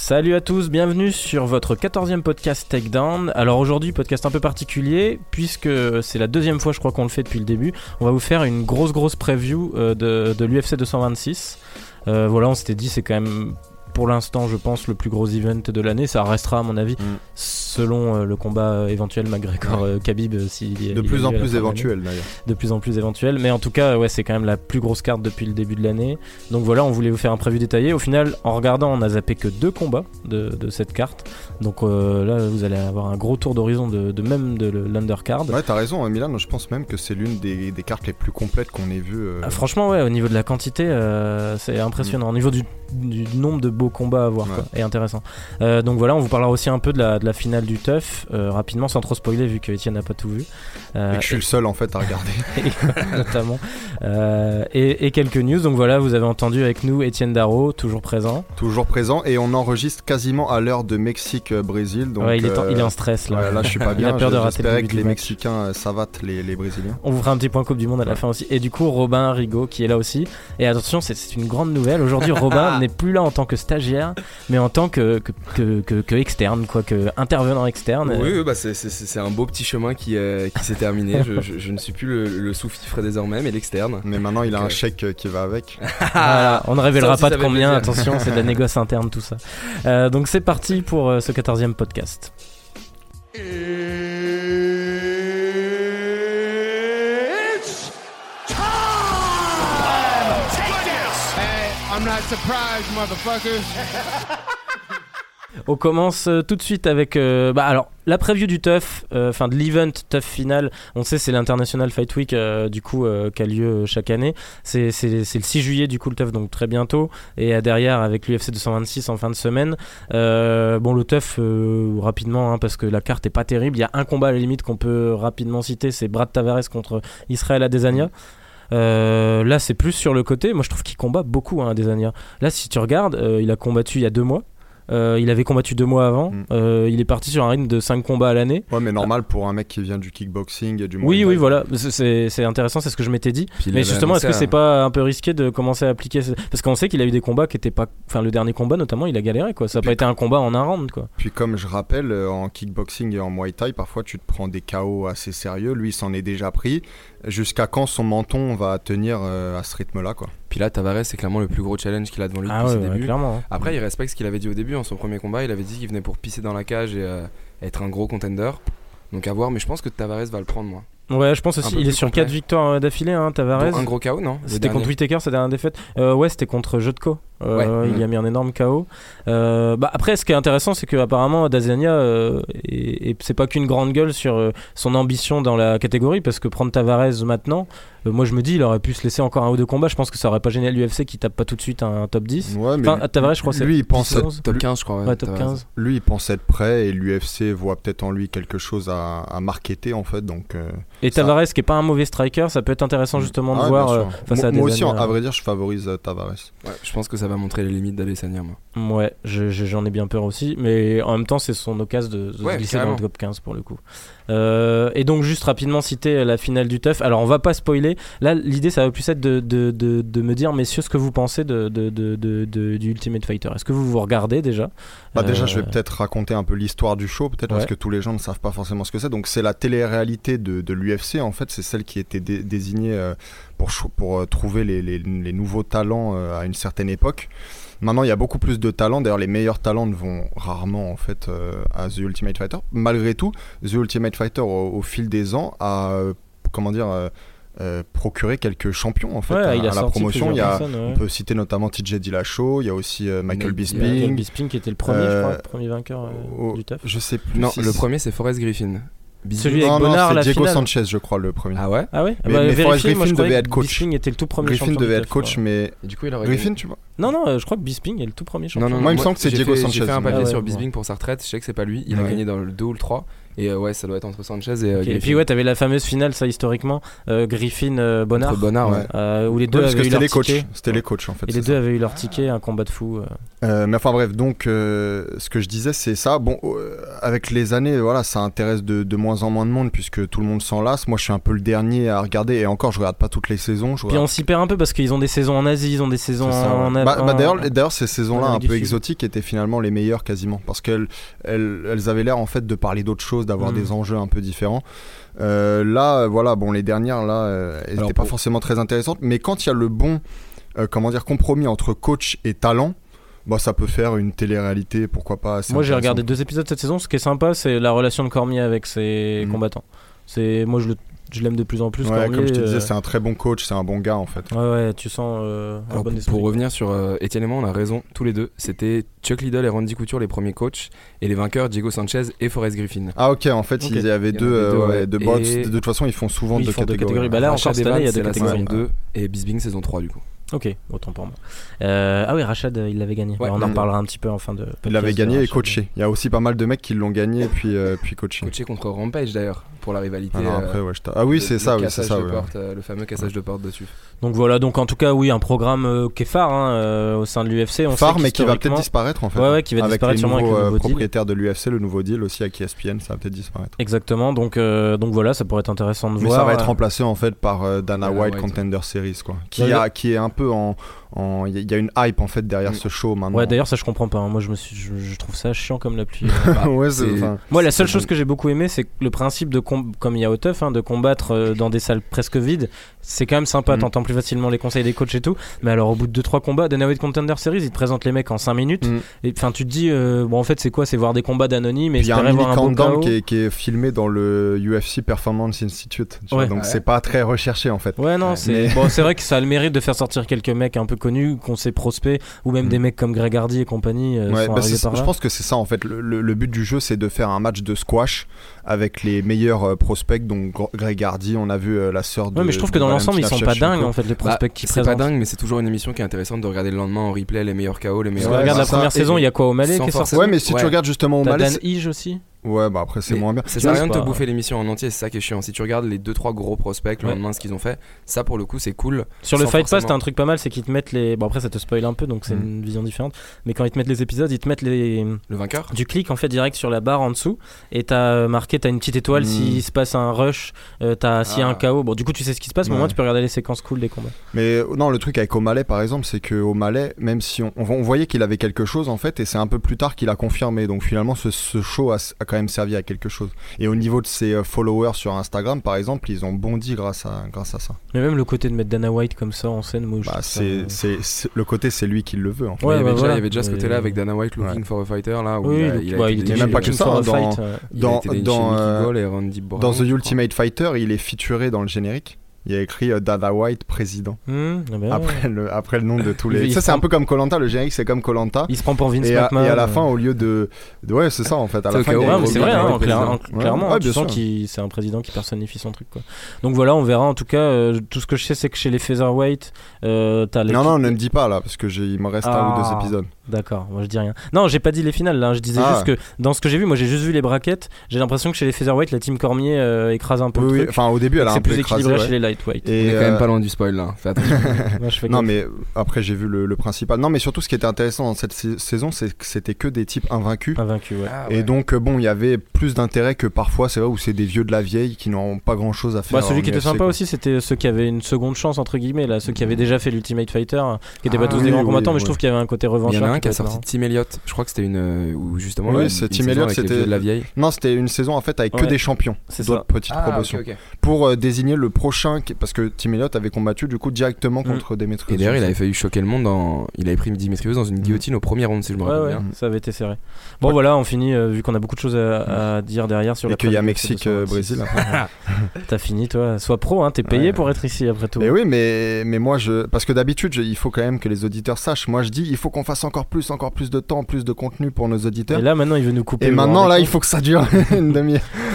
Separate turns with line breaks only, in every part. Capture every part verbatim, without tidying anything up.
Salut à tous, bienvenue sur votre quatorzième podcast Takedown. Alors aujourd'hui, podcast un peu particulier, puisque c'est la deuxième fois je crois qu'on le fait depuis le début. On va vous faire une grosse grosse preview euh, de, de l'U F C deux cent vingt-six. Euh, voilà, on s'était dit c'est quand même pour l'instant je pense le plus gros event de l'année. Ça restera à mon avis mm. selon euh, le combat éventuel McGregor-Khabib. Euh, s'il,
de plus en plus éventuel d'ailleurs.
De plus en plus éventuel, mais en tout cas ouais, c'est quand même la plus grosse carte depuis le début de l'année. Donc voilà, on voulait vous faire un preview détaillé. Au final, en regardant, on a zappé que deux combats de, de cette carte. Donc euh, là, vous allez avoir un gros tour d'horizon de, de même de l'undercard.
Ouais, t'as raison, Milan. Je pense même que c'est l'une des, des cartes les plus complètes qu'on ait vues. Euh...
Ah, franchement, ouais, au niveau de la quantité, euh, c'est impressionnant. Mmh. Au niveau du, du nombre de beaux combats à voir, ouais. quoi, et intéressant. Euh, donc voilà, on vous parlera aussi un peu de la, de la finale du T U F, euh, rapidement, sans trop spoiler, vu que Etienne n'a pas tout vu.
Euh, et que je suis et... le seul en fait à regarder.
et, notamment. Euh, et, et quelques news. Donc voilà, vous avez entendu avec nous Etienne Darro, toujours présent.
Toujours présent, et on enregistre quasiment à l'heure de Mexique-Brésil. Donc,
ouais, il est, en,
euh...
il est en stress là.
Ouais, là, je suis pas bien.
Il a peur de rater
J'espérais
le
que les Mexicains savatent les, les Brésiliens.
On vous fera un petit point Coupe du Monde à la ouais. fin aussi. Et du coup, Robin Rigaud qui est là aussi. Et attention, c'est, c'est une grande nouvelle. Aujourd'hui, Robin n'est plus là en tant que stagiaire, mais en tant que, que, que, que, que externe, quoi, que intervenant externe.
Oui, oui bah c'est, c'est, c'est un beau petit chemin qui, euh, qui s'est terminé. je, je, je ne suis plus le, le sous-fifre désormais, mais l'externe.
Mais maintenant, il a Donc, un euh... chèque qui va avec.
Voilà, on ne révélera pas de combien. Attention, c'est de la négoce interne, tout ça. Euh, donc c'est parti pour euh, ce quatorzième podcast. It's time! Take this! Hey, I'm not surprised, motherfuckers. On commence euh, tout de suite avec euh, bah alors la preview du T U F, enfin euh, de l'event T U F final. On sait c'est l'International Fight Week euh, du coup euh, qui a lieu chaque année. C'est, c'est, c'est le six juillet du coup le T U F, donc très bientôt. Et euh, derrière avec l'U F C deux cent vingt-six en fin de semaine. Euh, bon le T U F euh, rapidement hein, parce que la carte est pas terrible. Il y a un combat à la limite qu'on peut rapidement citer, c'est Brad Tavares contre Israel Adesanya. Euh, là c'est plus sur le côté. Moi je trouve qu'il combat beaucoup hein, Adesanya. Là si tu regardes, euh, il a combattu il y a deux mois. Euh, il avait combattu deux mois avant. Mm. Euh, il est parti sur un rythme de cinq combats à l'année.
Ouais, mais normal pour un mec qui vient du kickboxing et du.
Oui, oui, voilà. C'est, c'est intéressant, c'est ce que je m'étais dit. Puis mais justement, est-ce que c'est pas un peu risqué de commencer à appliquer ce... Parce qu'on sait qu'il a eu des combats qui étaient pas. Enfin, le dernier combat notamment, il a galéré quoi. Ça n'a pas été un combat en un round quoi.
Puis comme je rappelle, en kickboxing et en Muay Thai, parfois tu te prends des K O assez sérieux. Lui, il s'en est déjà pris. Jusqu'à quand son menton va tenir euh, à ce rythme-là quoi.
Puis là, Tavares, c'est clairement le plus gros challenge qu'il a devant lui
ah
depuis
ouais,
ses
ouais,
débuts.
Clairement, hein.
Après, il respecte ce qu'il avait dit au début. En son premier combat, il avait dit qu'il venait pour pisser dans la cage et euh, être un gros contender. Donc à voir, mais je pense que Tavares va le prendre, moi.
Ouais, je pense aussi. Il est sur quatre victoires d'affilée, hein, Tavares.
Bon, un gros K O, non?
C'était contre Whittaker, sa dernière défaite. Euh, ouais, c'était contre Jotko. Euh, ouais. Il mmh. a mis un énorme K O. Euh, bah, après, ce qui est intéressant, c'est qu'apparemment, Adesanya, euh, et, et c'est pas qu'une grande gueule sur euh, son ambition dans la catégorie, parce que prendre Tavares maintenant, euh, moi je me dis, il aurait pu se laisser encore un ou deux combats. Je pense que ça aurait pas gêné l'U F C qui tape pas tout de suite un, un top dix.
Ouais, mais
enfin, Tavares, je crois, c'est
lui, il pense être,
top quinze, je crois. Ouais,
ouais, top quinze.
Lui, il pense être prêt et l'U F C voit peut-être en lui quelque chose à, à marketer en fait. Donc, euh,
et
ça...
Tavares, qui est pas un mauvais striker, ça peut être intéressant justement
ah,
de voir euh, face
moi,
à des
Moi aussi,
années,
à vrai dire, je favorise euh, Tavares.
Ouais, je pense que ça va montrer les limites d'Adesanya, moi.
Ouais, je, je, j'en ai bien peur aussi, mais en même temps, c'est son occasion de, de
ouais,
se glisser
carrément.
dans le top quinze pour le coup. Euh, et donc, juste rapidement citer la finale du T U F. Alors, on va pas spoiler. Là, l'idée, ça va plus être de, de, de, de me dire, messieurs, ce que vous pensez de, de, de, de, de, du Ultimate Fighter. Est-ce que vous vous regardez déjà?
Bah, déjà, euh... je vais peut-être raconter un peu l'histoire du show, peut-être ouais. parce que tous les gens ne savent pas forcément ce que c'est. Donc, c'est la télé-réalité de, de l'U F C. En fait, c'est celle qui était dé- désignée euh, pour, pour euh, trouver les, les, les nouveaux talents euh, à une certaine époque. Maintenant, il y a beaucoup plus de talents. D'ailleurs, les meilleurs talents ne vont rarement en fait euh, à The Ultimate Fighter. Malgré tout, The Ultimate Fighter, au, au fil des ans, a euh, comment dire euh, euh, procuré quelques champions en fait
ouais,
à,
il a
à la promotion. Il y a,
personnes, ouais.
On peut citer notamment T J Dillashaw. Il y a aussi euh, Michael Bisping.
Michael Bisping qui était le premier, euh, je crois, le premier vainqueur euh,
oh,
du T U F.
Je sais plus.
Non,
si
le
c'est...
premier c'est Forrest Griffin.
Bisping. Celui avec
non,
Bonnard,
non,
la
c'est Diego
finale.
Sanchez, je crois, le premier.
Ah ouais?
Ah ouais.
Mais,
bah,
mais Forrest
Griffin
Griffin devait être coach.
Bisping était le tout premier
Griffin
champion.
devait
du
être coach, ouais. mais
et du coup, il aurait
Griffin,
gagné.
tu vois?
Non, non, je crois que Bisping est le tout premier champion.
Non, non,
moi, il me
moi,
semble que c'est
j'ai
Diego
fait,
Sanchez.
J'ai fait un papier
ah ouais,
sur
bon.
Bisping pour sa retraite. Je sais que c'est pas lui. Il
ouais.
a gagné dans le deux ou le trois. Et euh, ouais, ça doit être entre Sanchez et. Euh,
okay. Et puis ouais, t'avais la fameuse finale, ça historiquement, euh, Griffin euh, Bonnard.
Entre Bonnard, ouais.
Euh, où les deux
ouais,
avaient eu leur
les
ticket.
C'était les coachs en fait.
Et les deux ça. avaient eu leur ticket, un combat de fou. Euh.
Euh, mais enfin bref, donc euh, ce que je disais, c'est ça. Bon, euh, avec les années, voilà, ça intéresse de, de moins en moins de monde puisque tout le monde s'en lasse. Moi, je suis un peu le dernier à regarder et encore, je regarde pas toutes les saisons. Je
Puis
regarde...
on s'y perd un peu parce qu'ils ont des saisons en Asie, ils ont des saisons
ça,
en.
Ouais.
en...
Bah, bah, d'ailleurs, d'ailleurs, ces saisons-là un peu
Sud.
exotiques étaient finalement les meilleures quasiment parce qu'elles elles, elles avaient l'air en fait de parler d'autres choses, d'avoir mmh. des enjeux un peu différents. Euh, là, voilà, bon, les dernières là, euh, elles n'étaient pas forcément très intéressantes, mais quand il y a le bon, euh, comment dire, compromis entre coach et talent, bah ça peut faire une télé-réalité, pourquoi pas.
Moi, j'ai regardé deux épisodes cette saison. Ce qui est sympa, c'est la relation de Cormier avec ses mmh. combattants. C'est, moi, je le Je l'aime de plus en plus.
Ouais,
Cormier,
comme je te disais,
euh...
c'est un très bon coach, c'est un bon gars en fait.
Ouais, ouais, tu sens euh, un
Alors,
bon
pour,
esprit.
pour revenir sur euh, Étienne et moi, on a raison tous les deux. C'était Chuck Liddell et Randy Couture les premiers coachs, et les vainqueurs Diego Sanchez et Forrest Griffin.
Ah ok, en fait okay. il y avait il y deux, euh, deux, ouais, deux bots. Et... De toute façon, ils font souvent
oui,
deux
ils font
catégories.
catégories. Bah là,
Rachad
encore cette année, il y a deux catégories.
Saison deux et Bisping saison trois du coup.
Ok, autant pour moi. Euh, ah oui, Rachad, il l'avait gagné.
Ouais,
on
non,
en reparlera un petit peu en fin de.
Il l'avait gagné et coaché. Il y a aussi pas mal de mecs qui l'ont gagné et puis, euh, puis coaché.
Coaché contre Rampage d'ailleurs, pour la rivalité.
Ah, non, après,
euh,
ouais, je ah oui, c'est ça, oui, c'est ça.
Ouais.
Porte,
euh, le fameux cassage ouais. de porte dessus.
Donc voilà, donc en tout cas, oui, un programme euh, qui est phare hein, euh, au sein de l'U F C. On
phare,
sait
mais qui va peut-être disparaître en fait.
Ouais, ouais, qui va
avec
disparaître
les
sûrement
nouveaux,
avec le nouveau
propriétaires de l'U F C, le nouveau deal aussi avec E S P N, ça va peut-être disparaître.
Exactement, donc, euh, donc voilà, ça pourrait être intéressant de
mais
voir.
Mais ça va être remplacé en fait par euh, Dana, Dana White, White Contender ouais. Series, quoi. Qui, ouais, a, qui est un peu en. Il y, y a une hype en fait derrière mmh. ce show maintenant.
Ouais, d'ailleurs, ça je comprends pas. Hein. Moi, je, me suis, je, je trouve ça chiant comme la pluie.
bah, ouais, c'est, c'est,
Moi, la seule chose bon. que j'ai beaucoup aimé, c'est que le principe de com- comme il y a au Teuf, hein, de combattre euh, dans des salles presque vides, c'est quand même sympa. Mmh. T'entends plus facilement les conseils des coachs et tout. Mais alors, au bout de deux trois combats, Dana White Contender Series, ils te présentent les mecs en cinq minutes. Mmh. Et enfin, tu te dis, euh, bon, en fait, c'est quoi? C'est voir des combats d'anonymes.
Il y a un mini countdown qui,
est,
qui est filmé dans le U F C Performance Institute. Tu
ouais.
vois, donc,
ouais.
c'est pas très recherché en fait.
Ouais, non,
ouais.
c'est
Mais...
bon, c'est vrai que ça a le mérite de faire sortir quelques mecs un peu connus, qu'on sait prospects, ou même mmh. des mecs comme Greg Hardy et compagnie. Euh,
ouais,
sont
bah
par
je pense que c'est ça en fait. Le, le, le but du jeu, c'est de faire un match de squash avec les meilleurs euh, prospects. Donc Greg Hardy, on a vu euh, la sœur de.
Ouais, mais je trouve que dans l'ensemble, ils sont pas dingues en fait, les prospects
bah,
qui
c'est
présentent.
pas dingue, mais c'est toujours une émission qui est intéressante de regarder le lendemain en replay les meilleurs K O, les meilleurs.
Ouais, regarde la première saison, il y a quoi O'Malley qui est sorti.
Ouais, mais si tu regardes justement O'Malley.
Dan Hige aussi.
Ouais, bah après c'est
mais
moins bien.
Ça sert à rien de te bouffer l'émission en entier, c'est ça qui est chiant. Si tu regardes les deux trois gros prospects le ouais. lendemain, ce qu'ils ont fait, ça pour le coup c'est cool.
Sur le Fight
forcément...
Pass, t'as un truc pas mal, c'est qu'ils te mettent les. Bon, après ça te spoil un peu donc c'est mmh. une vision différente. Mais quand ils te mettent les épisodes, ils te mettent les.
Le vainqueur.
Du clic en fait direct sur la barre en dessous et t'as marqué, t'as une petite étoile mmh. s'il se passe un rush, euh, t'as s'il y a un K O. Bon, du coup tu sais ce qui se passe, mais ouais. au moins tu peux regarder les séquences cool des combats.
Mais non, le truc avec O'Malley par exemple, c'est que O'Malley, même si on, on voyait qu'il avait quelque chose en fait, et c'est un peu plus tard qu'il a confirmé. Donc finalement, ce, ce show a, a quand même servi à quelque chose. Et au niveau de ses euh, followers sur Instagram par exemple, ils ont bondi grâce à, grâce à ça.
Mais même le côté de mettre Dana White comme ça en scène, moi je
bah, c'est,
ça...
c'est, c'est, le côté c'est lui qui le veut en fait.
Ouais, il, y
bah,
déjà,
voilà.
il y avait déjà ce côté là avec Dana White looking ouais. for a fighter là où
oui,
il, a, il, a
bah,
été
il
était même pas que ça hein, dans,
fight, euh...
dans, dans, euh,
et Randy Brown,
dans The Ultimate Fighter il est featuré dans le générique. Il y a écrit euh, Dana White président
mmh, ah ben
après,
ouais.
le, après le nom de tous les.
Il
ça, c'est
prend...
un peu comme Koh-Lanta, le générique, c'est comme Koh-Lanta.
Il se prend pour Vince
et
McMahon.
À, et à la fin, au lieu de. de ouais, c'est ça en fait. À la fin,
ouais, mais c'est vrai, hein, clair,
ouais.
clairement.
Ouais,
hein, tu sens que c'est un président qui personnifie son truc. Quoi. Donc voilà, on verra. En tout cas, euh, tout ce que je sais, c'est que chez les Featherweight, euh, t'as les.
Non, non, ne me dis pas là, parce que j'ai... il me reste ah, un ou deux épisodes.
D'accord, moi je dis rien. Non, j'ai pas dit les finales là. Je disais
ah.
juste que dans ce que j'ai vu, moi j'ai juste vu les brackets. J'ai l'impression que chez les Featherweight, la team Cormier euh, écrase un peu.
Oui,
le
oui.
truc.
Enfin, au début, elle a un peu
équilibré.
écrasé.
C'est plus équilibré
ouais.
chez les lightweight.
Et on est quand euh... même pas loin du spoil là. Fais attention.
Moi, je fais
non, mais après, j'ai vu le, le principal. Non, mais surtout, ce qui était intéressant dans cette sa- saison, c'est que c'était que des types invaincus.
Invaincus, ouais.
Ah, ouais. Et donc, bon, il y avait plus d'intérêt que parfois, c'est vrai, où c'est des vieux de la vieille qui n'ont pas grand chose à faire.
Bah, celui qui
était
était sympa
quoi.
aussi, c'était ceux qui avaient une seconde chance, entre guillemets, là, ceux qui avaient déjà fait l'Ultimate Fighter, qui n'étaient
ah,
pas tous
oui,
des grands
oui,
combattants,
oui,
mais
oui.
je trouve qu'il y avait un côté revanchard.
Il y en a un qui a
sorti
sorti Team Elliott. Je crois que c'était une. Où justement.
Oui,
une,
c'est
une
Team Elliott,
c'était.
De
la vieille.
Non, c'était une saison en fait avec
ouais.
que des champions.
C'est
d'autres
ça.
petites
ah,
promotions.
Okay, okay.
Pour euh, désigner le prochain. Qui... Parce que Team Elliott avait combattu du coup directement contre mmh. Demetrius.
Et d'ailleurs, il avait failli choquer le monde. Dans... Il avait pris Demetrius dans une guillotine mmh. au premier round, si je me rappelle
ouais,
bien.
Ouais, ça avait été serré. Bon, ouais. voilà, on finit, euh, vu qu'on a beaucoup de choses à, à dire derrière sur
et
la.
Et qu'il y a Mexique-Brésil.
T'as fini, toi. Sois pro, hein, t'es payé ouais. pour être ici après tout.
Mais oui, mais, mais moi, je. Parce que d'habitude, je... il faut quand même que les auditeurs sachent. Moi, je dis, il faut qu'on fasse encore plus, encore plus de temps, plus de contenu pour nos auditeurs.
Et là, maintenant, il veut nous couper.
Et maintenant, là, il faut que ça dure une demi-heure.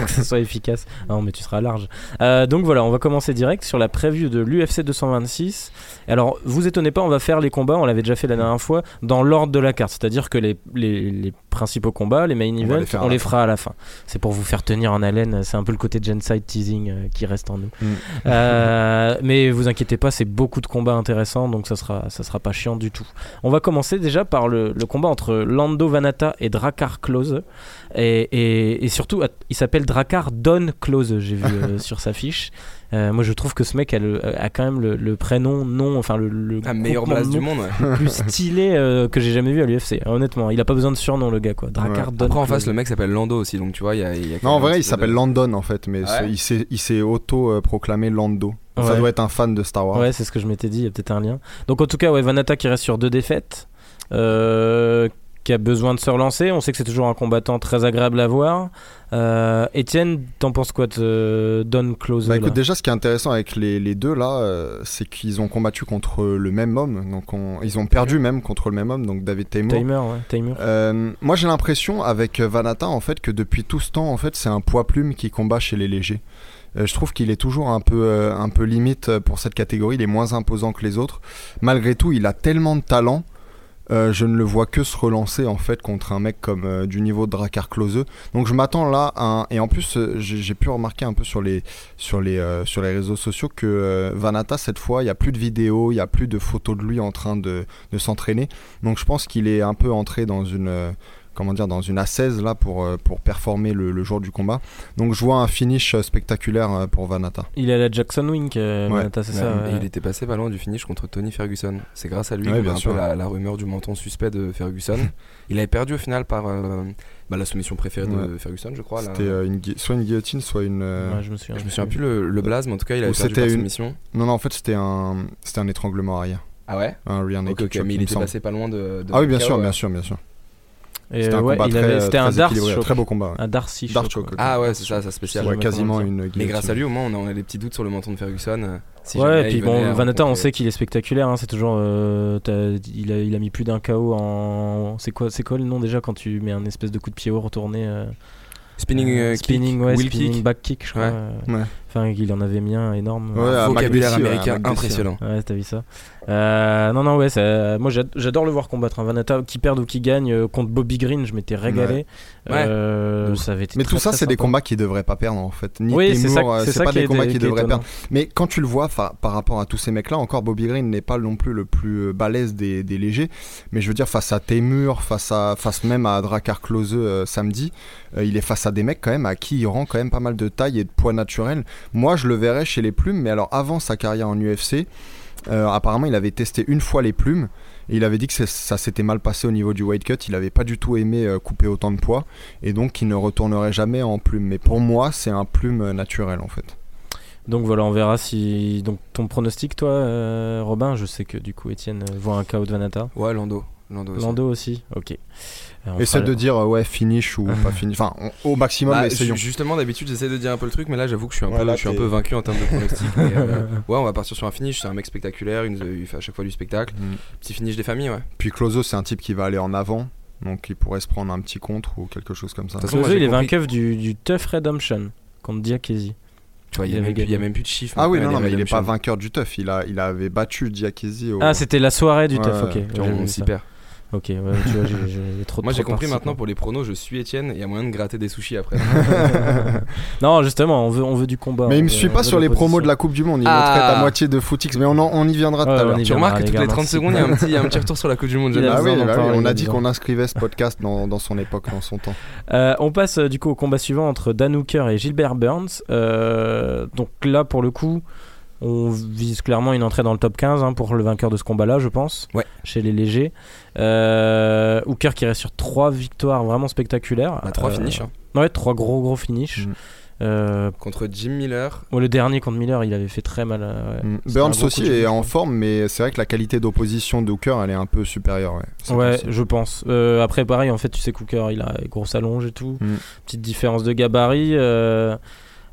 que ce soit efficace. Non, mais tu seras large. Euh, donc voilà, on va commencer direct sur la preview de l'U F C deux cent vingt-six. Alors, vous étonnez pas, on va faire les combats, on l'avait déjà fait la dernière fois, dans l'ordre de la carte. C'est-à-dire que les, les, les principaux combats, les main
On va
events,
les faire à
on
la
les
fin.
fera à la fin. C'est pour vous faire tenir en haleine. C'est un peu le côté Genside teasing euh, qui reste en nous.
Mm.
Euh, mais vous inquiétez pas, c'est beaucoup de combats intéressants, donc ça sera, ça sera pas chiant du tout. On va commencer déjà par le, le combat entre Lando Vannata et Drakkar Klose. Et, et, et surtout, il s'appelle Drakkar Don Klose, j'ai vu euh, sur sa fiche. Euh, moi, je trouve que ce mec a, le, a quand même le, le prénom, nom, enfin le, le
La meilleure
groupement
blase
de
du
noms
monde. Ouais.
le plus stylé euh, que j'ai jamais vu à l'U F C. Honnêtement, il a pas besoin de surnom, le gars, quoi. Drakkar
Ouais.
Don
Après, en
Klose.
face, le mec s'appelle Lando aussi, donc tu vois, il y a. il y a quand
Non, en
même un
vrai,
petit
il
peu
s'appelle
de-
Landon en fait, mais
Ah
c'est-
ouais
il s'est, il s'est auto-proclamé Lando. Ça
Ouais.
doit être un fan de Star Wars.
Ouais, c'est ce que je m'étais dit, il y a peut-être un lien. Donc en tout cas, ouais, Vannata qui reste sur deux défaites, euh, qui a besoin de se relancer. On sait que c'est toujours un combattant très agréable à voir. Euh, Étienne, t'en penses quoi de Don Klose?
Bah
là
écoute, déjà ce qui est intéressant avec les, les deux là, euh, c'est qu'ils ont combattu contre le même homme, donc on- ils ont perdu même contre le même homme, donc David Teymur.
Timer, ouais, Timer.
Euh, moi j'ai l'impression avec Vannata en fait que depuis tout ce temps en fait c'est un poids plume qui combat chez les légers. Euh, je trouve qu'il est toujours un peu, euh, un peu limite pour cette catégorie, il est moins imposant que les autres. Malgré tout, il a tellement de talent. Euh, je ne le vois que se relancer en fait contre un mec comme euh, du niveau de Drakkar Klose. Donc je m'attends là à un... et en plus euh, j'ai, j'ai pu remarquer un peu sur les sur les euh, sur les réseaux sociaux que euh, Vannata cette fois il y a plus de vidéos, il y a plus de photos de lui en train de, de s'entraîner. Donc je pense qu'il est un peu entré dans une euh, comment dire dans une assaise là pour euh, pour performer le, le jour du combat. Donc je vois un finish euh, spectaculaire euh, pour Vannata.
Il est à la Jackson Wink, euh,
Ouais.
Vannata, c'est
Ouais,
ça.
et
ouais.
il était passé pas loin du finish contre Tony Ferguson. C'est grâce à lui
Ouais,
qu'on a
bien
un
sûr.
peu la, la rumeur du menton suspect de Ferguson. Il avait perdu au final par euh, bah, la soumission préférée de
Ouais.
Ferguson, je crois. là.
C'était euh, une gui- soit une guillotine soit une euh,
Ouais, je me souviens.
Je me souviens plus le, le blaze, mais en tout cas, il avait
Ou
perdu
c'était
par
une-
soumission.
non non en fait c'était un c'était un étranglement arrière,
Ah ouais
un rear
Ok,
naked
ok,
choke,
mais il
me
était
semble.
passé pas loin de. de
Ah oui bien
K O,
sûr
ouais.
bien sûr bien sûr.
Et,
C'était un
ouais,
combat
il
très,
avait- c'était
très
un Darce
équilibré,
choke.
très beau combat. ouais.
Un Darcy
Darce
choke.
choke, ok.
Ah ouais, c'est ça, ça spécial.
Je sais
Ouais,
jamais
quasiment
comment
une
Mais
guillotine.
grâce à lui, au moins, on a, on a des petits doutes sur le menton de Ferguson. euh, si
Ouais,
jamais
et puis
il venait
bon,
à
Vannata, on
rencontrer-
sait qu'il est spectaculaire. Hein, c'est toujours, euh, t'as- il, a, il a mis plus d'un K O en. C'est quoi, c'est quoi le nom déjà quand tu mets un espèce de coup de pied haut retourné euh,
Spinning,
euh,
euh,
spinning,
kick,
ouais,
wheel
spinning
kick.
back kick, je crois.
Ouais.
euh,
Ouais.
Enfin, il en avait mis un énorme.
Ouais, à
Vocabulaire
McDessie, ouais,
américain
à McDessie,
impressionnant.
Ouais, t'as vu ça. Euh, non, non, ouais, ça- moi j'ad- j'adore le voir combattre. Un Vannata, qui perde ou qui gagne euh, contre Bobby Green, je m'étais régalé.
Ouais.
Euh,
Ouais.
ça avait été
Mais
très,
tout ça,
très
c'est des
sympa.
combats qu'il devrait pas perdre en fait. Ni
Oui, c'est ça,
Teymur, euh,
c'est
c'est
ça
pas
qui
des
est-
combats
qui
qu'il
est
devrait
étonnant.
perdre. Mais quand tu le vois fa- par rapport à tous ces mecs-là, encore Bobby Green n'est pas non plus le plus euh, balèze des, des légers. Mais je veux dire, face à Teymur, face, à, face même à Drakkar Klose euh, samedi, euh, il est face à des mecs quand même à qui il rend quand même pas mal de taille et de poids naturel. Moi, je le verrais chez les plumes, mais alors avant sa carrière en U F C, euh, apparemment, il avait testé une fois les plumes. Et il avait dit que c'est- ça s'était mal passé au niveau du weight cut. Il avait pas du tout aimé euh, couper autant de poids. Et donc, il ne retournerait jamais en plume. Mais pour moi, c'est un plume euh, naturel en fait.
Donc voilà, on verra si. Donc ton pronostic, toi, euh, Robin, je sais que du coup, Étienne euh, voit un K O de Vannata.
Ouais, Lando. Lando aussi.
Lando aussi, ok. Euh, on
Essaie
fera-
de dire euh, ouais, finish ou pas finish. Enfin, on- au maximum,
Bah,
essayons.
ju- justement, d'habitude, j'essaie de dire un peu le truc, mais là, j'avoue que je suis un,
Ouais,
peu,
là,
je suis un
t'es-
peu vaincu en termes de pronostic. mais, euh, ouais, on va partir sur un finish. C'est un mec spectaculaire. Il, nous a- il fait à chaque fois du spectacle.
Mm.
Petit finish des familles, ouais.
Puis Clozo, c'est un type qui va aller en avant. Donc, il pourrait se prendre un petit contre ou quelque chose comme ça.
De toute façon,
Clozo,
moi, j'ai
il est
compris-
vainqueur du, du Tough Redemption contre Diakesi.
Tu vois, il
Il
y a
avait
même plus- il y a
gagné.
même plus de chiffres.
Ah oui,
maintenant,
non, non, mais il est
Redemption.
pas vainqueur du Tough. Il, a, il avait battu Diakesi au.
Ah, c'était la soirée du
Ouais,
Tough, ok.
ouais.
Tu vois,
J'ai
on
vu
s'y
ça.
perd.
Ok, ouais, tu vois, j'ai- j'ai trop
Moi,
trop
j'ai compris
participé.
maintenant pour les pronos, je suis Étienne. Il y a moyen de gratter des sushis après.
Non, justement, on veut, on veut du combat.
Mais
on
il me
veut-
suit
on
pas
veut
sur les
l'opposition.
promos de la Coupe du Monde. Il
Ah.
me traite à moitié de footix. Mais on, en- on y viendra tout
Ouais,
à
on
l'heure.
y
Tu
viendra,
remarques que
les
toutes
gars,
les trente
merci.
secondes, il y a un petit, il y a un petit retour sur la Coupe du Monde.
Il a
j'aime
Ah
bien.
oui,
besoin d'en
bah oui,
parler,
on
il a
a dit
besoin.
qu'on inscrivait ce podcast dans, dans son époque, dans son temps.
Euh, on passe euh, du coup au combat suivant entre Dan Hooker et Gilbert Burns. Euh, donc là, pour le coup, on vise clairement une entrée dans le top quinze hein, pour le vainqueur de ce combat-là, je pense,
Ouais.
chez les légers. Euh, Hooker qui reste sur trois victoires vraiment spectaculaires.
Bah, trois
Euh,
finishes. hein.
Ouais, trois gros gros finishes.
Mm.
Euh,
Contre Jim Miller.
bon, le dernier contre Miller, il avait fait très mal. euh, ouais.
Mm.
C'était un
Burns
gros coup
aussi
de
est
genou,
en
je
forme, mais c'est vrai que la qualité d'opposition de Hooker, elle est un peu supérieure. Ouais, Ça
Ouais,
aussi.
je pense. Euh, après, pareil, en fait, tu sais, Hooker, il a une grosse allonge et tout.
Mm.
Petite différence de gabarit. euh,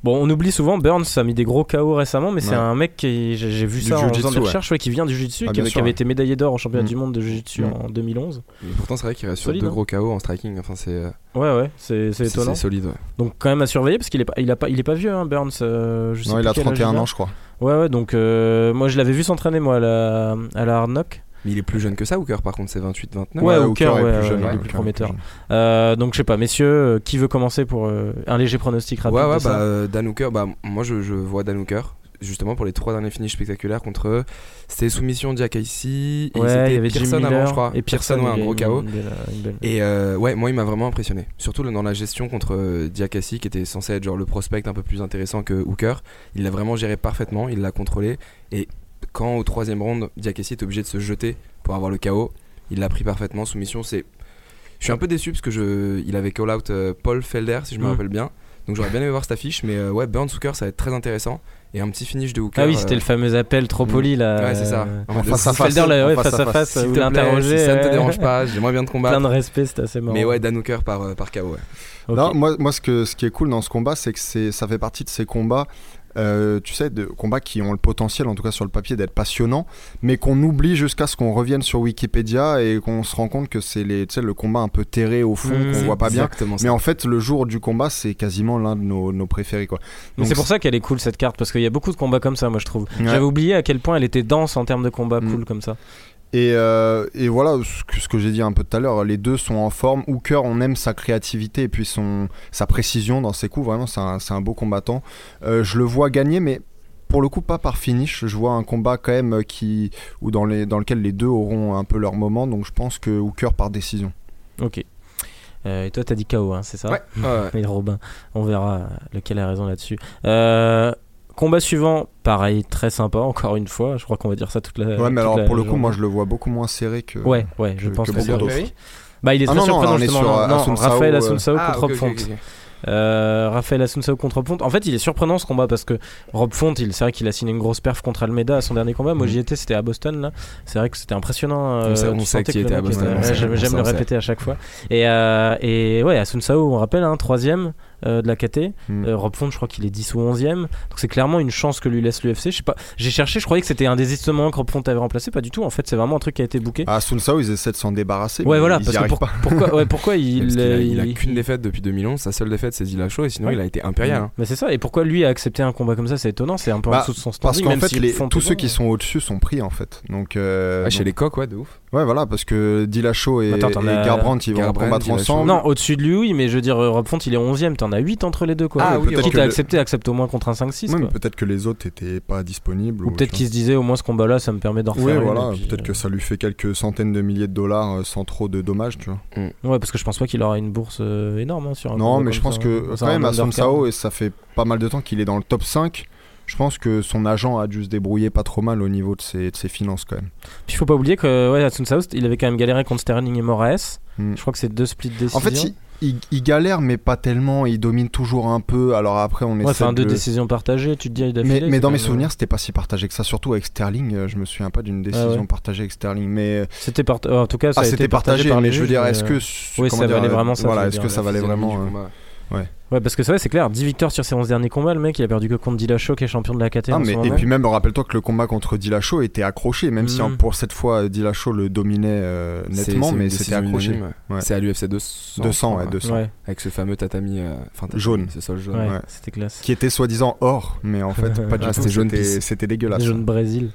Bon, on oublie souvent, Burns a mis des gros K O récemment, mais ouais. c'est un mec qui, j'ai, j'ai vu du ça en faisant des recherches, ouais. Ouais, qui vient du Jiu-Jitsu, ah, qui, avait, sûr, qui avait été médaillé d'or au championnat mmh. du monde de Jiu-Jitsu mmh. en deux mille onze.
Et pourtant, c'est vrai qu'il reste sur deux hein. gros K O en striking. Enfin, c'est...
Ouais, ouais, c'est, c'est étonnant.
C'est solide, ouais.
Donc, quand même à surveiller, parce qu'il est pas, il a pas, il est pas vieux, hein, Burns. Euh, je sais
non, il a trente et un ans, je crois.
Ouais, ouais, donc euh, moi je l'avais vu s'entraîner, moi, à la, à la Hard Knock.
Mais il est plus jeune que ça, Hooker, par contre, c'est vingt-huit vingt-neuf.
Ouais,
ouais
Hooker,
Hooker
ouais,
est plus jeune,
ouais,
ouais,
il est plus prometteur. Euh, donc, je sais pas, messieurs, euh, qui veut commencer pour euh, un léger pronostic rapide?
Ouais, ouais,
de
bah,
ça
euh, Dan Hooker, bah, moi je, je vois Dan Hooker. Justement pour les trois derniers finishes spectaculaires contre eux, c'était soumission Dia Casey, et
ouais, il y avait
Pearson
Jim Miller,
avant, je crois,
et Pearson,
Pearson ouais, un gros K O.
Une belle, une belle...
Et euh, ouais, moi il m'a vraiment impressionné, surtout dans la gestion contre euh, Dia Casey, qui était censé être genre le prospect un peu plus intéressant que Hooker. Il l'a vraiment géré parfaitement, il l'a contrôlé, et quand au troisième round, Dia Casey était obligé de se jeter pour avoir le K O, il l'a pris parfaitement. Soumission, c'est, je suis un peu déçu parce que je, il avait call out euh, Paul Felder si je me mmh. rappelle bien. Donc j'aurais bien aimé voir cette affiche, mais euh, ouais, Burns Hooker ça va être très intéressant. Et un petit finish de Hooker.
Ah oui, c'était
euh...
le fameux appel trop poli là.
Ouais, c'est ça.
En en face à face. Felder, là, ouais, face à face,
où l'interroger. Si ça ne te dérange pas, j'aimerais bien te combattre.
Plein de respect, c'était assez marrant.
Mais ouais, Dan Hooker par, par K O, ouais.
Okay. Non, moi, moi ce, que, ce qui est cool dans ce combat, c'est que c'est, ça fait partie de ces combats. Euh, tu sais, de combats qui ont le potentiel, en tout cas sur le papier, d'être passionnants, mais qu'on oublie jusqu'à ce qu'on revienne sur Wikipédia et qu'on se rend compte que c'est les, tu sais, le combat un peu terré au fond, mmh, qu'on voit pas bien. Mais en fait, le jour du combat, c'est quasiment l'un de nos, nos préférés, quoi.
Donc c'est pour ça qu'elle est cool cette carte, parce qu'il y a beaucoup de combats comme ça, moi je trouve. Ouais. J'avais oublié à quel point elle était dense en termes de combats mmh. cool comme ça.
Et, euh, et voilà ce que, ce que j'ai dit un peu tout à l'heure, les deux sont en forme. Hooker, on aime sa créativité et puis son, sa précision dans ses coups, vraiment c'est un, c'est un beau combattant. Euh, je le vois gagner, mais pour le coup pas par finish. Je vois un combat quand même qui, ou dans, les, dans lequel les deux auront un peu leur moment, donc je pense que Hooker par décision.
Ok. Euh, et toi t'as dit K O, hein, c'est ça?
Ouais. ouais.
Et Robin, on verra lequel a raison là-dessus. Euh... Combat suivant, pareil, très sympa, encore une fois. Je crois qu'on va dire ça toute la.
Ouais, mais alors
la
pour le
journée.
coup, moi je le vois beaucoup moins serré que.
Ouais, ouais, je
que,
pense
que
que c'est
beaucoup d'autres.
Bah, il est
ah
très
non,
surprenant,
non,
justement.
Sur,
non, non, Raphaël Assunção
ah,
contre
okay,
Rob Font.
Okay, okay.
Euh, Raphaël Assunção contre Rob Font. En fait, il est surprenant ce combat parce que Rob Font, il, c'est vrai qu'il a signé une grosse perf contre Almeida à son dernier combat. Moi, mmh. j'y étais, c'était à Boston. Là. C'est vrai que c'était impressionnant.
Euh, on sait, on sait qu'il était à Boston.
Était, ouais, j'aime, j'aime le répéter à chaque fois. Et, euh, et ouais, Assunção, on rappelle, hein, troisième euh, de la K T. Mmh. Euh, Rob Font, je crois qu'il est dix ou onzième. Donc c'est clairement une chance que lui laisse l'U F C. Je sais pas. J'ai cherché, je croyais que c'était un désistement que Rob Font avait remplacé. Pas du tout. En fait, c'est vraiment un truc qui a été booké.
Ah, Assunção, ils essaient de s'en débarrasser.
Ouais, voilà.
Ils
parce
y
que pour,
pas.
pourquoi, ouais, pourquoi il,
il, a, il a
il,
qu'une défaite depuis deux mille onze. Sa seule défaite, c'est Dillashaw, et sinon
ouais.
il a été impérial. Mmh. Hein.
Mais c'est ça. Et pourquoi lui a accepté un combat comme ça? C'est étonnant. C'est un peu
bah,
en dessous de son standing.
Parce qu'en fait,
si
les, tous ceux qui sont au-dessus sont pris en fait. Donc. Euh,
ouais, chez
donc...
les coqs, ouais, de ouf.
Ouais, voilà, parce que Dillashaw et,
Attends,
et Garbrandt, ils vont
Garbrandt,
combattre
Dillashaw.
ensemble.
Non, au-dessus de lui, oui, mais je veux dire, Rob Font, il est onzième. T'en as huit entre les deux, quoi.
Ah,
oui,
oui,
peut-être
Quitte
que
à
le...
accepter, accepte au moins contre un cinq six.
Oui,
quoi.
peut-être que les autres étaient pas disponibles.
Ou, ou peut-être qu'ils se disaient, au moins ce combat-là, ça me permet d'en refaire.
Oui, voilà,
puis,
peut-être
euh...
que ça lui fait quelques centaines de milliers de dollars euh, sans trop de dommages, tu vois.
Mm. Ouais, parce que je pense pas qu'il aura une bourse euh, énorme hein, sur un
non, mais je
ça,
pense que quand même, Assunção, et ça fait pas mal de temps qu'il est dans le top cinq. Je pense que son agent a dû se débrouiller pas trop mal au niveau de ses, de ses finances quand même.
Puis il faut pas oublier que ouais, Assunção, il avait quand même galéré contre Sterling et Moraes. Mm. Je crois que c'est deux splits décisions.
En fait, il, il, il galère, mais pas tellement. Il domine toujours un peu. Alors après, on essaie.
Ouais, enfin,
de...
deux décisions partagées, tu te dis.
Mais, mais dans mes souvenirs, c'était pas si partagé que ça. Surtout avec Sterling, je me souviens pas d'une décision ah ouais. partagée avec Sterling. Mais
c'était part... en tout cas, ça
ah,
a
c'était
été partagé,
partagé
par
mais
les
je veux dire,
mais...
est-ce que
oui, ça valait vraiment ça.
Voilà, est-ce que ça valait vraiment
Ouais. Ouais, parce que ça, c'est clair, dix victoires sur ses onze derniers combats, le mec, il a perdu que contre Dillashaw qui est champion de la K T.
Ah, mais, et puis même, rappelle-toi que le combat contre Dillashaw était accroché, même mmh. si hein, pour cette fois, Dillashaw le dominait euh, nettement, c'est, c'est mais c'était accroché.
Unanime, ouais. Ouais. C'est à l'U F C deux cents.
deux cents, ouais, deux cents.
Ouais. Avec ce fameux tatami, euh, tatami
jaune.
Ce sol jaune.
Ouais,
ouais.
C'était classe.
Qui était soi-disant or, mais en fait, pas du
ah,
tout.
C'était jaune
c'était, c'était dégueulasse.
Jaune Brésil.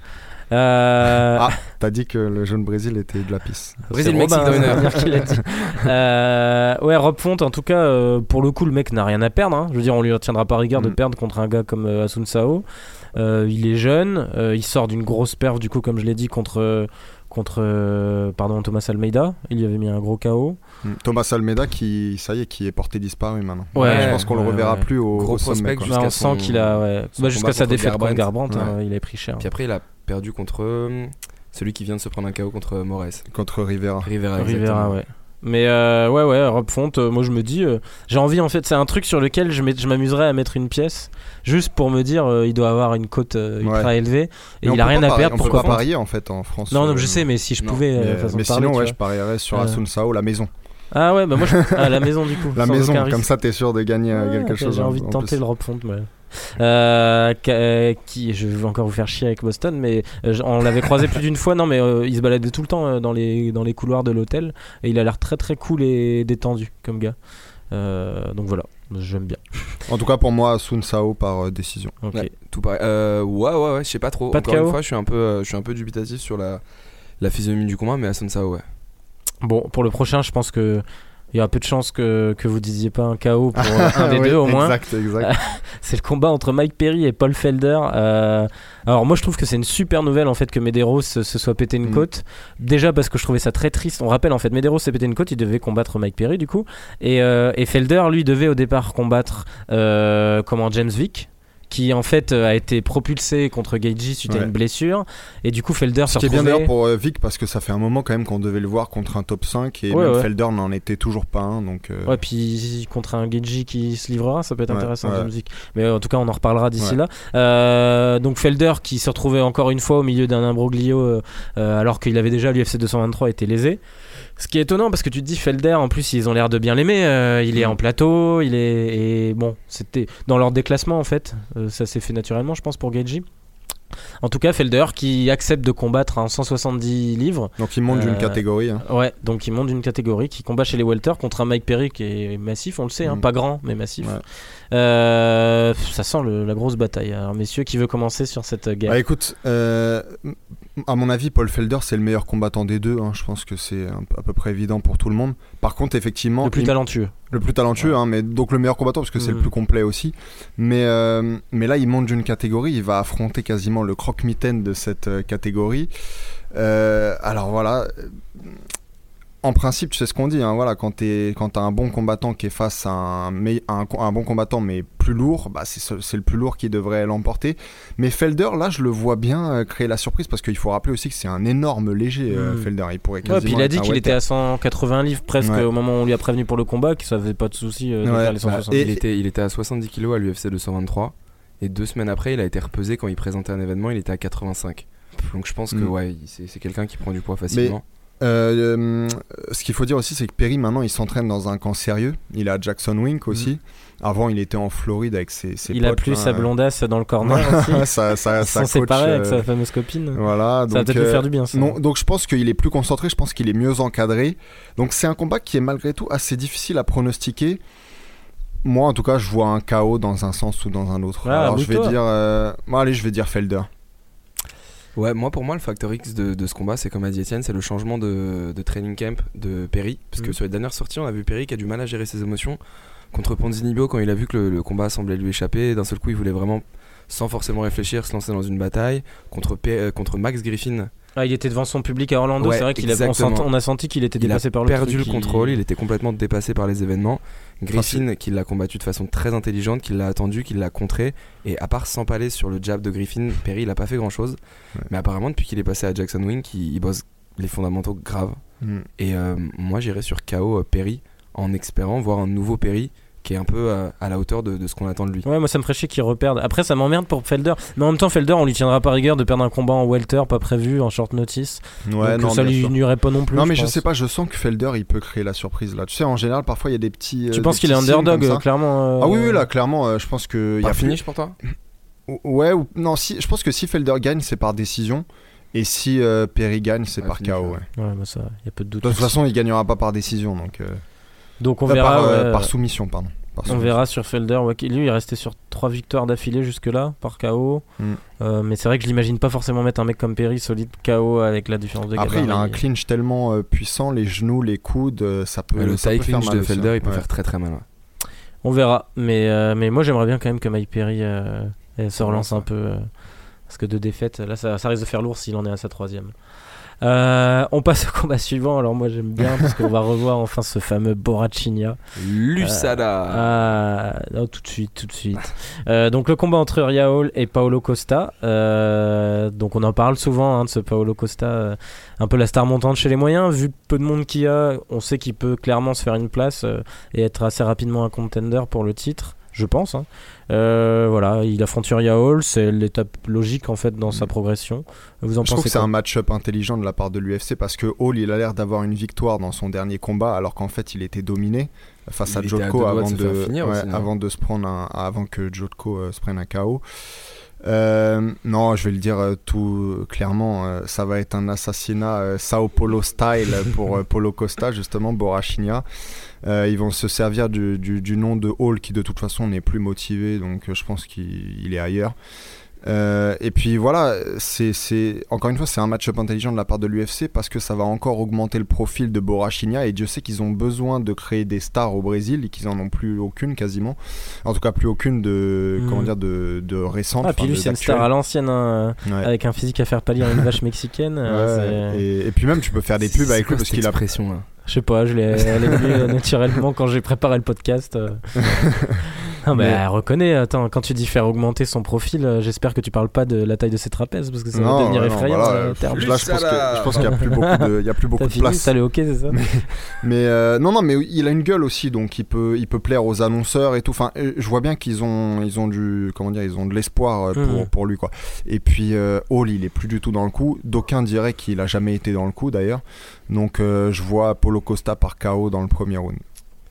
Euh...
Ah, t'as dit que le jaune Brésil était de la pisse.
Brésil, Mexique, dans une heure.
Qu'il a dit. euh, ouais, Rob Font, en tout cas, euh, pour le coup, le mec n'a rien à perdre. Hein. Je veux dire, on lui retiendra pas rigueur mm. de perdre contre un gars comme euh, Assunção. Euh, il est jeune, euh, il sort d'une grosse perf, du coup, comme je l'ai dit, contre, contre euh, pardon, Thomas Almeida. Il lui avait mis un gros K O.
Mm. Thomas Almeida, qui, ça y est, qui est porté disparu maintenant.
Ouais,
je pense qu'on
ouais,
le reverra
ouais.
plus au,
gros
au sommet.
Bah, on
son,
sent qu'il a, ouais. bah, jusqu'à sa défaite contre Garbrandt, ouais. hein, il a pris cher.
Puis après, il a perdu contre euh, celui qui vient de se prendre un K O contre Moraes.
Contre Rivera.
Rivera,
Rivera, ouais. Mais euh, ouais, ouais, Rob Font, euh, moi je me dis, euh, j'ai envie en fait, c'est un truc sur lequel je, je m'amuserais à mettre une pièce, juste pour me dire, euh, il doit avoir une cote euh, ultra ouais. élevée, et mais il a rien à perdre.
On peut
pas
parier en fait en France.
Non, non, je sais, mais si je
non.
pouvais.
Mais,
euh,
mais
parler,
sinon, ouais, je parierais sur euh... Assunção, la maison.
Ah ouais, bah moi je... ah, la maison du coup.
La maison, comme ça t'es sûr de gagner
ouais,
quelque
okay,
chose.
J'ai
en,
envie de tenter
plus.
le Rob Font, mais euh, qui, je vais encore vous faire chier avec Boston, mais euh, on l'avait croisé plus d'une fois. Non, mais euh, il se baladait tout le temps euh, dans les dans les couloirs de l'hôtel et il a l'air très très cool et détendu comme gars. Euh, donc voilà, j'aime bien.
En tout cas pour moi, Sun Sao par euh, décision.
Okay. Ouais, tout pareil. Euh, ouais ouais ouais, je sais pas trop.
Pas
Encore une fois, je suis un peu, euh, je suis un peu dubitatif sur la la physionomie du combat, mais à Sun Sao ouais.
Bon, pour le prochain, je pense que il y a peu de chances que, que vous disiez pas un K O pour euh, un des
oui,
deux au moins.
Exact, exact.
C'est le combat entre Mike Perry et Paul Felder. Euh, alors moi je trouve que c'est une super nouvelle en fait que Medeiros se, se soit pété une mm. côte. Déjà parce que je trouvais ça très triste. On rappelle en fait Medeiros s'est pété une côte, il devait combattre Mike Perry du coup. Et, euh, et Felder lui devait au départ combattre euh, comment James Vick, qui en fait a été propulsé contre Gaethje suite ouais. à une blessure et du coup Felder se retrouvait...
Ce qui est bien d'ailleurs pour euh, Vic parce que ça fait un moment quand même qu'on devait le voir contre un top cinq et ouais, même ouais. Felder n'en était toujours pas un donc euh...
ouais puis contre un Gaethje qui se livrera ça peut être ouais, intéressant ouais. Vic. Mais euh, en tout cas on en reparlera d'ici ouais. là euh, donc Felder qui se retrouvait encore une fois au milieu d'un imbroglio euh, euh, alors qu'il avait déjà l'U F C deux cent vingt-trois été lésé. Ce qui est étonnant parce que tu te dis Felder en plus ils ont l'air de bien l'aimer euh, il est mmh. en plateau il est et bon c'était dans leur déclassement en fait euh, ça s'est fait naturellement je pense pour Gaethje. En tout cas Felder qui accepte de combattre en cent soixante-dix livres
donc il monte euh, d'une catégorie hein.
Ouais donc il monte d'une catégorie qui combat chez les welter contre un Mike Perry qui est massif on le sait mmh. hein, pas grand mais massif ouais. euh, ça sent le, la grosse bataille alors messieurs qui veut commencer sur cette guerre?
Bah écoute euh, à mon avis Paul Felder c'est le meilleur combattant des deux hein. Je pense que c'est à peu près évident pour tout le monde par contre effectivement
le plus
il...
talentueux
le plus talentueux ouais. hein, mais donc le meilleur combattant parce que c'est mmh. le plus complet aussi mais, euh, mais là il monte d'une catégorie il va affronter quasiment le croque-mitaine de cette euh, catégorie euh, alors voilà en principe tu sais ce qu'on dit hein, voilà, quand tu as un bon combattant qui est face à un, mais, un, un bon combattant mais plus lourd bah c'est, c'est le plus lourd qui devrait l'emporter mais Felder là je le vois bien euh, créer la surprise parce qu'il faut rappeler aussi que c'est un énorme léger euh, mmh. Felder il pourrait quasiment
ouais, puis il a dit qu'il était à cent quatre-vingts livres presque ouais. au moment où on lui a prévenu pour le combat que ça faisait pas de soucis euh, de ouais, faire les cent soixante.
Bah, il, était, il était à soixante-dix kilos à l'U F C deux cent vingt-trois et deux semaines après il a été repesé quand il présentait un événement il était à quatre-vingt-cinq donc je pense que mmh. ouais, c'est, c'est quelqu'un qui prend du poids facilement mais...
Euh, euh, ce qu'il faut dire aussi c'est que Perry maintenant il s'entraîne dans un camp sérieux il est à Jackson Wink aussi mmh. avant il était en Floride avec ses, ses
il
potes,
a plus
hein,
sa blondasse dans le corner aussi
ça, ça,
ils
ça
sont séparés
euh...
avec sa fameuse copine
voilà,
ça
donc,
va peut-être
euh,
lui faire du bien ça.
Non, donc je pense qu'il est plus concentré je pense qu'il est mieux encadré donc c'est un combat qui est malgré tout assez difficile à pronostiquer. Moi en tout cas je vois un K O dans un sens ou dans un autre ah, alors je vais dire euh... bon, allez je vais dire Felder.
Ouais, moi pour moi le facteur X de, de ce combat c'est comme a dit Etienne, c'est le changement de, de training camp de Perry parce que mmh. sur les dernières sorties on a vu Perry qui a du mal à gérer ses émotions contre Ponzinibbio quand il a vu que le, le combat semblait lui échapper, d'un seul coup il voulait vraiment sans forcément réfléchir se lancer dans une bataille contre, P- euh, contre Max Griffin.
Ah, il était devant son public à Orlando, ouais, c'est vrai qu'il a, on, sent, on a senti qu'il était dépassé par le
truc. Il a perdu le
qui...
contrôle, il était complètement dépassé par les événements. Griffin qui l'a combattu de façon très intelligente, qui l'a attendu, qui l'a contré. Et à part s'empaler sur le jab de Griffin, Perry il a pas fait grand chose. Ouais. Mais apparemment depuis qu'il est passé à Jackson Wink, il, il bosse les fondamentaux graves. Mm. Et euh, moi j'irais sur K O euh, Perry en espérant voir un nouveau Perry qui est un peu à, à la hauteur de, de ce qu'on attend de lui.
Ouais, moi ça me ferait chier qu'il reperde. Après ça m'emmerde pour Felder, mais en même temps Felder on lui tiendra pas rigueur de perdre un combat en welter pas prévu en short notice. Ouais, donc non, ça lui nuirait pas non plus.
Non mais
je,
je sais pas, je sens que Felder il peut créer la surprise là. Tu sais en général parfois il y a des petits.
Tu
euh,
penses qu'il est underdog euh, clairement euh...
Ah oui oui là clairement euh, je pense que.
Il y a finish pour toi.
Ouais ou non si je pense que si Felder gagne c'est par décision. Et si euh, Perry gagne, c'est ouais, par K O. Ouais,
ouais bah ça, y a peu de doute.
De toute façon, il gagnera pas par décision, donc. Euh...
Donc on
enfin,
verra.
Par, euh,
ouais,
par soumission, pardon. Par
on
soumission.
verra sur Felder. Ouais, lui, il est resté sur trois victoires d'affilée jusque-là par K O. Mm. Euh, mais c'est vrai que je l'imagine pas forcément mettre un mec comme Perry solide K O avec la différence de gabarit.
Après, il a un clinch tellement euh, puissant, les genoux, les coudes, euh, ça peut.
Ouais, le
ça
side
peut
clinch
faire mal
de Felder,
aussi,
il peut
ouais.
faire très très mal. Ouais.
On verra. Mais euh, mais moi, j'aimerais bien quand même que Mike Perry euh, se relance un peu. Euh, Parce que de défaite, là ça, ça risque de faire lourd s'il en est à sa troisième. Euh, on passe au combat suivant. Alors moi j'aime bien parce qu'on va revoir enfin ce fameux Borachinia.
Lusada.
Euh, ah, non, tout de suite, tout de suite. euh, donc le combat entre Uriah Hall et Paulo Costa. Euh, donc on en parle souvent hein, de ce Paulo Costa, euh, un peu la star montante chez les moyens. Vu peu de monde qu'il y a, on sait qu'il peut clairement se faire une place euh, et être assez rapidement un contender pour le titre. Je pense. Hein. Euh, voilà, il affronte Uriah Hall, c'est l'étape logique en fait dans mmh. sa progression. Vous en
Je
pensez
trouve que
quoi ?
C'est un match-up intelligent de la part de l'U F C parce que Hall, il a l'air d'avoir une victoire dans son dernier combat alors qu'en fait il était dominé. face
il
à
était
Jotko
à
avant
de,
de,
finir
ouais,
aussi,
avant de se prendre un, avant que Jotko euh, se prenne un K O. Euh, non, je vais le dire euh, tout clairement, euh, ça va être un assassinat euh, Sao Paulo style pour euh, Paulo Costa, justement, Borrachinha. Euh, ils vont se servir du, du, du nom de Hall qui de toute façon n'est plus motivé, donc euh, je pense qu'il il est ailleurs. Euh, et puis voilà, c'est, c'est, encore une fois, c'est un match-up intelligent de la part de l'U F C parce que ça va encore augmenter le profil de Borrachinha et Dieu sait qu'ils ont besoin de créer des stars au Brésil et qu'ils en ont plus aucune quasiment. En tout cas, plus aucune de, mmh. comment dire, de, de récente.
Ah, puis lui, c'est une star à l'ancienne, hein, ouais. avec un physique à faire pâlir une vache mexicaine.
Ouais, et, et puis même, tu peux faire des pubs avec lui parce qu'il a.
Pression,
je sais pas, je l'ai, elle est venue naturellement quand j'ai préparé le podcast. Non, mais, mais elle reconnaît. Attends, quand tu dis faire augmenter son profil, euh, j'espère que tu parles pas de la taille de ses trapèzes parce que ça non, va devenir non, effrayant.
Voilà, euh, là, je pense, que, je pense qu'il y a plus beaucoup de, il y a plus beaucoup de place.
T'as le hockey, c'est ça?
Mais, mais euh, non, non, mais il a une gueule aussi, donc il peut, il peut plaire aux annonceurs et tout. Enfin, je vois bien qu'ils ont, ils ont du, comment dire, ils ont de l'espoir pour, mmh. pour lui, quoi. Et puis euh, Hall, il est plus du tout dans le coup. D'aucuns diraient qu'il a jamais été dans le coup, d'ailleurs. Donc, euh, je vois Paulo Costa par K O dans le premier round.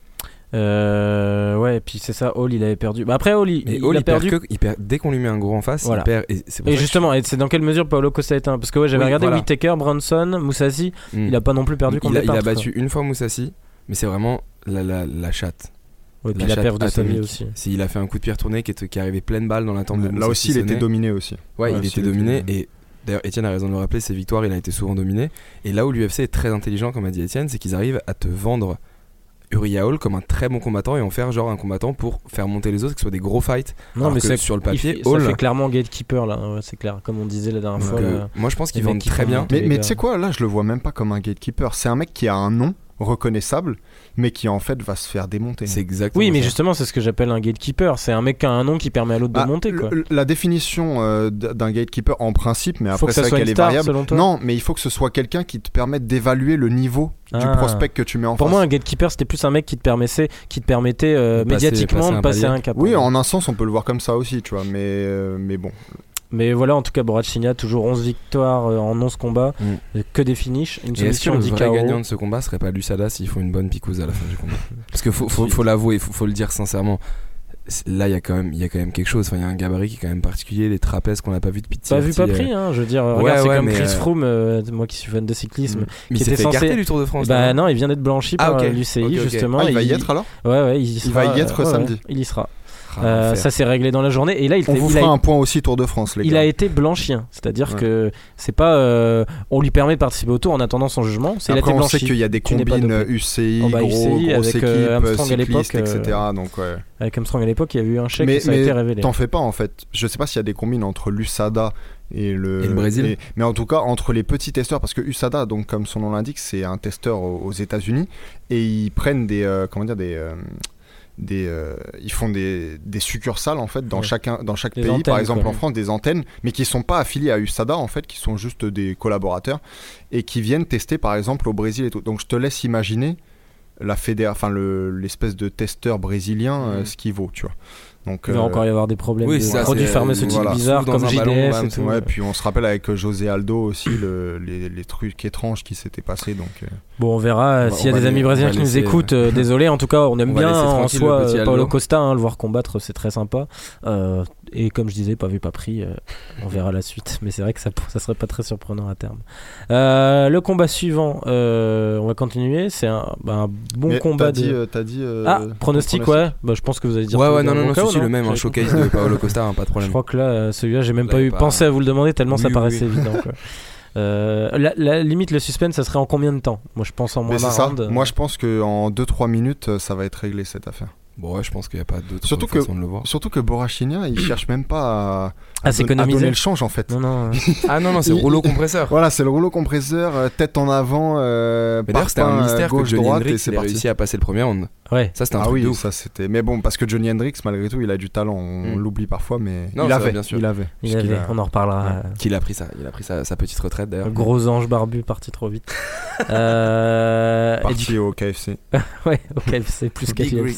Euh, ouais, et puis c'est ça, Hall il avait perdu. Bah après, Hall il, il,
Hall,
il a
il
perdu.
Perd que, il perd, dès qu'on lui met un gros en face, voilà. il perd. Et, c'est
et justement, je... et c'est dans quelle mesure Paulo Costa est un. Parce que ouais, j'avais oui, regardé voilà. Whittaker, Bronson, Moussassi, mm. il a pas non plus perdu contre
il a,
les
il a battu quoi. Une fois Moussassi, mais c'est vraiment la, la, la chatte.
Ouais, puis la, la perte de sa vie aussi.
C'est, il a fait un coup de pied retourné qui, est, qui est arrivé pleine balle dans la tempe de Moussassi.
Là aussi, il était dominé aussi.
Ouais, il était dominé et. D'ailleurs, Étienne a raison de le rappeler, ses victoires, il a été souvent dominé. Et là où l'U F C est très intelligent, comme a dit Étienne, c'est qu'ils arrivent à te vendre Uriah Hall comme un très bon combattant et en faire genre un combattant pour faire monter les autres, que ce soit des gros fights.
Non, mais c'est
sur le papier,
il,
Hall,
ça fait clairement gatekeeper là, ouais, c'est clair, comme on disait la dernière
donc,
fois.
Euh,
là,
moi, je pense qu'ils vendent très bien.
Mais, mais tu sais quoi, là, je le vois même pas comme un gatekeeper. C'est un mec qui a un nom reconnaissable, mais qui en fait va se faire démonter.
C'est exactement.
Oui, mais
ça.
justement, c'est ce que j'appelle un gatekeeper. C'est un mec qui a un nom qui permet à l'autre ah, de monter. Quoi.
Le, la définition euh, d'un gatekeeper en principe, mais après c'est vrai qu'elle est variable. Non, mais il faut que ce soit quelqu'un qui te permette d'évaluer le niveau ah. du prospect que tu mets en
Pour
face.
moi, un gatekeeper, c'était plus un mec qui te permettait, qui te permettait euh, passer, médiatiquement passer de passer un cap.
Oui, en un sens, on peut le voir comme ça aussi, tu vois. Mais, euh, mais bon.
Mais voilà, en tout cas, Borrachinha, toujours onze victoires euh, en onze combats, mm. que des finishes. Une
solution, le vrai gagnant de ce combat serait pas Lusada s'ils font une bonne picouse à la fin du combat. Parce qu'il faut, faut, faut l'avouer, il faut, faut le dire sincèrement. Là, il y a quand même, il y a quand même quelque chose. Enfin, il y a un gabarit qui est quand même particulier, les trapèzes qu'on n'a pas vu depuis
Pas vu, pas pris. Hein, je veux dire, ouais, regarde, c'est ouais, comme Chris euh... Froome, euh, moi qui suis fan de cyclisme,
mais
qui
il s'est fait
censé...
écarter du Tour de France.
Bah non, il vient d'être blanchi
ah,
par
okay.
l'U C I
okay, okay.
justement.
Ah, il va y être alors.
Ouais, ouais, il,
il va y être
euh,
samedi.
Ouais, il y sera. Euh, ça s'est réglé dans la journée et là il
on vous
il
fera
a,
un point aussi Tour de France les gars.
Il a été blanchien, c'est-à-dire ouais. que c'est pas euh, on lui permet de participer au Tour en attendant son jugement, c'est
après
il a été
on
blanchi.
sait qu'il y a des combines U C I,
oh bah,
gros,
U C I
grosse
avec
équipe,
euh, Armstrong à l'époque,
et cetera. Donc ouais.
Avec Armstrong à l'époque, il y a eu un chèque
mais,
et ça
mais
a été révélé.
T'en fais pas en fait. Je sais pas s'il y a des combines entre l'U S A D A et le,
et le Brésil.
Et, mais en tout cas entre les petits testeurs, parce que U S A D A, donc comme son nom l'indique, c'est un testeur aux, aux États-Unis et ils prennent des euh, comment dire des euh, Des, euh, ils font des, des succursales en fait dans, ouais. chacun, dans chaque des pays, antennes, par exemple quoi. En France des antennes, mais qui sont pas affiliées à U S A D A en fait, qui sont juste des collaborateurs et qui viennent tester par exemple au Brésil et tout. Donc je te laisse imaginer la fédération, enfin le, l'espèce de testeur brésilien, mmh. euh, ce qu'il vaut, tu vois. Donc,
il va euh... encore y avoir des problèmes
oui,
de
ça,
produits pharmaceutiques voilà. bizarres comme J D S et tout.
Ouais, puis on se rappelle avec José Aldo aussi le, les, les trucs étranges qui s'étaient passés. Donc, euh...
bon, on verra
on
s'il y a des amis brésiliens qui nous écoutent. Euh, désolé, en tout cas, on aime on bien en soi euh, Paulo Costa, hein, le voir combattre, c'est très sympa. Euh, et comme je disais, pas vu, pas pris. Euh, on verra la suite. Mais c'est vrai que ça, ça serait pas très surprenant à terme. Euh, le combat suivant, euh, on va continuer. C'est un, bah, un bon
mais
combat.
T'as dit,
de...
euh, t'as dit euh,
ah, pronostic, pronostic, ouais. Bah, je pense que vous allez dire.
Ouais, ouais, non, non, non, c'est le même, un showcase de Paulo Costa, hein, pas de problème.
Je crois que là, celui-là, j'ai même là, pas eu pas... pensé à vous le demander tellement oui, ça paraissait oui. évident. Quoi. Euh, la, la limite, le suspense, ça serait en combien de temps? Moi, je pense en moins d'un round.
Moi, je pense qu'en deux trois minutes, ça va être réglé cette affaire.
Bon, ouais, je pense qu'il n'y a pas d'autre
surtout
façon
que,
de le voir.
Surtout que Borrachinha, il cherche même pas à, à,
à,
don- à donner le change en fait.
Non, non.
ah non, non, c'est le rouleau compresseur.
Voilà, c'est le rouleau compresseur, euh, tête en avant, euh,
mais d'ailleurs, c'était un mystère
gauche,
que Johnny
droite,
Hendricks
et c'est
ait
parti.
réussi à passer le premier round.
Ouais.
Ça, c'était un
ah
truc
oui,
de ouf.
ça c'était. Mais bon, parce que Johnny Hendricks, malgré tout, il a du talent. On mm. l'oublie parfois, mais
non,
il avait.
Bien sûr.
Il avait.
Il avait. A... On en reparlera.
Ouais. Qu'il a pris ça. Il a pris sa, sa petite retraite d'ailleurs.
Un gros ange barbu parti trop vite. euh...
Parti du... au K F C.
ouais, au K F C plus qu'à K F C.
C'est toi qui disais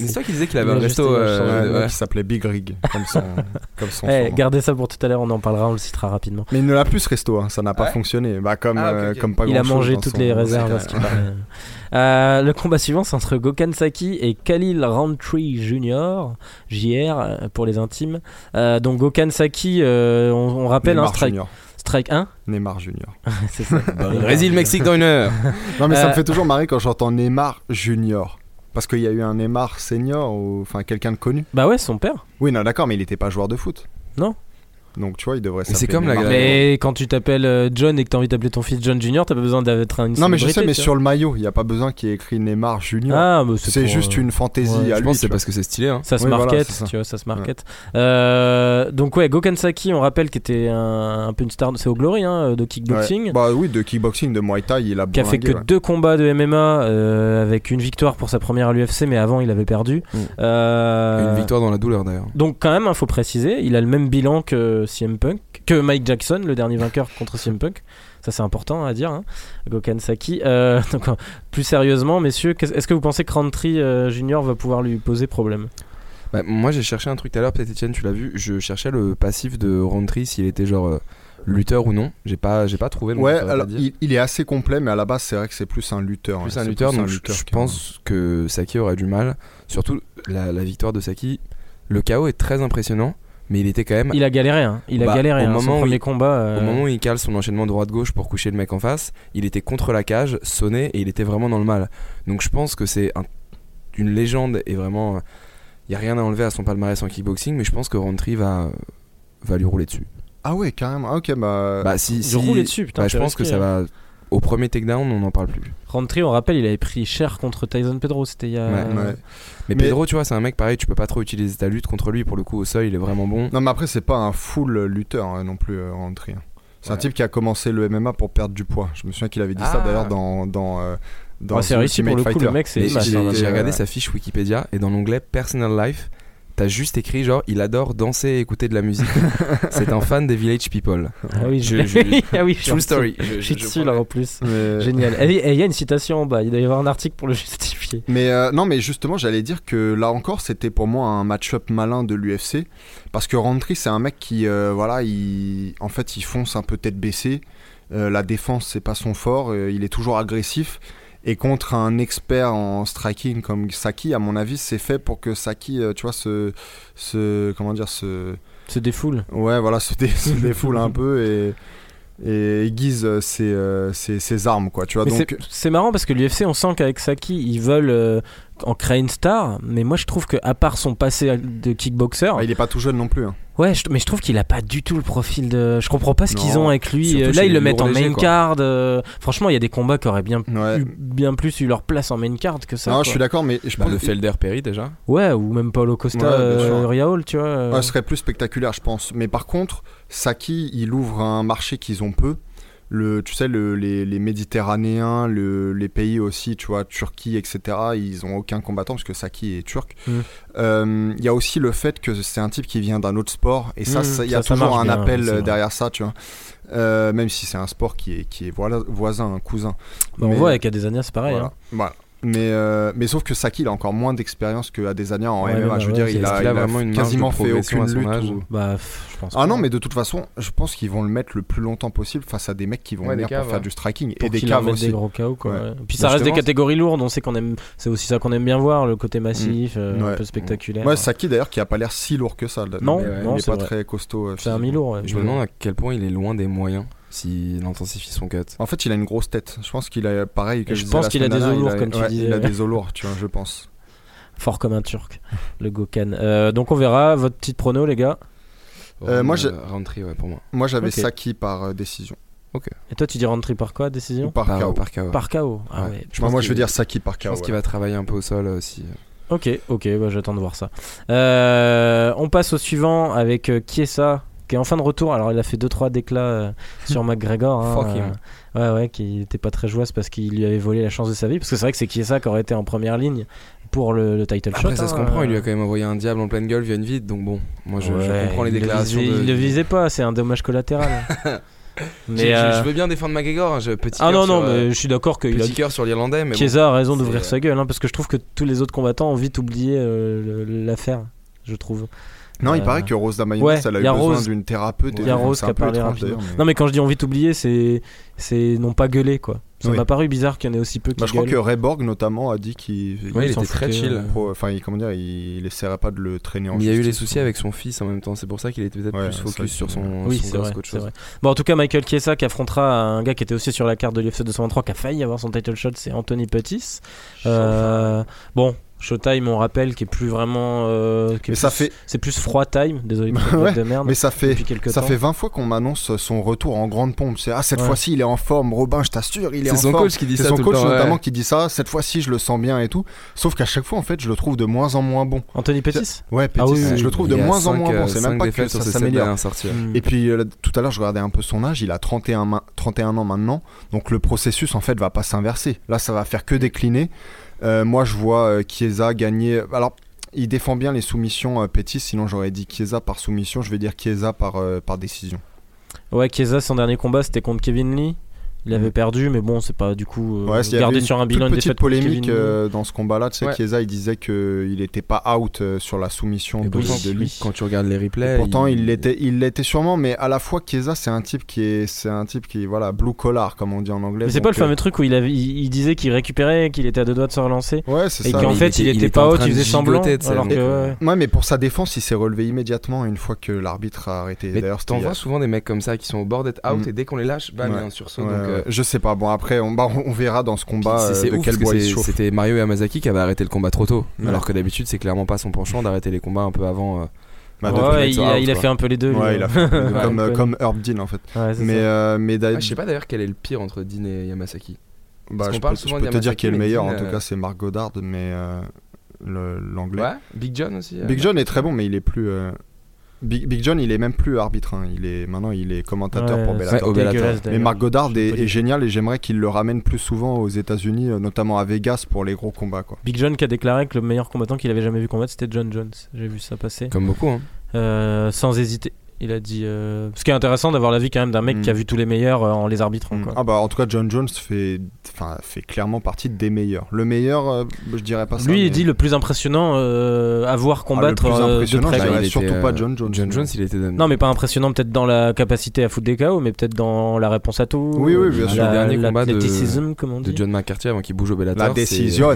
qu'il avait
Il
un
a juste
resto
été
euh,
Ouais,
ouais.
qui s'appelait Big Rig, comme son, comme son
Eh,
surnom.
gardez ça pour tout à l'heure, on en parlera, on le citera rapidement.
Mais il ne l'a plus ce resto, hein, ça n'a pas
Ouais.
fonctionné. Bah, comme,
Ah, ok,
euh,
ok.
comme pas
Il a
grand-chose
mangé
dans
toutes
son-
les réserves.
Ouais,
à ce qui paraît. Euh, le combat suivant, c'est entre Gokhan Saki et Khalil Rountree Junior, J R euh, pour les intimes. Euh, donc Gokhan Saki, euh, on, on rappelle un
Neymar
strike,
Junior.
strike un.
Neymar Junior.
C'est ça.
Brésil-Mexique dans une heure.
Non, mais ça
Euh,
me fait toujours marrer quand j'entends Neymar Junior. Parce qu'il y a eu un Neymar senior, ou enfin quelqu'un de connu.
Bah ouais, son père.
Oui, non, d'accord, mais il était pas joueur de foot.
Non.
Donc tu vois, il devrait
Mais c'est
s'appeler
comme la-
Neymar.
Mais quand tu t'appelles euh, John et que t'as envie d'appeler ton fils John Junior, t'as pas besoin d'être une
Non, mais je sais,
célébrité,
mais
tu
sur le maillot, il n'y a pas besoin qu'il y ait écrit Neymar Junior.
Ah, bah,
c'est
pour,
juste
euh,
une fantaisie
ouais,
à
Je
lui.
pense que c'est
tu vois.
parce que c'est stylé. Hein.
Ça se
Oui, voilà,
market,
c'est ça.
tu vois, ça se market. Euh, donc ouais, Gokhan Saki, on rappelle, qui était un, un peu une star, c'est au Glory hein, de kickboxing,
Ouais. Bah oui, de kickboxing, de Muay Thai, il a
qui a fait que
bourlingué, ouais.
deux combats de M M A euh, avec une victoire pour sa première à l'U F C, mais avant il avait perdu.
Mm.
Euh,
Et une victoire dans la douleur d'ailleurs.
Donc quand même, il faut préciser, il a le même bilan que C M Punk, que Mike Jackson, le dernier vainqueur contre C M Punk. Ça c'est important à dire, hein. Gokhan Saki. Euh, donc, plus sérieusement, messieurs, qu'est- est-ce que vous pensez que Rountree euh, Junior va pouvoir lui poser problème?
Bah, moi j'ai cherché un truc tout à l'heure, peut-être Etienne tu l'as vu, je cherchais le passif de Rountree s'il était genre euh, lutteur ou non. J'ai pas, j'ai pas trouvé. donc
Ouais,
je saurais
alors
pas dire.
il, il est assez complet, mais à la base, c'est vrai que c'est plus un lutteur.
Plus
ouais,
un
c'est
lutteur,
plus
donc
un
je-
lutteur
je
qui-
pense que Saki aurait du mal. Surtout la, la victoire de Saki, le K O est très impressionnant, mais il était quand même.
Il a galéré, hein. Il a
Bah,
galéré.
au
hein. Son
moment où
premier
il-
combat. euh,
Au moment où il cale son enchaînement droite-gauche pour coucher le mec en face, il était contre la cage, sonné et il était vraiment dans le mal. Donc je pense que c'est un- une légende et vraiment. Il n'y a rien à enlever à son palmarès en kickboxing, mais je pense que Rountree va, va lui rouler dessus.
Ah ouais, carrément. Ah, ok, bah.
Bah, si,
Il
si-
roulait dessus, putain.
bah,
c'est
je pense que
risqué,
ça
hein.
va. Au premier takedown, on n'en parle plus.
Rountree, on rappelle, il avait pris cher contre Tyson Pedro. C'était il y a.
Ouais,
Ouais.
Mais,
Mais-
Pedro, tu vois, c'est un mec pareil, tu peux pas trop utiliser ta lutte contre lui. Pour le coup, au sol, il est vraiment bon.
Non, mais après, c'est pas un full lutteur hein, non plus, euh, Rountree. hein. C'est un
Ouais.
type qui a commencé le M M A pour perdre du poids. Je me souviens qu'il avait dit ça
Ah.
d'ailleurs dans. dans euh, dans
Ouais, c'est réussi pour
Ultimate
le coup.
Fighter.
Le mec, c'est.
Et
une masse,
j'ai
hein.
j'ai
euh,
regardé sa fiche Wikipédia et dans l'onglet Personal Life, t'as juste écrit genre il adore danser et écouter de la musique. C'est un fan des Village People.
Ah oui,
Je-
je,
je-
ah oui, je suis
True
en
story.
dessous.
Je-
Je suis
je- je
dessus
prends-
là en plus.
Mais-
Génial. Et et il y a une citation en bas. Il doit y avoir un article pour le justifier.
Mais euh, non, mais justement, j'allais dire que là encore, c'était pour moi un match-up malin de l'U F C. Parce que Rountree, c'est un mec qui, euh, voilà, il... en fait, il fonce un peu tête baissée. Euh, la défense, c'est pas son fort. Euh, il est toujours agressif. Et contre un expert en striking comme Saki, à mon avis, c'est fait pour que Saki, euh, tu vois, se, se. Comment dire, se.
Se défoule.
Ouais, voilà, se, dé- se défoule un peu et. Et aiguise euh, ses, euh, ses, ses armes, quoi, tu vois.
Mais
Donc,
c'est- c'est marrant parce que l'U F C, on sent qu'avec Saki, ils veulent euh, en créer une star. Mais moi, je trouve qu'à part son passé de kickboxer,
bah, il est pas tout jeune non plus. hein.
ouais, je- mais je trouve qu'il a pas du tout le profil de. Je comprends pas ce qu'ils
Non,
ont avec lui.
surtout
Euh, Là,
chez
ils le
les
mettent en
lourds
main
légers, quoi.
card. euh, Franchement, il y a des combats qui auraient bien,
Ouais.
eu, bien plus eu leur place en main card que ça.
non,
quoi.
je suis d'accord, mais je
Bah,
pense
le Felder Perry déjà.
Ouais, ou même Paulo Costa,
Ouais, bien
euh,
sûr.
Riaol, tu vois. euh.
Ouais, ce serait plus spectaculaire, je pense. Mais par contre, Saki, il ouvre un marché qu'ils ont peu. Le, tu sais, le, les, les Méditerranéens, le, les pays aussi, tu vois, Turquie, et cetera, ils ont aucun combattant parce que Saki est turc.
Mm.
Euh, Il y a aussi le fait que c'est un type qui vient d'un autre sport. Et ça,
Mm,
ça- il y a
ça, ça
toujours
marche
un
bien,
appel
c'est vrai.
derrière ça, tu vois. Euh, même si c'est un sport qui est, qui est voila- voisin, un cousin.
Bah, on
Mais-
voit avec Adesanya, c'est pareil.
Voilà.
hein.
Voilà. Mais, euh, mais sauf que Saki, il a encore moins d'expérience que Adesanya en
Ouais,
M M A.
bah
je veux
ouais,
dire, il
est-ce
a,
qu'il a
il a
vraiment une marge
quasiment
de
fait
progression
aucune
à son
lutte.
âge
ou-
Bah, pff, je pense
Ah
pas.
non, mais de toute façon, je pense qu'ils vont le mettre le plus longtemps possible face à des mecs qui vont
Ouais, des
venir
caves,
pour faire
ouais.
du striking
Pour
et des
qu'il leur
caves
mette
aussi.
des gros K O quoi.
Ouais.
ouais. Puis
Bah,
ça reste des
justement,
catégories lourdes, on sait qu'on aime, c'est aussi ça qu'on aime bien voir, le côté massif, euh, un
Ouais.
peu spectaculaire.
Ouais, Saki d'ailleurs qui a pas l'air si lourd que ça. là.
Non,
il,
ouais,
non,
il est
c'est
pas
vrai.
très costaud. euh,
C'est un
physiquement.
mi-lourd. ouais.
Je me demande à quel point il est loin des moyens s'il intensifie son cut.
En fait, il a une grosse tête. Je pense qu'il a pareil. Que
Et je
disais
pense
la
qu'il a
semaine
des os
dernière,
lourds,
il a-
comme tu
ouais,
disais.
Il a des os lourds, tu vois, je pense.
Fort comme un turc, le Gokhan. Euh, donc on verra votre petite prono, les gars.
Euh, moi, je-
Rountree, ouais, pour moi.
Moi, j'avais
Ok.
Saki par euh, décision.
Et toi, tu dis rentrer par quoi, décision?
Ou par
Par,
K O.
par K O.
Par K O. Ah
Ouais.
ouais.
Je
Moi,
pense
moi,
qu'il-
je veux dire Saki par K
Je
O.
pense qu'il va travailler un peu au sol aussi.
Ok, ok, bah, j'attends de voir ça. Euh, on passe au suivant avec euh, Chiesa, qui est en fin de retour. Alors, il a fait deux trois déclats euh, sur McGregor. hein,
Fuck him.
euh, ouais, ouais, qui était pas très joyeux parce qu'il lui avait volé la chance de sa vie. Parce que c'est vrai que c'est Chiesa qui aurait été en première ligne pour le, le title shot.
Après, ça
hein,
se comprend,
euh.
il lui a quand même envoyé un diable en pleine gueule via une vide, donc bon, moi je, je
Ouais,
comprends les
il le
déclarations
visait-
de.
Il le visait pas, c'est un dommage collatéral. Mais
je,
euh...
je veux bien défendre McGregor, hein, je, petit
ah non
sur,
non, mais
euh,
je suis d'accord qu'il
petit
a
cœur sur l'Irlandais, mais
Chiesa
bon,
a raison
c'est...
d'ouvrir sa gueule, hein, parce que je trouve que tous les autres combattants ont vite oublié euh, l'affaire, je trouve.
Non,
euh...
il paraît que Rose Namajunas,
ouais,
elle a eu besoin Rose... d'une thérapeute.
Il y a Rose qui a parlé rapidement. Mais... Non, mais quand je dis ont vite oublié, c'est c'est non pas gueuler quoi. Ça oui. m'a paru bizarre qu'il y en ait aussi peu qui
bah, je
gueulent.
crois que Reborg notamment a dit qu'il
ouais, il était très chill.
Enfin, il, comment dire, il, il essaierait pas de le traîner en
mais
justice.
Il y a eu les soucis avec son fils en même temps, c'est pour ça qu'il était peut-être ouais, plus focus sur son,
oui,
son gosse
vrai,
qu'autre chose.
Vrai. Bon, en tout cas, Michael Chiesa qui affrontera un gars qui était aussi sur la carte de l'U F C deux cent vingt-trois, qui a failli avoir son title shot, c'est Anthony Pettis. Euh, bon. Showtime, on rappelle, qui est plus vraiment. Euh, qui est
mais ça fait.
C'est plus froid time, désolé pour
ouais,
de merde.
Mais ça fait. Ça
temps.
fait vingt fois qu'on m'annonce son retour en grande pompe. C'est ah cette ouais. fois-ci il est en forme, Robin, je t'assure, il est, est en
forme. C'est son coach qui dit
c'est
ça.
C'est son coach
temps,
notamment
ouais.
qui dit ça. Cette fois-ci, je le sens bien et tout. Sauf qu'à chaque fois, en fait, je le trouve de moins en moins bon.
Anthony Pettis.
Ouais, Pettis. Ah, oui, oui, je le trouve de moins en moins bon. C'est même pas que ça s'améliore. Et puis tout à l'heure, je regardais un peu son âge. Il a trente et un ans maintenant. Donc le processus en fait va pas s'inverser. Là, ça va faire que décliner. Euh, moi je vois euh, Chiesa gagner. Alors il défend bien les soumissions euh, Pettis, sinon j'aurais dit Chiesa par soumission. Je vais dire Chiesa par, euh, par décision.
Ouais, Chiesa son dernier combat c'était contre Kevin Lee. Il avait perdu, mais bon, c'est pas du coup euh,
ouais,
gardé sur un bilan de
petite polémique euh, dans ce combat-là. Tu sais,
ouais.
Chiesa, il disait qu'il n'était pas out euh, sur la soumission de,
oui,
de lui.
Quand tu regardes les replays,
et pourtant, il...
il
l'était, il l'était sûrement, mais à la fois, Chiesa, c'est un type qui est, c'est un type qui, voilà, blue collar, comme on dit en anglais.
Mais c'est pas le fameux euh... truc où il, avait, il, il disait qu'il récupérait, qu'il était à deux doigts de se relancer.
Ouais, c'est
et
ça.
Et qu'en fait, il, il était, était pas out, il faisait semblant. Alors que...
Ouais, mais pour sa défense, il s'est relevé immédiatement une fois que l'arbitre a arrêté.
Mais t'en vois souvent des mecs comme ça qui sont au bord d'être out et dès qu'on les lâche, bam, il y a un sursaut.
Je sais pas. Bon, après, on, bah, on verra dans ce combat c'est, c'est euh, de
ouf,
quel bois il se chauffe.
C'était Mario Yamazaki qui avait arrêté le combat trop tôt, ouais. alors que d'habitude c'est clairement pas son penchant d'arrêter les combats un peu avant. Euh,
bah, ouais, ouais, il, a, out, il a fait un peu les deux.
Ouais, il a fait deux, comme, euh, comme Herb Dean en fait.
Ouais,
mais euh, mais
ah, je sais pas d'ailleurs quel est le pire entre Dean et Yamasaki.
Bah, je,
parle
peux, je peux te dire qui est le meilleur.
Dean,
en tout cas, c'est Mark Goddard, mais l'anglais.
Ouais. Big John aussi.
Big John est très bon, mais il est plus. Big, Big John, il est même plus arbitre. Hein. Il est maintenant, il est commentateur
ouais,
pour Bellator.
Ouais, Bellator.
Mais Mark Goddard est, est génial et j'aimerais qu'il le ramène plus souvent aux États-Unis, notamment à Vegas pour les gros combats. Quoi.
Big John qui a déclaré que le meilleur combattant qu'il avait jamais vu combattre, c'était John Jones. J'ai vu ça passer.
Comme beaucoup. Hein.
Euh, sans hésiter. Il a dit. Euh... Ce qui est intéressant d'avoir l'avis quand même d'un mec mm. qui a vu tous les meilleurs euh, en les arbitrant. Mm. Quoi.
Ah bah en tout cas John Jones fait, fait clairement partie des meilleurs. Le meilleur, euh, je dirais pas ça.
Lui
mais...
il dit le plus impressionnant euh, à voir combattre.
Ah, le plus
euh,
impressionnant,
de
je dirais surtout
euh,
pas John Jones.
John Jones, il était.
Non mais pas impressionnant peut-être dans la capacité à foutre des K O, mais peut-être dans la réponse à tout.
Oui oui bien sûr.
Le dernier combat de,
comme on dit.
de John McCarthy avant qu'il bouge au Bellator.
La décision.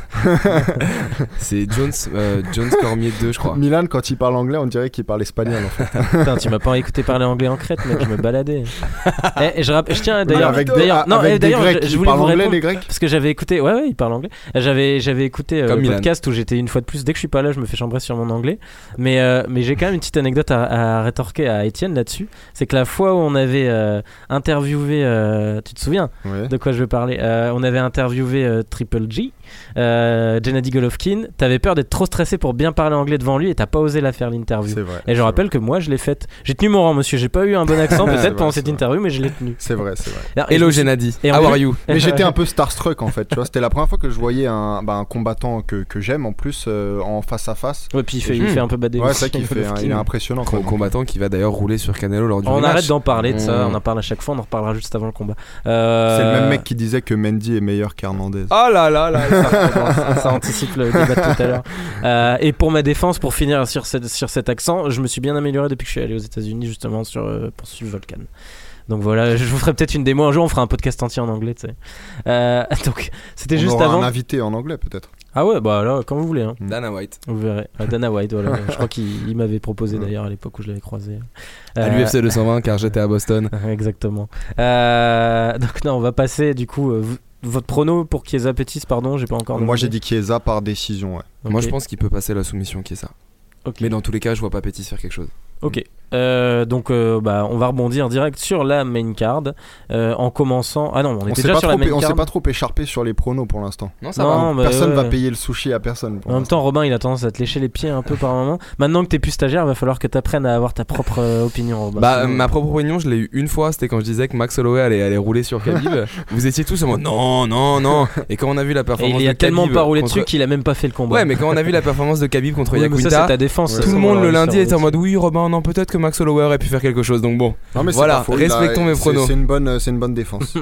C'est Jones, euh, Jones Cormier deux je crois.
Milan quand il parle anglais, on dirait qu'il parle espagnol en fait.
Putain, tu m'as pas écouté parler anglais en Crète, mec, je me baladais. et, et je, rapp... je tiens d'ailleurs.
Avec
d'ailleurs,
des,
non,
avec
et d'ailleurs,
des Grecs,
je, je
voulais vous répondre
anglais,
les Grecs
parce que j'avais écouté. Ouais, ouais, il parle anglais. J'avais, j'avais écouté euh, le
Milan.
podcast où j'étais une fois de plus. Dès que je suis pas là, je me fais chambrer sur mon anglais. Mais, euh, mais j'ai quand même une petite anecdote à, à rétorquer à Étienne là-dessus. C'est que la fois où on avait euh, interviewé, euh, tu te souviens
ouais.
de quoi je veux parler euh, On avait interviewé euh, Triple G, euh, Gennady Golovkin. T'avais peur d'être trop stressé pour bien parler anglais devant lui et t'as pas osé la faire l'interview.
C'est vrai,
et je rappelle vrai. que moi je l'ai faite. J'ai tenu mon rang, monsieur. J'ai pas eu un bon accent peut-être vrai, pendant cette vrai. interview, mais je l'ai tenu.
C'est vrai, c'est vrai.
Alors,
Hello Gennady, how are you?
Mais j'étais un peu starstruck en fait. Tu vois, c'était la première fois que je voyais un, bah, un combattant que, que j'aime en plus euh, en face à face.
Ouais, puis il fait, il fait un peu badé.
Ouais, c'est ça qu'il fait. Hein, il est impressionnant.
Un combattant qui va d'ailleurs rouler sur Canelo lors du
On
match.
arrête d'en parler de ça. On en parle à chaque fois. On en reparlera juste avant le combat. Euh...
C'est le même mec qui disait que Mendy est meilleur qu'Hernandez.
Oh là là là.
ça, ça anticipe le débat de tout à l'heure. Euh, et pour ma défense, pour finir sur, cette, sur cet accent, je me suis bien amélioré depuis que je suis allé aux États-Unis justement sur, euh, pour suivre Volcan. Donc voilà, je vous ferai peut-être une démo un jour, on fera un podcast entier en anglais, tu sais. Euh, donc c'était
on
juste
aura
avant.
Un invité en anglais peut-être.
Ah ouais, bah là, quand vous voulez. Hein.
Dana White.
Vous verrez. Ah, Dana White, voilà. Je crois qu'il il m'avait proposé d'ailleurs à l'époque où je l'avais croisé.
À euh... l'U F C deux cent vingt, car j'étais à Boston.
Exactement. Euh... Donc non, on va passer du coup. Euh, vous... Votre prono pour Chiesa Pettis, pardon, j'ai pas encore.
Moi j'ai dit Chiesa par décision, ouais.
Okay. Moi je pense qu'il peut passer la soumission Chiesa.
Okay.
Mais dans tous les cas, je vois pas Pettis faire quelque chose.
Ok, euh, donc euh, bah, on va rebondir direct sur la main card euh, en commençant. Ah non, on était on déjà sur la main card.
On s'est pas trop écharpé sur les pronos pour l'instant.
Non, ça
non,
va.
Personne
euh,
va payer le sushi à personne.
En même temps, Robin il a tendance à te lécher les pieds un peu par moment. Maintenant que t'es plus stagiaire, il va falloir que t'apprennes à avoir ta propre euh, opinion, Robin.
Bah, ma propre opinion, je l'ai eu une fois, c'était quand je disais que Max Holloway allait, allait rouler sur Khabib. Vous étiez tous en mode non, non, non. Et quand on a vu la performance de Khabib.
Il a tellement pas roulé
contre...
dessus qu'il a même pas fait le combat.
Ouais, mais quand on a vu la performance de Khabib contre
oui,
Yakuinta,
ça, c'est ta défense,
tout le monde le lundi était en mode oui, Robin, non, peut-être que Max Holloway ait pu faire quelque chose. Donc bon,
non, mais
voilà,
faux,
respectons
a,
mes
c'est,
pronos.
C'est une bonne, c'est une bonne défense.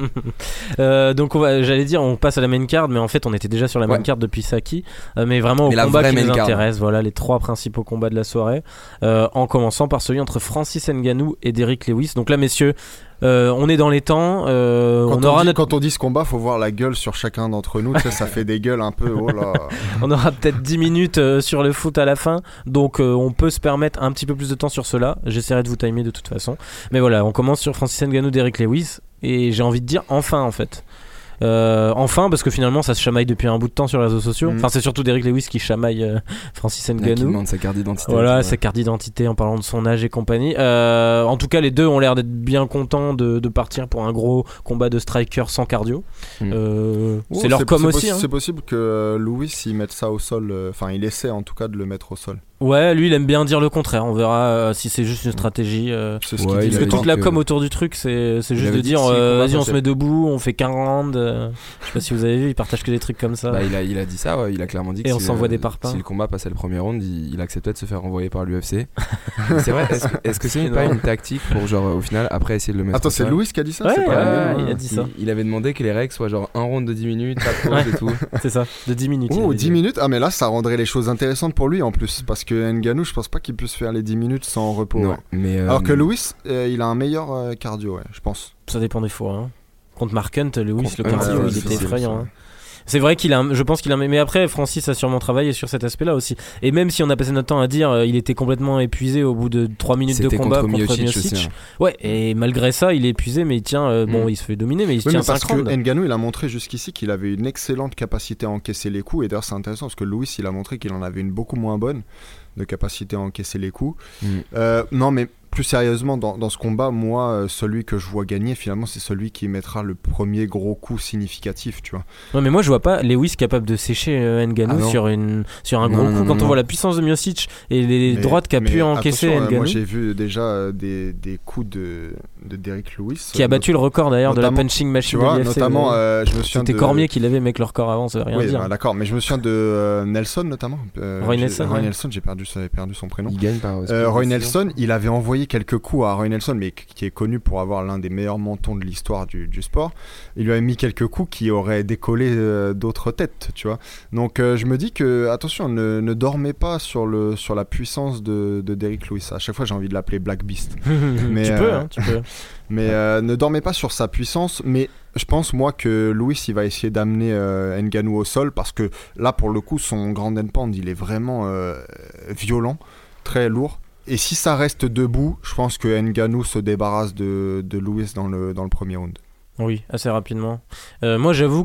euh, donc on va, j'allais dire, on passe à la main card, mais en fait on était déjà sur la
ouais.
main card depuis Saki. Euh, mais vraiment au
mais
combat qui nous
card.
intéresse. Voilà les trois principaux combats de la soirée. Euh, en commençant par celui entre Francis Ngannou et Derrick Lewis. Donc là, messieurs. Euh, on est dans les temps. Euh,
quand,
on
on
aura
dit,
notre...
quand on dit ce combat, faut voir la gueule sur chacun d'entre nous. Ça fait des gueules un peu. Oh là.
On aura peut-être dix minutes euh, sur le foot à la fin. Donc euh, on peut se permettre un petit peu plus de temps sur cela. J'essaierai de vous timer de toute façon. Mais voilà, on commence sur Francis Ngannou, Derrick Lewis. Et j'ai envie de dire enfin en fait. Euh, enfin, parce que finalement ça se chamaille depuis un bout de temps sur les réseaux sociaux. Mmh. Enfin, c'est surtout Derrick Lewis qui chamaille euh, Francis Ngannou.
Qui demande sa carte d'identité.
Voilà, ouais. sa carte d'identité en parlant de son âge et compagnie. Euh, en tout cas, les deux ont l'air d'être bien contents de, de partir pour un gros combat de striker sans cardio. Mmh. Euh, oh, c'est leur com aussi.
Possi-
hein.
C'est possible que Lewis il mette ça au sol. Enfin, euh, il essaie en tout cas de le mettre au sol.
Ouais, lui il aime bien dire le contraire. On verra euh, si c'est juste une stratégie. Euh,
c'est ce
ouais,
qu'il
dit. Parce que toute la com autour du truc, c'est, c'est juste de dire euh, vas-y, on se met debout, on fait quinze rounds. Euh, je sais pas si vous avez vu, il partage que des trucs comme ça.
Bah, il, a, il a dit ça, ouais, il a clairement dit que
et on
si,
s'envoie
euh,
des parpaings.
Si le combat passait le premier round, il, il acceptait de se faire renvoyer par l'U F C. C'est vrai, est-ce, est-ce que c'est pas une tactique pour, genre, au final, après essayer de le mettre
Attends,
au sol.
c'est Louis qui a dit ça
ouais,
c'est
ouais,
pas
ouais, il a dit ça.
Il, il avait demandé que les règles soient genre un round de dix minutes, pas de pause et tout.
C'est ça, de dix minutes.
Oh, dix minutes. Ah, mais là, ça rendrait les choses intéressantes pour lui en plus. Parce que Ngannou, je pense pas qu'il puisse faire les dix minutes sans repos.
Non,
ouais.
mais euh...
Alors que Lewis, euh, il a un meilleur euh, cardio, ouais, je pense.
Ça dépend des fois. Hein. Contre Mark Hunt, Lewis,
Contre
le cardio,
ouais,
il était effrayant. Hein. C'est vrai qu'il a, je pense qu'il a, mais après Francis a sûrement travaillé sur cet aspect-là aussi. Et même si on a passé notre temps à dire, euh, il était complètement épuisé au bout de trois minutes
C'était
de combat
contre,
contre
Miocic.
Miocic.
Aussi, hein.
Ouais, et malgré ça, il est épuisé, mais il tient. Euh, mm. Bon, il se fait dominer, mais il se
oui,
tient
mais parce
cinq rounds.
que Ngannou, il a montré jusqu'ici qu'il avait une excellente capacité à encaisser les coups. Et d'ailleurs, c'est intéressant parce que Lewis, il a montré qu'il en avait une beaucoup moins bonne de capacité à encaisser les coups. Mm. Euh, non, mais plus sérieusement, dans, dans ce combat, moi, euh, celui que je vois gagner, finalement, c'est celui qui mettra le premier gros coup significatif, tu vois.
Non, mais moi, je vois pas Lewis capable de sécher euh, Ngannou ah sur, une, sur un non, gros non, coup. Non, Quand non, on non. voit la puissance de Miocic et les mais, droites qu'a pu encaisser Ngannou. Euh,
moi, j'ai vu déjà euh, des, des coups de, de Derrick Lewis.
Qui a battu le record d'ailleurs de la punching machine
tu vois,
de l'U F C.
Notamment, euh, je me souviens
C'était
de...
Cormier qui l'avait, mec, le record avant, ça veut rien
oui,
dire.
Bah, d'accord, mais je me souviens de euh, Nelson notamment. Euh,
Roy Nelson.
Roy
ouais.
Nelson, j'ai perdu, perdu son prénom.
Il gagne par.
Euh, Roy Nelson, il avait envoyé quelques coups à Roy Nelson, mais qui est connu pour avoir l'un des meilleurs mentons de l'histoire du, du sport. Il lui avait mis quelques coups qui auraient décollé euh, d'autres têtes, tu vois. Donc euh, je me dis que, attention, ne, ne dormez pas sur, le, sur la puissance de, de Derrick Lewis. À chaque fois, j'ai envie de l'appeler Black Beast.
mais, tu, euh, peux, hein, tu peux,
mais euh, ne dormez pas sur sa puissance, mais je pense, moi, que Lewis, il va essayer d'amener euh, Ngannou au sol, parce que là, pour le coup, son grand end pound, il est vraiment euh, violent, très lourd. Et si ça reste debout, je pense que Ngannou se débarrasse de, de Lewis dans le, dans le premier round.
Oui, assez rapidement. Euh, moi, j'avoue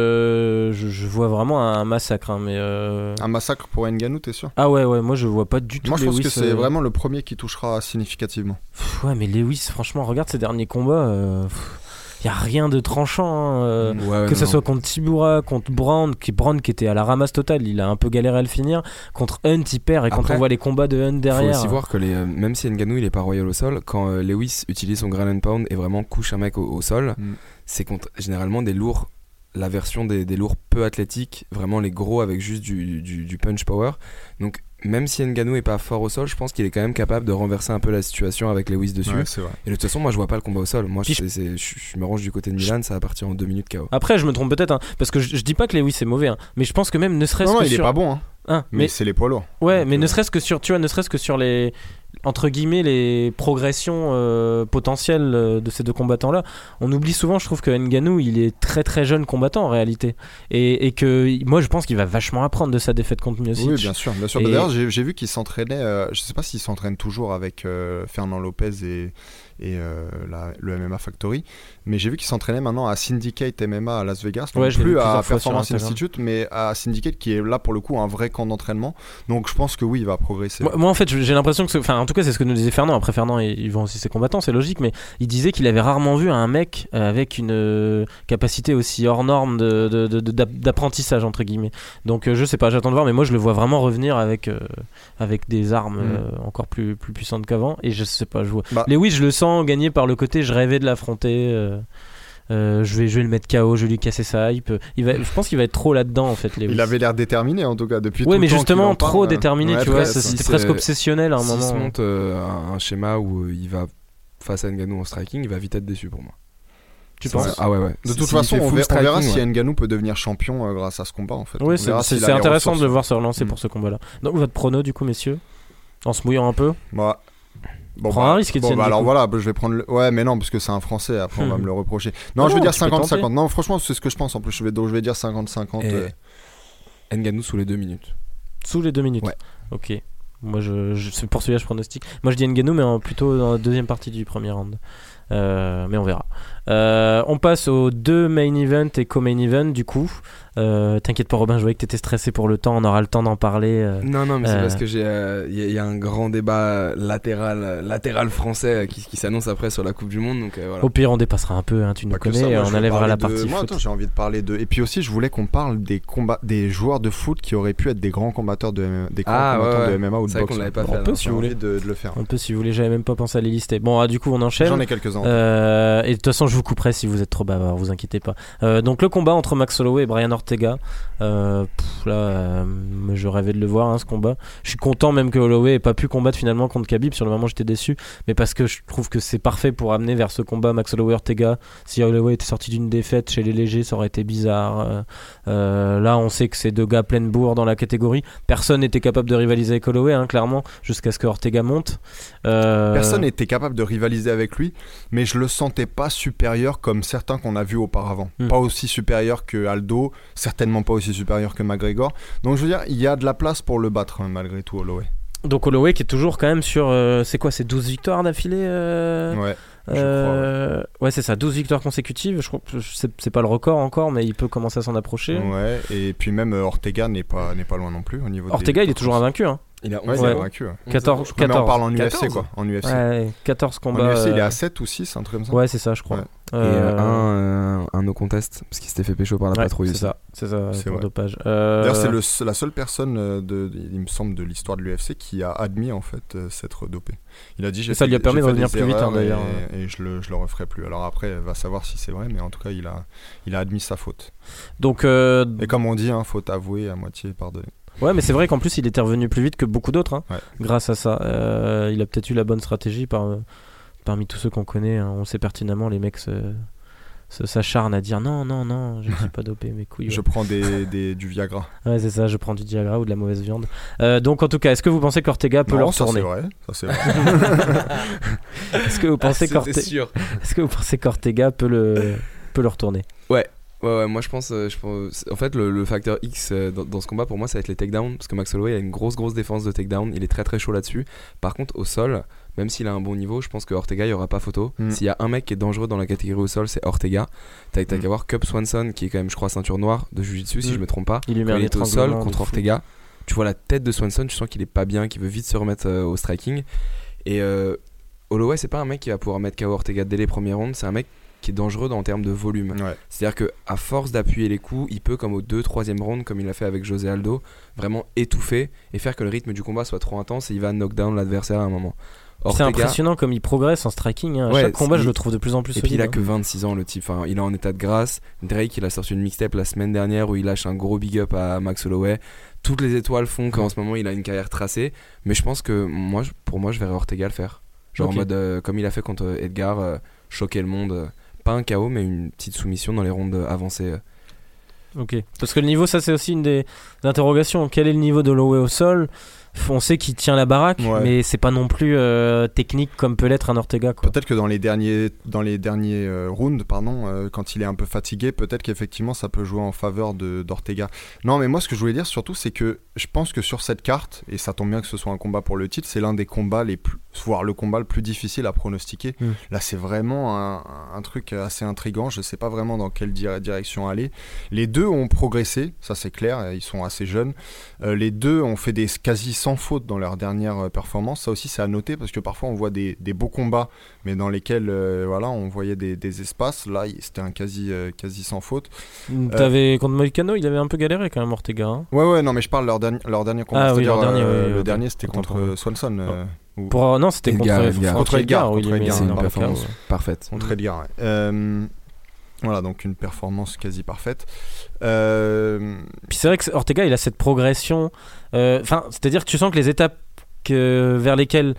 que je, je vois vraiment un massacre. Hein, mais euh...
Un massacre pour Ngannou, t'es sûr ?
Ah ouais, ouais, moi je vois pas du tout.
Moi, je
Lewis,
pense que c'est
euh...
vraiment le premier qui touchera significativement.
Pff, ouais, mais Lewis, franchement, regarde ses derniers combats. Euh... Il n'y a rien de tranchant, hein, euh, ouais, ouais, que ce soit contre Tibura, contre Brand, qui, Brand qui était à la ramasse totale, il a un peu galéré à le finir. Contre Hunt, il perd, et
Après,
quand on voit les combats de Hunt derrière.
Il faut aussi voir que les, euh, même si Ngannou il est pas royal au sol, quand euh, Lewis utilise son ground and pound et vraiment couche un mec au, au sol, mm. c'est contre généralement des lourds, la version des, des lourds peu athlétiques, vraiment les gros avec juste du, du, du punch power. Donc même si Ngannou est pas fort au sol, je pense qu'il est quand même capable de renverser un peu la situation avec Lewis dessus.
Ouais, c'est vrai.
Et de toute façon, moi je vois pas le combat au sol. Moi, c'est, c'est, je, je me range du côté de Milan, ça va partir en deux minutes K O.
Après, je me trompe peut-être, hein, parce que je, je dis pas que Lewis est mauvais, hein, mais je pense que même ne serait-ce
non,
que
non, il
sur...
est pas bon, hein.
Hein,
mais,
mais
c'est les poids lourds.
Ouais,
donc,
mais
euh...
ne serait-ce que sur, tu vois, ne serait-ce que sur les entre guillemets les progressions euh, potentielles euh, de ces deux combattants-là, on oublie souvent, je trouve que Ngannou, il est très très jeune combattant en réalité, et, et que moi je pense qu'il va vachement apprendre de sa défaite contre Miocic.
Oui, bien sûr, bien sûr.
Et...
D'ailleurs, j'ai, j'ai vu qu'il s'entraînait. Euh, je sais pas s'il s'entraîne toujours avec euh, Fernand Lopez et et euh, la, le M M A Factory, mais j'ai vu qu'il s'entraînait maintenant à Syndicate M M A à Las Vegas, donc
ouais,
plus à Performance Institute, mais à Syndicate qui est là pour le coup un vrai camp d'entraînement. Donc je pense que oui, il va progresser.
Moi, moi en fait, j'ai l'impression que, enfin, en tout cas, c'est ce que nous disait Fernand. Après, Fernand, il vend aussi ses combattants, c'est logique, mais il disait qu'il avait rarement vu un mec avec une euh, capacité aussi hors norme de, de, de, de, d'apprentissage entre guillemets. Donc euh, je sais pas, j'attends de voir, mais moi je le vois vraiment revenir avec euh, avec des armes mm. euh, encore plus plus puissantes qu'avant, et je sais pas, je vois. Bah, Lewis, je le sens gagner par le côté je rêvais de l'affronter, euh, euh, je vais je vais le mettre K O, je vais lui casser sa hype. Il va, je pense qu'il va être trop là-dedans en fait. Lewis.
Il avait l'air déterminé en tout cas depuis.
Oui,
tout
mais
le temps
justement
qu'il en
trop
parle,
déterminé,
ouais,
tu vois,
très,
ça,
si
c'était
c'est-
presque obsessionnel à un
S'il se
moment.
monte euh, un, un schéma où euh, il va face à Ngannou en striking, il va vite être déçu pour moi.
Tu
Ça,
penses
Ah ouais, ouais.
De
Si-
toute
s'il
façon,
fait
on,
full
ver- on verra
striking,
si
ouais.
Ngannou peut devenir champion euh, grâce à ce combat en fait.
Oui,
On
c'est,
verra
c'est,
s'il a
c'est
les
intéressant de
ressources.
le voir se relancer
Mm.
pour ce combat-là. Donc votre prono du coup, messieurs, en se mouillant un peu.
Bah, bon,
Prends
bah,
un risque,
bon,
Étienne,
bah,
du
alors
coup.
voilà, bah, je vais prendre le... Ouais, mais non, parce que c'est un Français, après on va
Mhm.
me le reprocher.
Non,
Non, je vais
non,
dire
tu peux
cinquante
tenter.
cinquante. Non, franchement, c'est ce que je pense en plus. Je vais, donc, je vais dire cinquante cinquante.
Et
euh.
Ngannou sous les deux minutes.
Sous les deux minutes.
Ouais.
Ok. Moi, je, je c'est pour celui-là, je pronostique. Moi, je dis Ngannou, mais en- plutôt dans la deuxième partie du premier round. Euh, mais on verra. Euh, on passe aux deux main event et co-main event du coup. Euh, t'inquiète pas, Robin, je voyais que t'étais stressé pour le temps. On aura le temps d'en parler. euh.
Non, non, mais c'est
Euh.
parce que j'ai, il y, y a un grand débat latéral, euh, latéral français euh, qui, qui s'annonce après sur la Coupe du Monde. Donc euh, voilà.
Au pire, on dépassera un peu. Hein, tu nous
Pas que
connais.
ça, moi, je
on
vais
enlèvera
parler
la
de-
partie
Moi,
foot.
attends, j'ai envie de parler de. Et puis aussi, je voulais qu'on parle des combats, des joueurs de foot qui auraient pu être des grands combatteurs de, des grands
Ah,
combattants
ouais, ouais.
de M M A ou de
C'est vrai
boxe.
qu'on l'avait pas
ouais.
fait,
On
là,
peut
non,
si
si
vous
vous
voulez de, de le faire.
Un peu, si vous voulez. J'avais même pas pensé à les lister. Bon, ah, du coup, on enchaîne.
J'en ai quelques-uns.
Euh, et de toute façon, je vous couperai si vous êtes trop bavard, vous inquiétez pas. Euh, donc, le combat entre Max Holloway et Brian Ortega. Euh, pff, là, euh, je rêvais de le voir, hein, ce combat. Je suis content même que Holloway ait pas pu combattre finalement contre Khabib. Sur le moment, j'étais déçu. Mais parce que je trouve que c'est parfait pour amener vers ce combat Max Holloway-Ortega. Si Holloway était sorti d'une défaite chez les légers, ça aurait été bizarre. Euh, euh, là, on sait que c'est deux gars pleine bourre dans la catégorie. Personne n'était capable de rivaliser avec Holloway, hein, clairement, jusqu'à ce que Ortega monte. Euh,
Personne n'était capable de rivaliser avec lui, mais je le sentais pas supérieur comme certains qu'on a vus auparavant.
Mm.
Pas aussi supérieur que Aldo, certainement pas aussi supérieur que McGregor. Donc je veux dire, il y a de la place pour le battre hein, malgré tout, Holloway.
Donc Holloway qui est toujours quand même sur... euh, c'est quoi, c'est douze victoires d'affilée euh,
Ouais. je
euh, ouais, c'est ça, douze victoires consécutives. Je crois que c'est, c'est pas le record encore, mais il peut commencer à s'en approcher.
Ouais, et puis même euh, Ortega n'est pas, n'est pas loin non plus au niveau
Ortega,
des...
il est toujours invaincu. Hein.
Il a
Ouais,
onze
il est
Ouais.
vaincu. Ouais.
quatorze,
Je
Mais on
quatorze.
parle en U F C
quatorze.
quoi, en U F C.
Ouais, quatorze
En
combats.
U F C, il est
euh,
à sept ou six, un truc comme ça.
Ouais, c'est ça, je crois.
Ouais.
Et
Euh,
euh, un, euh, un no contest parce qu'il s'était fait pécho par la
ouais,
patrouille
c'est
aussi.
ça, c'est ça,
C'est
pour
vrai.
dopage. Euh,
D'ailleurs, c'est le, seul- la seule personne, euh, de, il me semble, de l'histoire de l'U F C qui a admis en fait euh, s'être dopé. Il a dit j'ai
Et ça
fait
lui a
des-
permis
j'ai
de
fait
revenir
des
plus vite, hein,
erreurs
d'ailleurs.
Et, et je le, je le referai plus. Alors après, va savoir si c'est vrai, mais en tout cas, il a, il a admis sa faute.
Donc, euh,
Et comme on dit, hein, faute avouée à moitié pardonnée.
ouais, mais c'est vrai qu'en plus, il était revenu plus vite que beaucoup d'autres, hein,
Ouais.
grâce à ça. Euh, il a peut-être eu la bonne stratégie par, parmi tous ceux qu'on connaît. Hein, on sait pertinemment, les mecs se, se- s'acharnent à dire non, non, non, je ne suis pas dopé, mes couilles.
Je
Ouais,
prends des, des, du Viagra.
Ouais, c'est ça, je prends du Viagra ou de la mauvaise viande. Euh, donc, en tout cas, est-ce que vous pensez qu'Ortega peut le
Non, ça c'est
retourner
vrai. Ça, c'est vrai.
Est-ce que vous pensez
C'était
qu'Orte-
sûr.
est-ce que vous pensez qu'Ortega peut le, peut le retourner?
Ouais, ouais, moi je pense, euh, je pense en fait le, le facteur X euh, dans, dans ce combat pour moi ça va être les takedowns parce que Max Holloway a une grosse grosse défense de takedown, il est très très chaud là-dessus. Par contre au sol, même s'il a un bon niveau, je pense que Ortega il y aura pas photo.
Mm.
S'il y a un mec qui est dangereux dans la catégorie au sol, c'est Ortega. T'as, t'as
Mm.
qu'à voir Cub Swanson qui est quand même je crois ceinture noire de Jiu-Jitsu si
Mm.
je me trompe pas.
Il lui met
Quand
un
il est au sol
étranglement de
contre
fou.
Ortega, tu vois la tête de Swanson, tu sens qu'il est pas bien, qu'il veut vite se remettre euh, au striking. Et euh, Holloway c'est pas un mec qui va pouvoir mettre K O Ortega dès les premiers rounds, c'est un mec qui est dangereux dans, en termes de volume.
Ouais.
C'est-à-dire qu'à force d'appuyer les coups, il peut, comme au deux troisième round, comme il l'a fait avec José Aldo, vraiment étouffer et faire que le rythme du combat soit trop intense et il va knock down l'adversaire à un moment.
C'est
Ortega,
impressionnant comme il progresse en striking. Hein. À
Ouais,
chaque combat,
c'est-
je le trouve de plus en plus
et puis
solide.
il a
hein.
que vingt-six ans le type, enfin, il est en état de grâce. Drake il a sorti une mixtape la semaine dernière où il lâche un gros big up à Max Holloway. Toutes les étoiles font qu'en ce moment il a une carrière tracée, mais je pense que moi, je- pour moi je verrais Ortega le faire. Genre
Ok.
en mode euh, comme il a fait contre Edgar, euh, choquer le monde. euh, pas un K O mais une petite soumission dans les rondes avancées. euh.
Ok. Parce que le niveau, ça c'est aussi une des interrogations. Quel est le niveau de Holloway au sol? On sait qu'il tient la baraque,
Ouais.
mais c'est pas non plus euh, technique comme peut l'être un Ortega. Quoi.
Peut-être que dans les derniers, dans les derniers euh, rounds, pardon, euh, quand il est un peu fatigué, peut-être qu'effectivement ça peut jouer en faveur de, d'Ortega. Non, mais moi ce que je voulais dire surtout, c'est que je pense que sur cette carte, et ça tombe bien que ce soit un combat pour le titre, c'est l'un des combats les plus, voire le combat le plus difficile à pronostiquer.
Mm.
Là, c'est vraiment un, un truc assez intriguant. Je sais pas vraiment dans quelle di- direction aller. Les deux ont progressé, ça c'est clair. Ils sont assez jeunes. Euh, les deux ont fait des quasi sans faute dans leur dernière euh, performance. Ça aussi, c'est à noter parce que parfois on voit des, des beaux combats, mais dans lesquels euh, voilà, on voyait des, des espaces. Là, il- c'était un quasi, euh, quasi sans faute.
T'avais contre Moicano, il avait un peu galéré quand même Ortega. Hein.
Ouais, ouais, non, mais je parle leur, dernier leur dernier combat.
Ah oui,
C'est-à-dire,
leur dernier,
euh,
oui,
le
ok.
dernier, c'était
Autant
contre
pour moi.
euh, Swanson. euh, ou-
Pour, euh, non, c'était
Edgar,
contre,
Edgar.
contre
Contre Edgar,
où il
contre
lui met
Edgar,
C'est
un
une
K O,
performance
ouais.
parfaite.
Contre Edgar. Ouais. Euh, Voilà, donc une performance quasi parfaite. Euh...
Puis c'est vrai que Ortega, il a cette progression. Enfin, euh, c'est-à-dire que tu sens que les étapes que, vers lesquelles,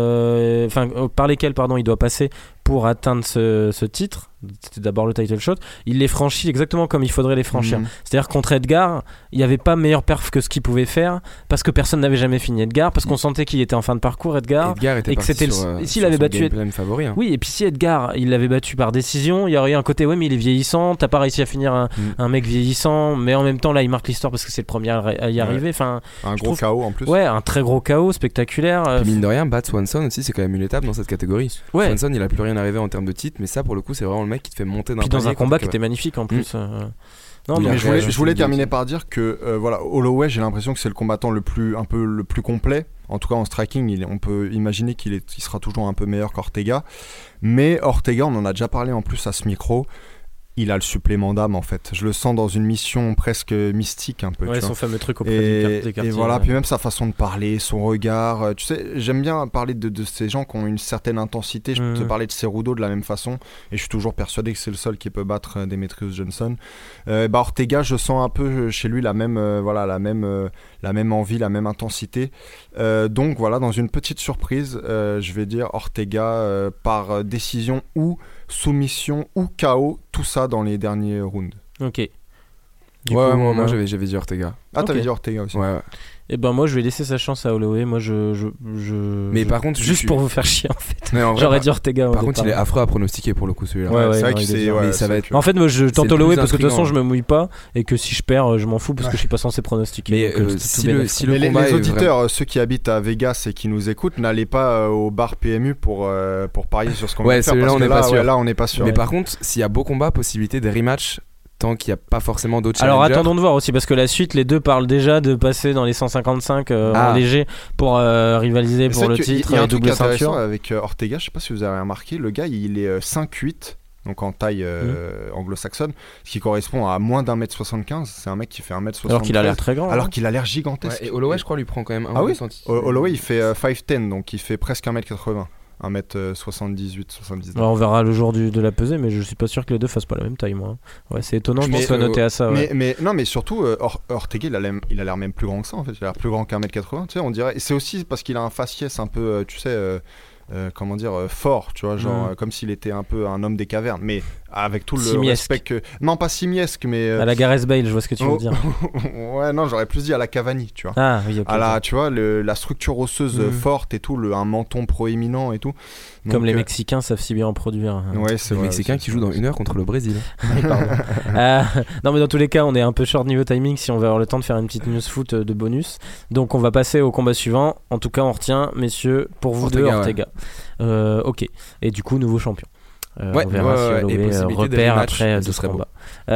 euh, enfin, par lesquelles, pardon, il doit passer pour atteindre ce, ce titre. C'était d'abord le title shot. Il les franchit exactement comme il faudrait les franchir. Mmh. C'est-à-dire contre Edgar, il n'y avait pas meilleur perf que ce qu'il pouvait faire parce que personne n'avait jamais fini Edgar, parce qu'on sentait qu'il était en fin de parcours, Edgar.
Edgar était
et que c'était
sur,
le...
euh,
s'il avait battu
Ed... favori. Hein.
Oui, et puis si Edgar, il l'avait battu par décision, il y aurait eu un côté, ouais, mais il est vieillissant, t'as pas réussi à finir un, mmh. un mec vieillissant, mais en même temps, là, il marque l'histoire parce que c'est le premier à y arriver. Ouais. Enfin,
un gros trouve... K O en plus.
Ouais, un très gros K O spectaculaire.
Puis mine de rien, battre Swanson aussi, c'est quand même une étape dans cette catégorie. Ouais. Swanson, il a plus rien arrivé en termes de titre, mais ça, pour le coup, c'est vraiment le mec qui te fait monter d'un
Puis dans un combat qui était magnifique en plus. Mmh. Euh...
Non, mais je voulais, je voulais terminer par dire que euh, voilà, Holloway, j'ai l'impression que c'est le combattant le plus, un peu le plus complet. En tout cas en striking, il, on peut imaginer qu'il est, il sera toujours un peu meilleur qu'Ortega. Mais Ortega, on en a déjà parlé en plus à ce micro. Il a le supplément d'âme en fait. Je le sens dans une mission presque mystique un peu.
Ouais,
tu
son
vois.
fameux truc auprès
et,
des quartiers.
Et voilà,
ouais.
Puis même sa façon de parler, son regard. Tu sais, j'aime bien parler de, de ces gens qui ont une certaine intensité. Je peux mmh. te parler de Cerudo de la même façon. Et je suis toujours persuadé que c'est le seul qui peut battre Demetrius Johnson. Euh, bah Ortega, je sens un peu chez lui la même, euh, voilà, la même, euh, la même envie, la même intensité. Euh, donc voilà, dans une petite surprise, euh, je vais dire Ortega euh, par décision ou soumission ou K O, tout ça dans les derniers rounds.
Ok.
Du ouais, coup, ouais, moi, moi j'avais, j'avais dit Ortega.
Ah, okay. T'avais dit Ortega aussi.
Ouais, ouais.
Et ben moi je vais laisser sa chance à Holloway. Moi je, je, je
mais
je,
par contre
juste
je,
pour vous faire chier en fait.
Mais en vrai,
j'aurais
par,
dit Ortega.
Par contre il est affreux à pronostiquer pour le coup celui-là.
Ouais, ouais,
c'est vrai
non,
que c'est. Ouais,
ça va être.
En fait moi je tente Holloway parce que de toute façon
hein.
je me mouille pas et que si je perds je m'en fous parce ouais. que je suis pas censé pronostiquer.
Mais donc, euh, si, le, si le
mais
combat
les, les auditeurs,
vraiment...
ceux qui habitent à Vegas et qui nous écoutent, n'allez pas euh, au bar P M U pour euh, pour parier sur ce qu'on
ouais,
va faire.
Ouais,
parce
celui-là on n'est pas sûr.
Là on n'est pas sûr.
Mais par contre s'il y a beau combat, possibilité des rematchs. Tant qu'il n'y a pas forcément d'autres challengers.
Alors attendons de voir aussi parce que la suite, les deux parlent déjà de passer dans les cent cinquante-cinq euh, ah. en léger pour euh, rivaliser pour le titre.
Il y a un
double
truc
ceinture
avec euh, Ortega, je sais pas si vous avez remarqué, le gars il est euh, cinq huit, donc en taille euh, mmh. anglo-saxonne, ce qui correspond à moins d'un mètre soixante-quinze. C'est un mec qui fait un mètre soixante-treize.
Alors qu'il a l'air très grand.
Alors
hein.
qu'il a l'air gigantesque.
Ouais, et Holloway, je crois, lui prend quand même un
ah oui
centimètre.
Holloway il fait euh, cinq dix, donc il fait presque un mètre quatre-vingts. un mètre soixante-dix-huit, soixante-dix-neuf.
Alors on verra le jour du, de la pesée, mais je suis pas sûr que les deux fassent pas la même taille, moi. Ouais, c'est étonnant qu'il soit noté à ça. Ouais.
Mais, mais, non, mais surtout, euh, Or- Ortega, il a, l'air, il a l'air même plus grand que ça, en fait. Il a l'air plus grand qu'un mètre quatre-vingts, tu sais, on dirait. Et c'est aussi parce qu'il a un faciès un peu, euh, tu sais, euh, euh, comment dire, euh, fort, tu vois, genre, mmh. euh, comme s'il était un peu un homme des cavernes, mais avec tout le
simiesque.
respect que... Non, pas simiesque, mais... Euh...
À la Gareth Bale, je vois ce que tu veux
oh,
dire.
Ouais, non, j'aurais plus dit à la Cavani, tu vois.
Ah, oui, ok.
À la, tu vois, le, la structure osseuse mmh. forte et tout, le, un menton proéminent et tout.
Donc, comme les euh... Mexicains savent si bien en produire.
Ouais, c'est
les
vrai,
Mexicains
c'est
qui jouent dans une heure contre le Brésil.
Oui, euh, non, mais dans tous les cas, on est un peu short niveau timing si on va avoir le temps de faire une petite news foot de bonus. Donc, on va passer au combat suivant. En tout cas, on retient, messieurs, pour vous Ortega, deux, Ortega. Ouais. Euh, ok. Et du coup, nouveau champion. Euh,
ouais,
on verra
ouais,
si
ouais,
Holloway euh, repère après de ce combat.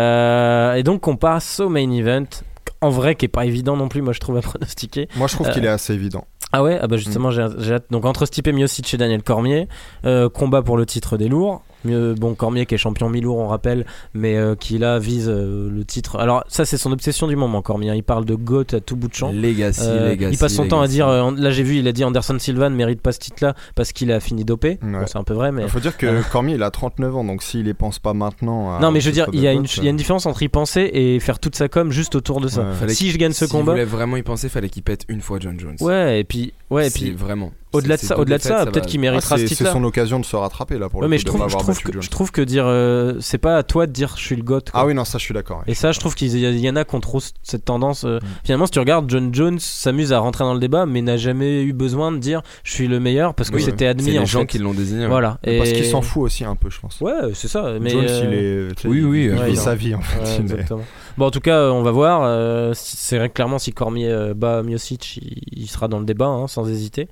Euh, et donc, on passe au main event. En vrai, qui est pas évident non plus, moi je trouve à pronostiquer.
Moi je trouve
euh,
qu'il est assez évident.
Ah ouais, ah bah justement, mmh. j'ai, j'ai hâte. Donc entre Stipe Miocic et Daniel Cormier, euh, combat pour le titre des lourds. Mieux, bon, Cormier qui est champion mi-lourd, on rappelle, mais euh, qui là vise euh, le titre. Alors ça, c'est son obsession du moment, Cormier. Il parle de GOAT à tout bout de champ.
Legacy, euh, Legacy.
Il passe son
Legacy.
temps à dire. Euh, là, j'ai vu, il a dit Anderson Silva ne mérite pas ce titre-là parce qu'il a fini dopé. Ouais. Bon, c'est un peu vrai, mais.
Il faut dire que euh... Cormier, il a trente-neuf ans, donc s'il les pense pas maintenant. À
non, mais je veux dire, il y a une,
il
y a une différence entre y penser et faire toute sa com juste autour de ça.
Ouais.
Si je gagne ce
si
combat.
Si il voulait vraiment y penser, fallait qu'il pète une fois John Jones.
Ouais, et puis, ouais, et puis.
Vraiment.
Au-delà de ça, au-delà de ça, peut-être qu'il méritera
ah,
ce titre-là.
C'est son occasion de se rattraper là pour
ouais,
le
mais
coup
je trouve,
de
je trouve que, je trouve que dire, euh, c'est pas à toi de dire je suis le GOAT.
Ah oui, non, ça je suis d'accord. Ouais,
et ça, je trouve qu'il y, y en a qui ont trop cette tendance. Euh, mm. Finalement, si tu regardes, John Jones s'amuse à rentrer dans le débat, mais n'a jamais eu besoin de dire je suis le meilleur parce que oui, c'était admis.
C'est
en
les gens
fait.
qui l'ont désigné.
Voilà.
Et... Parce qu'il s'en fout aussi un peu, je pense.
Ouais, c'est ça. Mais
Jones,
euh...
il est.
Oui, oui.
Il
ouais,
vit
non.
sa vie en fait.
Ouais, exactement. Bon, en tout cas, on va voir. Euh, c'est vrai que clairement, si Cormier euh, bat Miocic, il, il sera dans le débat, hein, sans hésiter.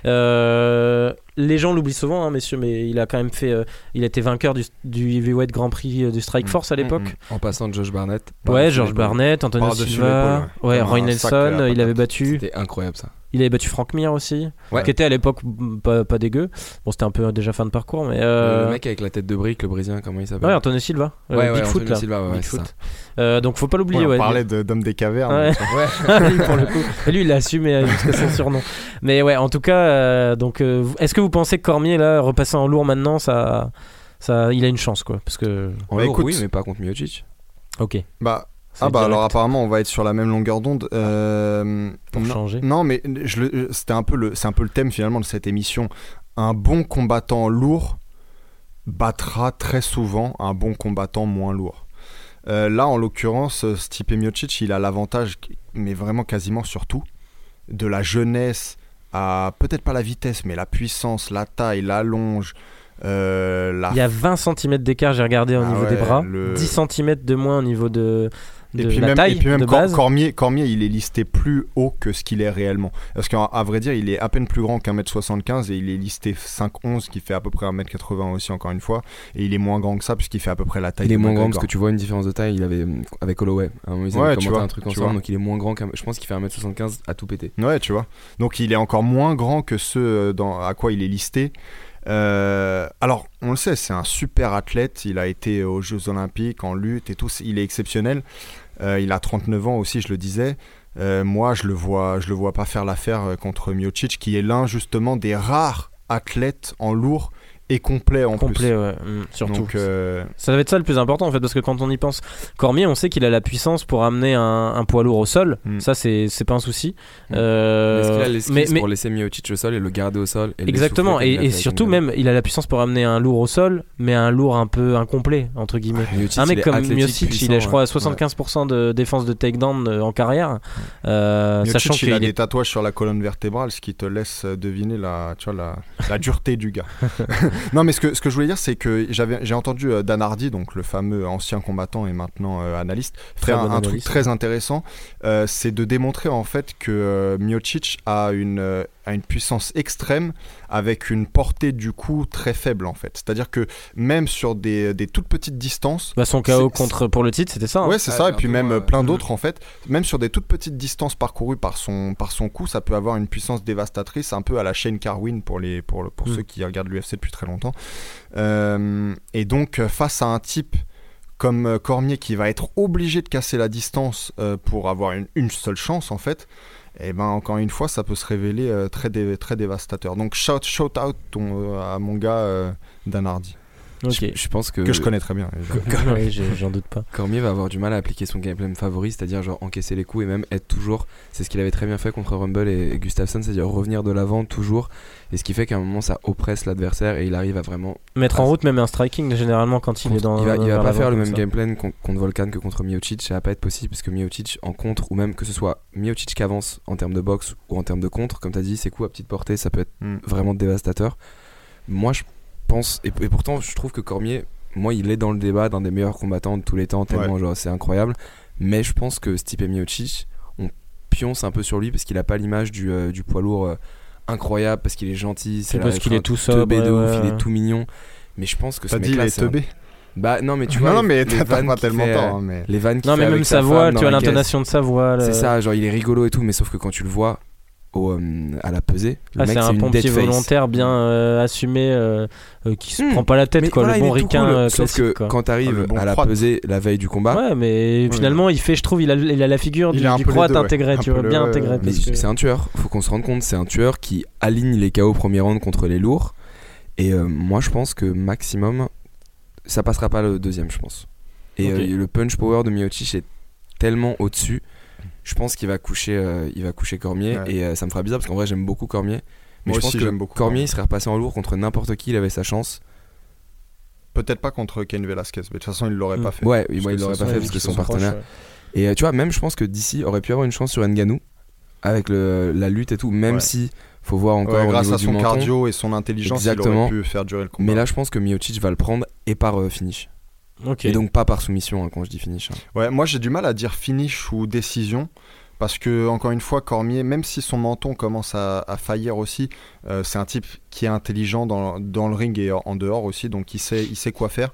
Euh, les gens l'oublient souvent, hein, messieurs, mais il a quand même fait. Euh, il a été vainqueur du, du Heavyweight Grand Prix du Strike Force à l'époque.
Mmh, mmh. En passant de Josh Barnett.
Ouais, George Barnett, Antonio Silva. Ouais, ouais Roy Nelson, il avait battu.
C'était incroyable ça.
Il avait battu Frank Mir aussi,
ouais.
qui était à l'époque pas, pas dégueu. Bon, c'était un peu déjà fin de parcours, mais. Euh...
Le mec avec la tête de brique, le brisien, comment il s'appelle?
Ouais, Antonio Silva.
Ouais, ouais,
Bigfoot,
Antonio
là.
Silva, ouais,
Bigfoot.
c'est ça.
Euh, donc faut pas l'oublier.
Ouais, on
ouais,
parlait
mais...
d'homme des cavernes.
Ouais. ouais. Pour le coup. Et lui, il a assumé jusqu'à son surnom. Mais ouais, en tout cas, euh, donc, euh, est-ce que vous pensez que Cormier là, repasser en lourd maintenant, ça, ça, il a une chance quoi. Parce que.
En
bah,
lourd,
écoute,
oui, mais pas contre Miocic.
Ok.
Bah.
C'est
Ah bah
direct.
alors apparemment on va être sur la même longueur d'onde. Euh,
Pour
non,
changer.
Non mais je le, c'était un peu le, c'est un peu le thème finalement de cette émission. Un bon combattant lourd battra très souvent un bon combattant moins lourd. Euh, là en l'occurrence Stipe Miocic il a l'avantage, mais vraiment quasiment sur tout, de la jeunesse à peut-être pas la vitesse mais la puissance, la taille, la longe. Euh, la...
Il y a vingt centimètres d'écart, j'ai regardé au
Ah
niveau
ouais,
des bras,
le...
dix centimètres de moins au niveau de, de
et puis
la
même,
taille
et puis même
de
Cor-
base.
Cormier, Cormier, il est listé plus haut que ce qu'il est réellement. Parce qu'à à vrai dire, il est à peine plus grand qu'un mètre soixante-quinze et il est listé cinq onze, qui fait à peu près un mètre quatre-vingts aussi, encore une fois. Et il est moins grand que ça, puisqu'il fait à peu près la taille
Il est
de
moins grand
McGregor.
parce que tu vois une différence de taille. Il avait avec Holloway. À un moment, ils
Ouais,
avaient
tu
commenté
vois,
un truc
tu
ensemble,
vois.
donc il est moins grand qu'un. Je pense qu'il fait un mètre soixante-quinze à tout péter.
Ouais, tu vois. Donc il est encore moins grand que ceux dans, à quoi il est listé. Euh, alors, on le sait, c'est un super athlète. Il a été aux Jeux Olympiques en lutte et tout. Il est exceptionnel. Euh, il a trente-neuf ans aussi, je le disais. Euh, moi, je le vois, je le vois pas faire l'affaire contre Miocic, qui est l'un justement des rares athlètes en lourd et complet en
complet,
plus.
ouais, mm, surtout.
Donc, euh...
ça va être ça le plus important en fait, parce que quand on y pense, Cormier, on sait qu'il a la puissance pour amener un, un poids lourd au sol.
Mm.
Ça, c'est, c'est pas un souci.
Mm.
Euh,
Est-ce qu'il a les skills
mais, mais-
pour laisser Miocic au sol et le garder au sol et
Exactement,
l'essouffler
et,
comme il a
et
fait
surtout
avec Ngannou.
même, il a la puissance pour amener un lourd au sol, mais un lourd un peu incomplet entre guillemets.
Miocic,
Un
il
mec
est
comme
athlétique,
Miocic,
puissant,
il a je crois
ouais.
soixante-quinze pour cent de défense de takedown euh, en carrière, euh,
Miocic,
sachant
il
qu'il
a
est
des tatouages sur la colonne vertébrale, ce qui te laisse deviner la, tu vois, la, la dureté du gars. Non, mais ce que, ce que je voulais dire, c'est que j'avais, j'ai entendu euh, Dan Hardy, donc le fameux ancien combattant et maintenant euh, analyste, faire
bon
un, un truc
analyste.
très intéressant. Euh, c'est de démontrer en fait que euh, Miocic a une, euh, a une puissance extrême avec une portée du coup très faible en fait. C'est-à-dire que même sur des, des toutes petites distances.
bah, son K O
c'est-
contre pour le titre, c'était ça. hein.
Ouais, c'est
Ouais,
ça, et
c'est
puis
un peu,
même
euh,
euh, plein
mm.
d'autres en fait. Même sur des toutes petites distances parcourues par son, par son coup, ça peut avoir une puissance dévastatrice, un peu à la Shane Carwin pour, les, pour, le- pour
Mm.
ceux qui regardent l'U F C depuis très longtemps. Euh, et donc, euh, face à un type comme euh, Cormier qui va être obligé de casser la distance euh, pour avoir une, une seule chance en fait, et ben encore une fois, ça peut se révéler euh, très, dé- très dévastateur. Donc, shout, shout out ton, euh, à mon gars euh, Dan Hardy,
Ok.
Je, je pense que,
que je connais très bien. évidemment.
Oui, j'ai- j'en doute pas.
Cormier va avoir du mal à appliquer son gameplay favori, c'est-à-dire genre encaisser les coups et même être toujours. C'est ce qu'il avait très bien fait contre Rumble et, et Gustafsson, c'est-à-dire revenir de l'avant toujours. Et ce qui fait qu'à un moment ça oppresse l'adversaire et il arrive à vraiment.
Mettre en route même un striking généralement quand il est
contre-
dans.
il va, il va
vers
pas
l'avant
faire le
comme
même
ça.
gameplay con- contre Volkan que contre Miocic, ça va pas être possible parce que Miocic en contre ou même que ce soit Miocic qui avance en termes de boxe ou en termes de contre, comme tu as dit, ses coups à petite portée ça peut être
Mm.
vraiment dévastateur. Moi je pense, et, et pourtant je trouve que Cormier, moi il est dans le débat d'un des meilleurs combattants de tous les temps, tellement
Ouais.
genre, c'est incroyable, mais je pense que Stipe Miocic, on pionce un peu sur lui parce qu'il a pas l'image du, euh, du poids lourd euh, incroyable, parce qu'il est gentil,
C'est
là,
parce qu'il
enfin,
est tout sobre,
teubé de
ouais,
ouf,
ouais.
il est tout mignon, mais je pense que ce
T'as dit il
mec-là
est
c'est un-
teubé.
Bah non mais tu vois
Non,
les-
mais
les
t'as
vannes
pas
qu'il
tellement
fait,
tort. hein, mais...
les vannes qu'il
Non, mais
fait
même
avec
sa
sa
voix,
femme
tu
dans
vois
la caisse.
l'intonation de sa voix. le-
C'est ça, genre il est rigolo et tout, mais sauf que quand tu le vois au, euh, à la pesée, le
Ah,
mec
c'est un
une
pompier
dead face.
volontaire bien euh, assumé, euh, euh, qui se
Hmm.
prend pas la tête,
Mais
quoi,
voilà,
le
il
bon
est tout
ricain
cool,
euh,
sauf
classique,
que
quoi.
quand t'arrives
Ah, le bon
à la
croate.
pesée la veille du combat,
Ouais, mais
Ouais.
finalement, il fait, je trouve, il a, il a la figure
Il
du,
a un
du
peu les
croate
deux, ouais.
intégré,
Un
tu
peu
vois,
le-
bien
ouais,
intégré.
ouais.
mais
parce que-
c'est un tueur, faut qu'on se rende compte, c'est un tueur qui aligne les K O au premier round contre les lourds. Et euh, moi je pense que maximum, ça passera pas le deuxième, je pense. Et
Ok.
euh, le punch power de Miocic est tellement au-dessus, je pense qu'il va coucher, euh, il va coucher Cormier.
Ouais.
Et euh, ça me fera bizarre parce qu'en vrai j'aime beaucoup Cormier. Mais
Moi
je pense
aussi,
que
j'aime beaucoup
Cormier
Cormier.
il serait repassé en lourd contre n'importe qui, il avait sa chance.
Peut-être pas contre Cain Velasquez, mais de toute façon, il l'aurait
Mm.
pas fait.
Ouais,
Parce
moi
que
il l'aurait
ça
pas
sont-
fait parce que
ils
son
sont
partenaire.
proches,
Et euh, tu vois, même je pense que D C aurait pu avoir une chance sur Ngannou avec le, la lutte et tout, même
Ouais.
si faut voir encore
Ouais,
au
grâce
niveau
à
du
son
menton.
cardio et son intelligence,
Exactement.
il aurait pu faire durer le combat.
Mais là, je pense que Miocic va le prendre et par euh, finish.
ouais. Ok.
Et donc pas par soumission hein, quand je dis finish. hein.
Ouais, moi j'ai du mal à dire finish ou décision. Parce que, encore une fois, Cormier, même si son menton commence à, à faillir aussi, euh, c'est un type qui est intelligent dans, dans le ring et en, en dehors aussi, donc il sait, il sait quoi faire.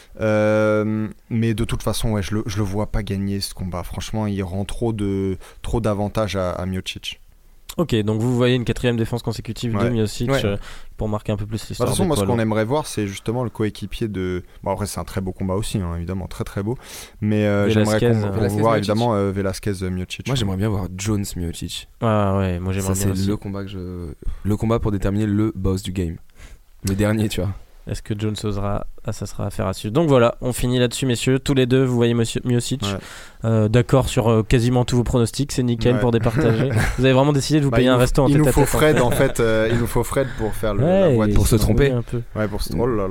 Euh, mais de toute façon, ouais, je le, je le vois pas gagner ce combat. Franchement, il rend trop, de, trop d'avantages à, à Miocic.
Ok, donc vous voyez une quatrième défense consécutive de
Ouais.
Miocic
Ouais.
euh, pour marquer un peu plus
De
l'histoire.
toute façon,
des
moi, ce
poids
qu'on
lourds.
aimerait voir, c'est justement le coéquipier de. Bon, après, c'est un très beau combat aussi, hein, évidemment, très très beau. Mais euh, j'aimerais
Velasquez,
qu'on,
euh,
qu'on
Velasquez,
voit
Miocic.
évidemment euh, Velasquez Miocic.
Moi j'aimerais bien voir Jones Miocic.
Ah ouais, moi
Ça
j'aimerais
c'est
bien aussi.
le combat que je, le combat pour déterminer le boss du game. Le dernier, tu vois.
Est-ce que Jones osera? Ah, ça sera affaire à suivre. Donc voilà, on finit là-dessus, messieurs. Tous les deux, vous voyez Miocic. Ouais. Euh, d'accord sur euh, quasiment tous vos pronostics. C'est nickel ouais. pour départager. Vous avez vraiment décidé de vous bah, payer un resto en tête à tête.
Il nous faut Fred, en fait. Euh, il nous faut Fred pour faire le,
ouais,
la boîte.
Pour se tromper.
Un peu.
Ouais, pour se tromper. Oh là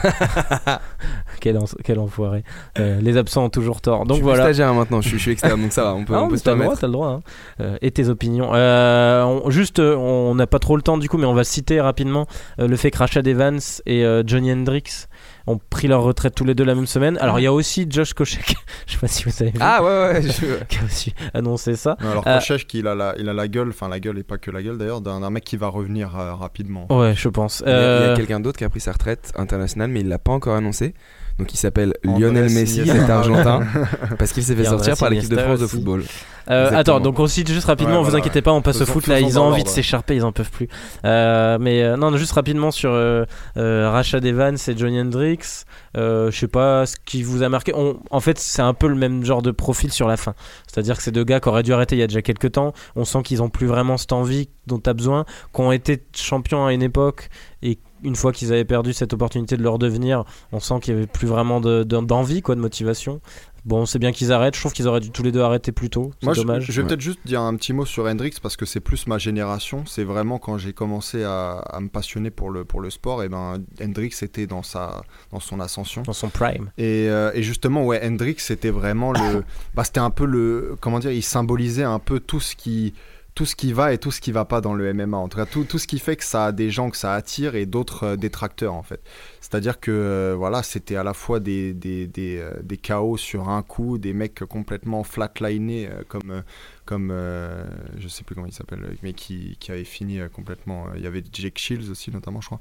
là.
quel, en... quel enfoiré. Euh, les absents ont toujours tort. Donc
je suis
voilà.
stagiaire maintenant, je suis, je suis externe, donc ça va. On peut,
ah,
on peut se
t'as
permettre.
le droit, t'as le droit. Hein. Euh, et tes opinions. Euh, on, juste, euh, on n'a pas trop le temps du coup, mais on va citer rapidement euh, le fait que Rashad Evans et euh, Johnny Hendricks ont pris leur retraite tous les deux la même semaine. Alors il y a aussi Josh Koscheck, je sais pas si vous avez vu.
Ah ouais ouais, je...
qui a aussi annoncé ça.
Non, alors euh... Koscheck, il a la, il a la gueule, enfin la gueule et pas que la gueule d'ailleurs, d'un, d'un mec qui va revenir euh, rapidement.
Ouais, je pense.
Il y a,
euh...
il y a quelqu'un d'autre qui a pris sa retraite internationale, mais il l'a pas encore annoncé. Donc il s'appelle Andrés Lionel Messi, il est argentin, parce qu'il s'est fait sortir par l'équipe de France de football.
Euh, attends, donc on cite juste rapidement, ouais, vous voilà, inquiétez ouais. pas, on passe au foot là, ils ont envie de s'écharper, ils en peuvent plus. Euh, mais euh, non, juste rapidement sur euh, euh, Rashad Evans et Johnny Hendricks, euh, je sais pas ce qui vous a marqué. On, en fait, c'est un peu le même genre de profil sur la fin. C'est-à-dire que c'est deux gars qui auraient dû arrêter il y a déjà quelques temps. On sent qu'ils ont plus vraiment cette envie dont tu as besoin, qui ont été champions à une époque et une fois qu'ils avaient perdu cette opportunité de le redevenir, on sent qu'il n'y avait plus vraiment de, de, d'envie, quoi, de motivation. Bon, c'est bien qu'ils arrêtent. Je trouve qu'ils auraient dû tous les deux arrêter plus tôt. C'est
Moi,
dommage.
Je, je vais
ouais.
peut-être juste dire un petit mot sur Hendricks parce que c'est plus ma génération. C'est vraiment quand j'ai commencé à, à me passionner pour le, pour le sport. Et ben, Hendricks était dans, sa, dans son ascension.
Dans son prime.
Et, euh, et justement, ouais, Hendricks, c'était vraiment le. bah, c'était un peu le. Comment dire, il symbolisait un peu tout ce qui. Tout ce qui va et tout ce qui va pas dans le M M A, en tout cas tout, tout ce qui fait que ça a des gens que ça attire et d'autres euh, détracteurs en fait. C'est-à-dire que euh, voilà, c'était à la fois des, des, des, euh, des K O sur un coup, des mecs complètement flatlinés euh, comme, euh, comme euh, je sais plus comment il s'appelle, mais qui, qui avait fini euh, complètement. Il euh, y avait Jake Shields aussi notamment, je crois.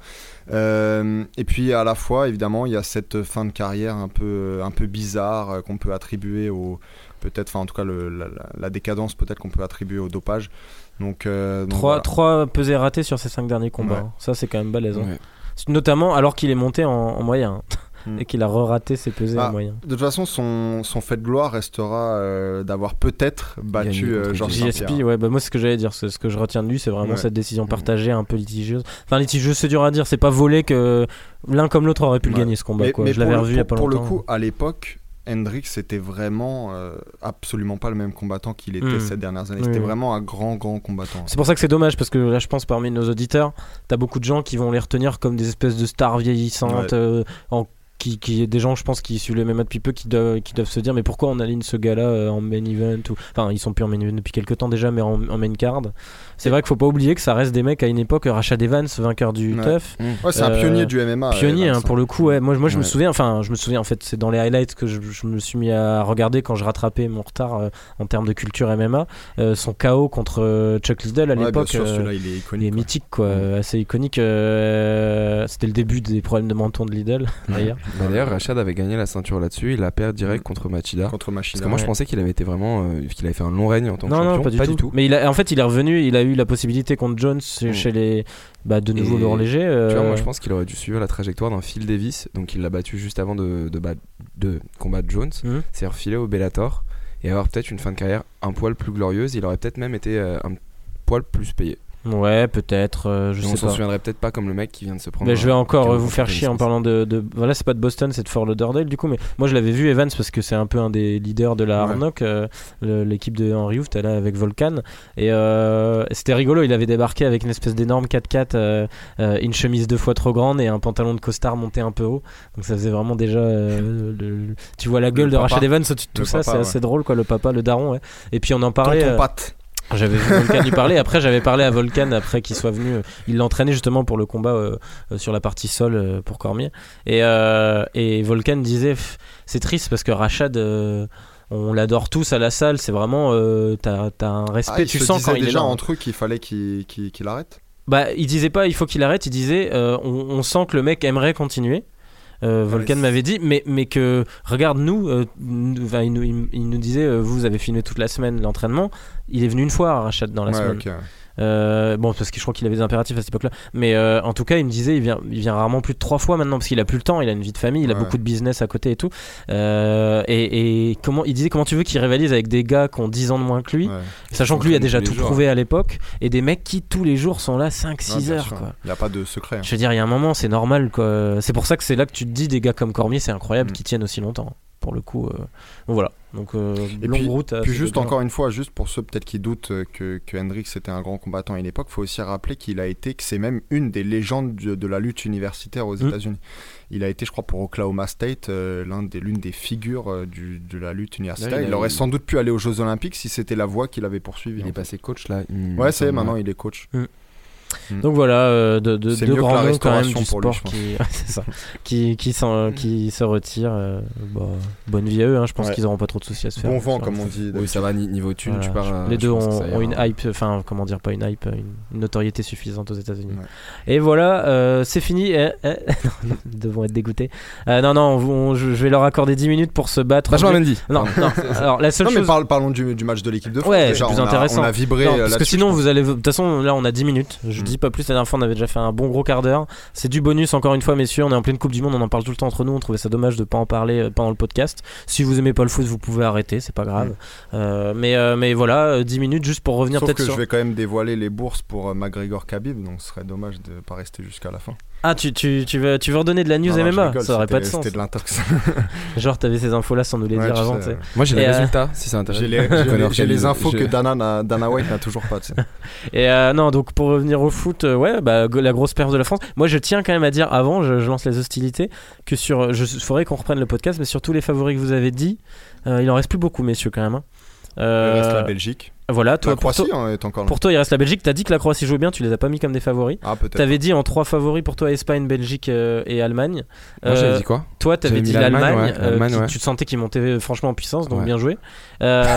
Euh, et puis à la fois, évidemment, il y a cette fin de carrière un peu, un peu bizarre euh, qu'on peut attribuer au peut-être, enfin en tout cas le, la, la décadence peut-être qu'on peut attribuer au dopage. Donc, euh, donc
trois,
voilà.
trois pesées ratés sur ces cinq derniers combats. Ouais. Ça c'est quand même balèze. Hein. Ouais. Notamment alors qu'il est monté en, en moyen mm. et qu'il a re-raté ses pesées ah, en moyen.
De toute façon, son, son fait de gloire restera euh, d'avoir peut-être battu euh, Georges
J S P. Ouais, bah moi c'est ce que j'allais dire. C'est ce que je retiens de lui, c'est vraiment ouais. cette décision partagée, un peu litigieuse. Enfin litigieuse, c'est dur à dire. C'est pas volé que l'un comme l'autre aurait pu ouais. le gagner ce combat.
Mais,
quoi.
Mais
je l'avais
le,
revu il y a pas
pour
longtemps.
Pour le coup, à l'époque. Hendricks c'était vraiment euh, absolument pas le même combattant qu'il était mmh. ces dernières années. C'était mmh. vraiment un grand grand combattant.
C'est pour ça que c'est dommage parce que là je pense parmi nos auditeurs, t'as beaucoup de gens qui vont les retenir comme des espèces de stars vieillissantes, ouais. euh, en Qui, qui des gens je pense qui suivent le M M A depuis peu qui doivent, qui doivent se dire mais pourquoi on aligne ce gars là euh, en main event ou... enfin ils sont plus en main event depuis quelques temps déjà mais en, en main card. C'est vrai qu'il faut pas oublier que ça reste des mecs à une époque. Rashad Evans vainqueur du
ouais.
T U F
mmh. ouais, c'est euh, un pionnier du M M A
pionnier
Evans,
hein, pour le coup ouais. moi, moi je
ouais.
me souviens enfin je me souviens en fait c'est dans les highlights que je, je me suis mis à regarder quand je rattrapais mon retard euh, en termes de culture M M A euh, son K O contre euh, Chuck Liddell à
ouais,
l'époque
sûr,
euh,
il est iconique
il est
quoi.
mythique quoi mmh. assez iconique euh, c'était le début des problèmes de menton de Liddell d'ailleurs.
Bah, d'ailleurs Rashad avait gagné la ceinture là-dessus, il a perdu direct contre Machida.
Contre Machida.
Parce que moi
ouais.
je pensais qu'il avait été vraiment euh, qu'il avait fait un long règne en tant que
non,
champion.
Non, pas du,
pas
tout.
du tout.
Mais il a, en fait, il est revenu, il a eu la possibilité contre Jones mmh. chez les bah, de nouveau lourd léger. Euh...
Tu vois, moi je pense qu'il aurait dû suivre la trajectoire d'un Phil Davis, donc il l'a battu juste avant de de, de, de combattre Jones, mmh. c'est refilé au Bellator et avoir peut-être une fin de carrière un poil plus glorieuse, il aurait peut-être même été euh, un poil plus payé.
Ouais, peut-être. Euh, je
et
sais
on s'en
pas.
souviendrait peut-être pas comme le mec qui vient de se prendre.
Mais je vais encore euh, vous faire chier en parlant de, de. Voilà, c'est pas de Boston, c'est de Fort Lauderdale du coup. Mais moi, je l'avais vu Evans parce que c'est un peu un des leaders de la Hard Knock. Ouais. Euh, le, l'équipe de Henry Hooft, elle là avec Volkan. Et euh, c'était rigolo. Il avait débarqué avec une espèce d'énorme quatre quatre, euh, euh, une chemise deux fois trop grande et un pantalon de costard monté un peu haut. Donc ça faisait vraiment déjà. Euh, le, tu vois la gueule le de Rashad Evans au-dessus de tout le ça, papa, c'est ouais. assez drôle quoi. Le papa, le daron. Ouais. Et puis on en parlait.
Tonton
euh,
Pat.
J'avais vu Volkan lui parler. Après, j'avais parlé à Volkan après qu'il soit venu. Il l'entraînait justement pour le combat euh, sur la partie sol euh, pour Cormier. Et, euh, et Volkan disait c'est triste parce que Rashad, euh, on l'adore tous à la salle. C'est vraiment. Euh, t'as, t'as un respect.
Ah,
tu sens quand il est là.
Déjà entre eux qu'il fallait qu'il, qu'il, qu'il arrête.
Bah, il disait pas il faut qu'il arrête. Il disait euh, on, on sent que le mec aimerait continuer. Euh, Volkan ouais, m'avait dit, mais, mais que regarde nous, euh, nous il, nous il, il nous disait, euh, vous avez filmé toute la semaine l'entraînement, il est venu une fois Rashad dans la
ouais,
semaine.
Okay.
Euh, bon, parce que je crois qu'il avait des impératifs à cette époque-là. Mais euh, en tout cas, il me disait, il vient, il vient rarement plus de trois fois maintenant parce qu'il a plus le temps. Il a une vie de famille, il a ouais. beaucoup de business à côté et tout. Euh, et, et comment il disait comment tu veux qu'il rivalise avec des gars qui ont dix ans de moins que lui, ouais. sachant que lui a déjà tout jours, prouvé hein. à l'époque, et des mecs qui tous les jours sont là cinq six heures. Quoi.
Il n'y a pas de secret. Hein.
Je veux dire, il y a un moment, c'est normal. Quoi. C'est pour ça que c'est là que tu te dis, des gars comme Cormier, c'est incroyable mm. qu'ils tiennent aussi longtemps. Pour le coup, euh... donc voilà. Donc euh,
et
longue
puis,
route.
Puis juste encore une fois, juste pour ceux peut-être qui doutent que, que Hendricks était un grand combattant à une époque, il faut aussi rappeler qu'il a été, que c'est même une des légendes de, de la lutte universitaire aux mmh. États-Unis. Il a été, je crois, pour Oklahoma State, euh, l'un des, l'une des figures euh, du, de la lutte universitaire. Ouais, il, il aurait eu... sans doute pu aller aux Jeux Olympiques si c'était la voie qu'il avait poursuivie.
Il est passé coach là. Il...
Ouais, c'est maintenant il est coach.
Mmh. Mmh. Donc voilà, euh, de, de, deux grands noms quand même du sport lui, qui, c'est ça, qui, qui, s'en, qui se retirent. Euh, bah, bonne vie à eux, hein, je pense ouais. qu'ils n'auront pas trop de soucis à se faire.
Bon vent, comme on dit.
Oui, ça va, niveau thune, voilà. tu pars.
Les deux ont, ont une hype, enfin, comment dire, pas une hype, une, une notoriété suffisante aux États-Unis. Ouais. Et voilà, euh, c'est fini. Eh, eh, nous devons être dégoûtés. Euh, non, non, on, on, je, je vais leur accorder dix minutes pour se battre.
Benjamin Mendy.
Non, non. Alors, la seule
non,
chose.
mais parle, parlons du, du match de l'équipe de France.
Ouais,
déjà,
c'est plus
on
intéressant.
A, on a vibré.
Non, parce que sinon, vous allez. De toute façon, là, on a dix minutes. Je dis pas plus. La dernière fois, on avait déjà fait un bon gros quart d'heure. C'est du bonus, encore une fois, messieurs. On est en pleine Coupe du Monde, on en parle tout le temps entre nous. On trouvait ça dommage de pas en parler pendant le podcast. Si vous aimez pas le foot, vous pouvez arrêter, c'est pas grave. Mmh. Euh, mais, euh, mais voilà, dix minutes juste pour revenir
Sauf
peut-être
que
sur.
Je vais quand même dévoiler les bourses pour euh, McGregor Khabib, donc ce serait dommage de pas rester jusqu'à la fin.
Ah, tu, tu, tu, veux, tu veux redonner de la news non, M M A
rigole,
ça aurait pas de sens.
C'était de l'intox.
Genre, t'avais ces infos là sans nous les ouais, dire avant.
Sais, ouais.
Moi, j'ai les
et
résultats,
euh...
si ça intéresse.
J'ai les, j'ai les, j'ai les infos je... que Dana, n'a, Dana White n'a toujours pas.
Et euh, non, donc pour revenir au foot, euh, ouais, bah, la grosse perf de la France. Moi, je tiens quand même à dire avant, je, je lance les hostilités, que sur. Il faudrait qu'on reprenne le podcast, mais sur tous les favoris que vous avez dit, euh, il en reste plus beaucoup, messieurs, quand même. Hein.
Euh, il reste la Belgique.
Voilà, toi,
la Croatie
pour, toi,
hein, est encore là.
Pour toi, il reste la Belgique. T'as dit que la Croatie jouait bien, tu les as pas mis comme des favoris.
Ah, peut-être.
T'avais dit en trois favoris pour toi Espagne, Belgique euh, et Allemagne.
Moi, euh, j'avais dit quoi?
Toi, t'avais dit l'Allemagne. l'Allemagne, ouais,
euh, l'Allemagne
qui,
ouais.
Tu te sentais qu'ils montaient franchement en puissance, donc
ouais.
bien joué. Euh,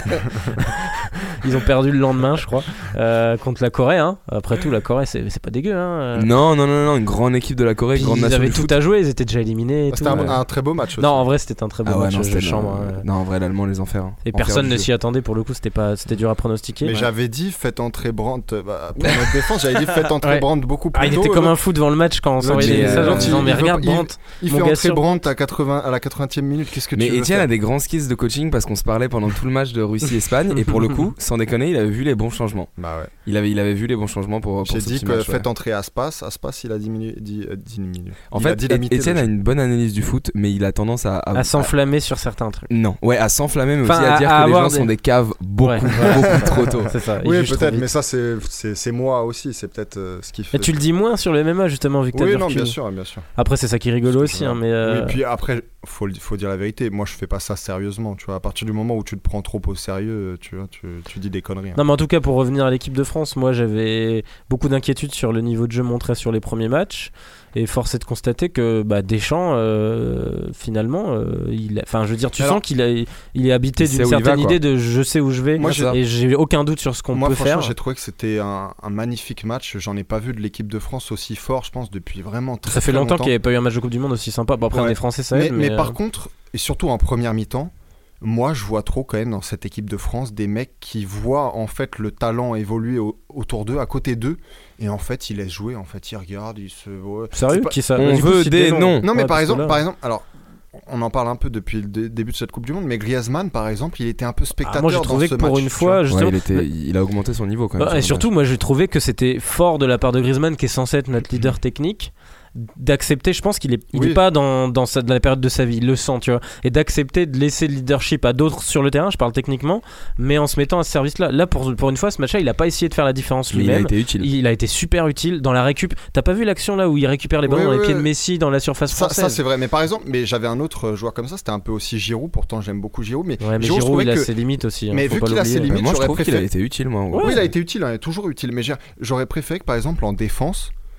ils ont perdu le lendemain, je crois, euh, contre la Corée. Hein. Après tout, la Corée, c'est, c'est pas dégueu. Hein.
Non, non, non, non, une grande équipe de la Corée,
Puis
grande
ils
nation.
Ils avaient tout à jouer, ils étaient déjà éliminés. Et
c'était
tout,
un,
ouais.
un très beau match. Aussi.
Non, en vrai, c'était un très beau
ah ouais,
match.
Non,
je chambre,
euh,
hein.
non, en vrai, l'Allemand les enfer. Hein.
Et
enfer
personne ne
jeu.
s'y attendait pour le coup, c'était, pas, c'était dur à pronostiquer.
Mais
ouais.
j'avais dit, faites entrer Brandt. Bah, pour notre défense, j'avais dit, faites entrer
ouais.
Brandt beaucoup plus
ah, il
tôt.
était comme un fou devant le match quand on s'envoyait des messages en disant, mais regarde Brandt.
Il fait entrer Brandt à quatre-vingts à la quatre-vingtième minute. Qu'est-ce que tu veux faire ?
Mais Etienne a des grands skills de coaching parce qu'on se parlait pendant tout le match de Russie-Espagne et pour le coup, sans déconner, il avait vu les bons changements.
Bah ouais.
Il avait, il avait vu les bons changements pour. pour
J'ai
ce
dit que
match,
faites
ouais.
entrer Aspas. Aspas, il a diminué. diminué.
En fait, Etienne a une bonne analyse du foot, mais il a tendance à.
À, à s'enflammer à... sur certains trucs.
Non, ouais, à s'enflammer, mais
enfin,
aussi à, à dire
à
que les gens
des...
sont des caves beaucoup, ouais, beaucoup trop tôt.
C'est ça.
Oui, peut-être, mais ça, c'est, c'est, c'est moi aussi. C'est peut-être euh, ce qui fait.
Et tu le dis moins sur le M M A, justement, vu que t'as
oui,
du
non,
recul.
bien sûr, bien sûr.
Après, c'est ça qui rigole aussi, hein, mais. Euh...
Oui, puis après, faut, faut dire la vérité. Moi, je fais pas ça sérieusement. Tu vois, à partir du moment où tu te prends trop au sérieux, tu vois, tu, tu dis des conneries. Hein.
Non, mais en tout cas, pour revenir à l'équipe de France, moi, j'avais beaucoup d'inquiétudes sur le niveau de jeu montré sur les premiers matchs. Et force est de constater que bah, Deschamps, euh, finalement, euh, il, enfin, je veux dire, tu Alors, sens qu'il a, il est habité il d'une certaine va, idée de je sais où je vais. Moi, et j'ai aucun doute sur ce qu'on
moi,
peut faire.
Moi, j'ai trouvé que c'était un, un magnifique match. J'en ai pas vu de l'équipe de France aussi fort, je pense, depuis vraiment très,
ça fait
très
longtemps,
longtemps
qu'il n'y avait pas eu un match de Coupe du Monde aussi sympa. Bon, après, ouais. on est français, ça aide.
Mais,
mais,
mais
euh...
par contre, et surtout en première mi-temps, moi, je vois trop quand même dans cette équipe de France des mecs qui voient en fait le talent évoluer au, autour d'eux, à côté d'eux, et en fait, ils laissent jouer. En fait, ils regardent, ils se. Ouais.
Sérieux
pas...
qui ça
On veut
coup,
des noms.
Non, mais
ouais,
par exemple,
là...
par exemple, alors. On en parle un peu depuis le dé- début de cette Coupe du Monde, mais Griezmann, par exemple, il était un peu spectateur. Ah,
moi, j'ai trouvé
dans
que
ce
pour
match,
une fois, justement,
ouais, il, était, il a augmenté son niveau quand même.
Ouais, et surtout, moi, j'ai trouvé que c'était fort de la part de Griezmann, qui est censé être notre leader technique, d'accepter. Je pense qu'il est, il oui. est pas dans dans, sa, dans la période de sa vie, il le sent, tu vois, et d'accepter de laisser le leadership à d'autres sur le terrain. Je parle techniquement, mais en se mettant à ce service-là. Là, pour pour une fois, ce match-là, il a pas essayé de faire la différence lui-même.
Il a été utile.
Il a été super utile dans la récup. T'as pas vu l'action là où il récupère les ballons oui, dans oui, les pieds oui. de Messi dans la surface
ça,
française?
Ça, c'est vrai. Mais par exemple, mais j'avais un autre joueur comme ça. C'était un peu aussi Giroud. Pourtant, j'aime beaucoup Giroud, mais,
ouais, mais
Giroud,
Giroud il a
que...
ses limites aussi. Hein,
mais vu qu'il a ses limites,
moi, je trouve
préféré...
qu'il a été utile, moi.
Oui, il a été utile, hein, toujours utile. Mais j'aurais préféré que, par exemple, en défense,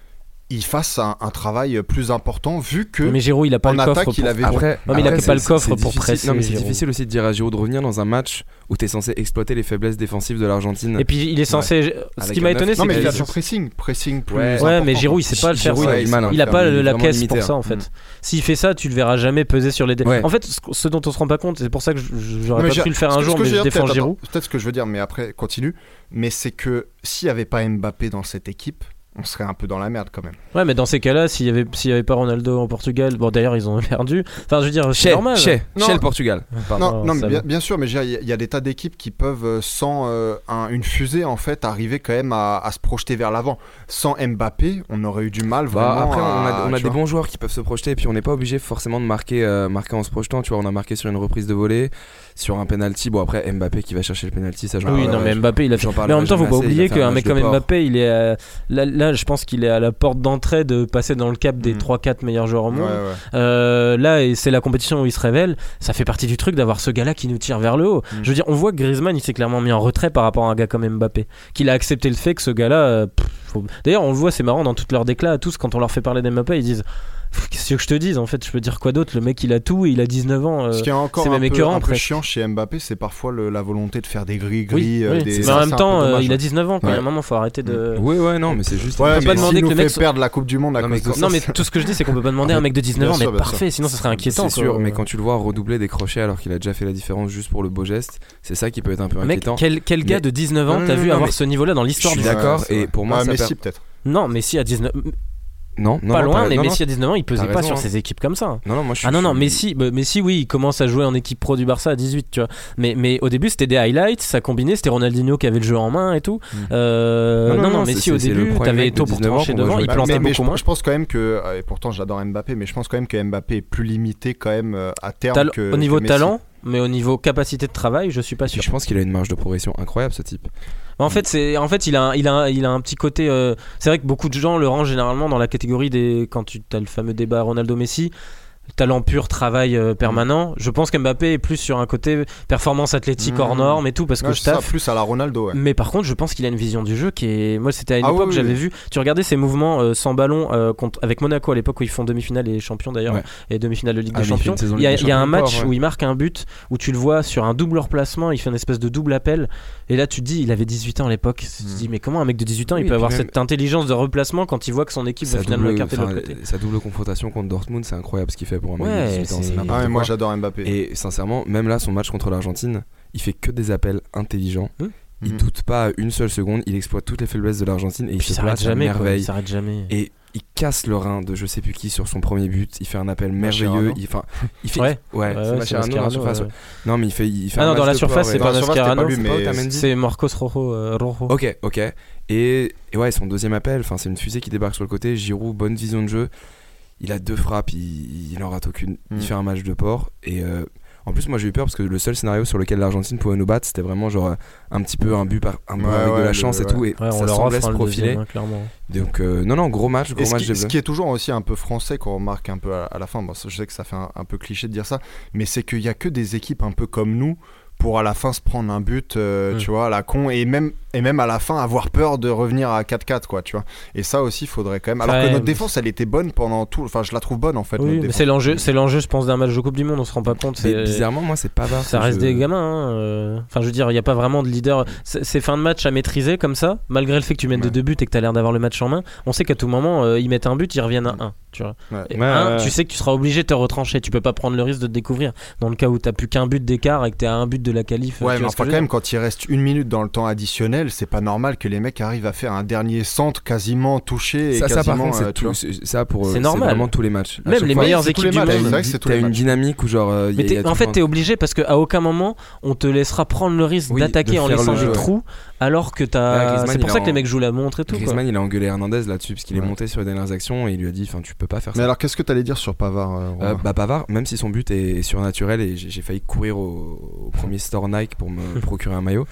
il fasse un, un travail plus important vu que
mais Giroud il a pas
en
le coffre
attaque
pour...
il avait
après,
non mais
après,
il a pas le coffre pour presser.
Non mais c'est
Giroud.
difficile aussi de dire à Giroud de revenir dans un match où t'es censé exploiter les faiblesses défensives de l'Argentine.
Et puis il est censé ouais. Ce
Avec
qui m'a étonné
non
c'est
mais
que
il a du pressing pressing plus
ouais,
ouais mais Giroud il sait pas le faire.
Giroud, il, mal,
il a pas
il
la caisse
limité,
pour ça en fait. Mm. S'il fait ça tu le verras jamais peser sur les dé...
ouais.
En fait ce dont on se rend pas compte c'est pour ça que j'aurais pas pu le faire un jour mais je défends Giroud.
Peut-être ce que je veux dire mais après continue mais c'est que s'il y avait pas Mbappé dans cette équipe on serait un peu dans la merde quand même.
Ouais, mais dans ces cas-là, s'il y avait, s'il y avait pas Ronaldo en Portugal, bon d'ailleurs ils ont perdu. Enfin, je veux dire, c'est
chez,
normal.
Chez, chez le Portugal.
Pardon. Non, non, mais bien, bien sûr, mais il y, y a des tas d'équipes qui peuvent, sans euh, un, une fusée en fait, arriver quand même à, à se projeter vers l'avant. Sans Mbappé, on aurait eu du mal vraiment.
Bah, après,
à,
on a, on a des
vois.
bons joueurs qui peuvent se projeter, et puis on n'est pas obligé forcément de marquer, euh, marquer en se projetant. Tu vois, on a marqué sur une reprise de volée, sur un penalty. Bon après, Mbappé qui va chercher le penalty, ça.
Oui, euh, non, mais Mbappé, il a fait. Mais en même temps, faut pas oublier qu'un mec comme Mbappé, il est à... là, là, je pense qu'il est à la porte d'entrée de passer dans le cap des mmh. trois quatre meilleurs joueurs au monde. Ouais, ouais. Euh, là, et c'est la compétition où il se révèle. Ça fait partie du truc d'avoir ce gars-là qui nous tire vers le haut. Mmh. Je veux dire, on voit que Griezmann, il s'est clairement mis en retrait par rapport à un gars comme Mbappé, qu'il a accepté le fait que ce gars-là. Pff, faut... D'ailleurs, on le voit, c'est marrant dans toutes leurs déclats à tous quand on leur fait parler d'Mbappé, ils disent. Qu'est-ce que je te dise en fait, je peux dire quoi d'autre? Le mec il a tout et il a dix-neuf ans. Euh,
Ce qui est encore
c'est
un,
même
peu,
écœurant,
un peu chiant chez Mbappé, c'est parfois le, la volonté de faire des gris-gris.
Oui,
euh,
oui.
Des...
Mais
ça,
en même temps,
dommage,
il a
ouais.
dix-neuf ans. Quand
ouais.
il y a un moment, faut arrêter de.
Oui, ouais, non, mais c'est juste.
Ouais,
on peut
mais
pas demander
si
que
nous
le mec
fait perdre la Coupe du Monde à
non,
cause
mais,
de
non,
ça.
mais tout ce que je dis, c'est qu'on peut pas demander à un mec de dix-neuf ans, mais parfait, sinon ça serait inquiétant.
C'est sûr, mais quand tu le vois redoubler des crochets alors qu'il a déjà fait la différence juste pour le beau geste, c'est ça qui peut être un peu inquiétant.
Mec, quel gars de dix-neuf ans t'as vu avoir ce niveau-là dans l'histoire?
Je suis d'accord, et pour moi, ça
Messi peut-être.
Non, Messi à dix-neuf.
Non, non,
pas
non,
loin,
pas,
mais
non,
Messi
non.
à dix-neuf ans, il pesait
T'as
pas
raison,
sur
hein.
ces équipes comme ça.
Non, non, moi je suis.
Ah non, non,
je...
Messi, bah, Messi, oui, il commence à jouer en équipe pro du Barça à dix-huit, tu vois. Mais, mais au début, c'était des highlights, ça combinait, c'était Ronaldinho qui avait le jeu en main et tout. Mm. Euh, non, non, non, non, Messi au début, t'avais Eto'o pour trancher devant, il plantait
mais, mais
beaucoup
je,
moins.
Je pense quand même que, et pourtant j'adore Mbappé, mais je pense quand même que Mbappé est plus limité quand même à terme
Tal-
que.
Au niveau
que
talent, mais au niveau capacité de travail, je suis pas sûr.
Je pense qu'il a une marge de progression incroyable, ce type.
En fait, c'est, en fait, il a, un, il a, un, il a un petit côté. Euh, c'est vrai que beaucoup de gens le rangent généralement dans la catégorie des. Quand tu as le fameux débat Ronaldo-Messi, talent pur, travail euh, permanent. Je pense qu'Mbappé est plus sur un côté performance athlétique mmh. hors norme et tout parce que
ouais,
je taffe.
Ça, plus à la Ronaldo. Ouais.
Mais par contre, je pense qu'il a une vision du jeu qui est. Moi, c'était à une
ah,
époque
oui,
j'avais
oui.
vu. Tu regardais ses mouvements euh, sans ballon euh, contre, avec Monaco à l'époque où ils font demi-finale et champions d'ailleurs ouais. et demi-finale de Ligue
ah,
des Champions. Il y a, il y a un match
port, ouais.
où il marque un but où tu le vois sur un double replacement. Il fait une espèce de double appel et là tu te dis, il avait dix-huit ans à l'époque. Tu te dis, mais comment un mec de dix-huit ans
oui,
il peut avoir
même...
cette intelligence de replacement quand il voit que son équipe va finalement écarter de l'autre côté.
Sa double confrontation contre Dortmund, c'est incroyable ce qu'il fait pour un mec
ouais,
de dix-huit ans. C'est
ah, mais moi j'adore Mbappé.
Et sincèrement, même là, son match contre l'Argentine, il fait que des appels intelligents.
Mmh.
Il mmh. doute pas une seule seconde. Il exploite toutes les faiblesses de l'Argentine et il
puis
se place à merveille.
Il s'arrête jamais.
Et il casse le rein de je sais plus qui sur son premier but. Il fait un appel merveilleux. Il, fin, il fait.
Ouais,
ouais,
ouais
c'est
ouais,
Mascherano dans la surface.
Ouais.
Ouais. Non, mais il fait. Il fait
ah
un
non,
match
dans la
de
surface,
peur,
c'est pas Mascherano,
c'est,
c'est Marcos Rojo. Euh, Rojo.
Ok, ok. Et, et ouais, son deuxième appel, enfin, c'est une fusée qui débarque sur le côté. Giroud, bonne vision de jeu. Il a deux frappes, il, il en rate aucune. Mm. Il fait un match de port et. Euh, En plus, moi j'ai eu peur parce que le seul scénario sur lequel l'Argentine pouvait nous battre, c'était vraiment genre un petit peu un but, par, un peu ouais, avec ouais, de la chance le, et ouais. tout, et
ouais,
ça semblait se profiler.
Deuxième, hein,
Donc, euh, non, non, gros match, gros
et
match
ce
de
qui, ce qui est toujours aussi un peu français qu'on remarque un peu à, à la fin, bon, je sais que ça fait un, un peu cliché de dire ça, mais c'est qu'il y a que des équipes un peu comme nous pour à la fin se prendre un but, euh, mmh. tu vois, à la con, et même, et même à la fin avoir peur de revenir à quatre quatre, quoi, tu vois. Et ça aussi, il faudrait quand même. Alors ouais, que notre défense, elle était bonne pendant tout. Enfin, je la trouve bonne en fait.
Oui, mais c'est l'enjeu, c'est l'enjeu, je pense, d'un match de Coupe du Monde. On se rend pas compte.
Mais bizarrement, moi, c'est pas Pavard.
Ça reste je... des gamins. Hein, euh... Enfin, je veux dire, il y a pas vraiment de leader. C'est, c'est fin de match à maîtriser comme ça, malgré le fait que tu mènes ouais. de deux buts et que t'as l'air d'avoir le match en main. On sait qu'à tout moment, euh, ils mettent un but, ils reviennent à un. Tu vois. Ouais. Et ouais, un, ouais. tu sais que tu seras obligé de te retrancher. Tu peux pas prendre le risque de te découvrir. Dans le cas où t'as plus qu'un but d'écart et que t'es à un but de la qualif.
Ouais, mais enfin, quand même, quand il reste une minute dans le temps additionnel, c'est pas normal que les mecs arrivent à faire un dernier centre quasiment touché. Et
ça,
quasiment,
ça, par contre,
euh,
c'est, tout, c'est ça pour.
C'est
c'est
normal.
Vraiment tous les matchs.
Même les
fois,
meilleures équipes du monde.
C'est vrai que c'est tous les
matchs. T'as une
matchs.
dynamique où genre.
Mais y a, y a en fait, t'es obligé parce qu'à aucun moment on te laissera prendre le risque oui, d'attaquer de en laissant des trous. Alors que t'as. C'est pour ça que les mecs jouent la montre et tout.
Griezmann, il a engueulé Hernandez là-dessus parce qu'il est monté sur les dernières actions et il lui a dit, enfin, tu peux pas faire ça.
Mais alors, qu'est-ce que t'allais dire sur Pavard?
Bah Pavard, même si son but est surnaturel et j'ai failli courir au premier store Nike pour me procurer un maillot,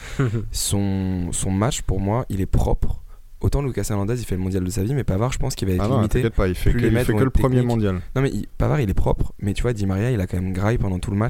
son son match pour moi, il est propre. Autant Lucas Hernandez il fait le mondial de sa vie, mais Pavard je pense qu'il va être
ah non,
limité.
Pas, il fait que, il fait que le premier mondial.
Non mais il, Pavard il est propre, mais tu vois Di Maria il a quand même graille pendant tout le match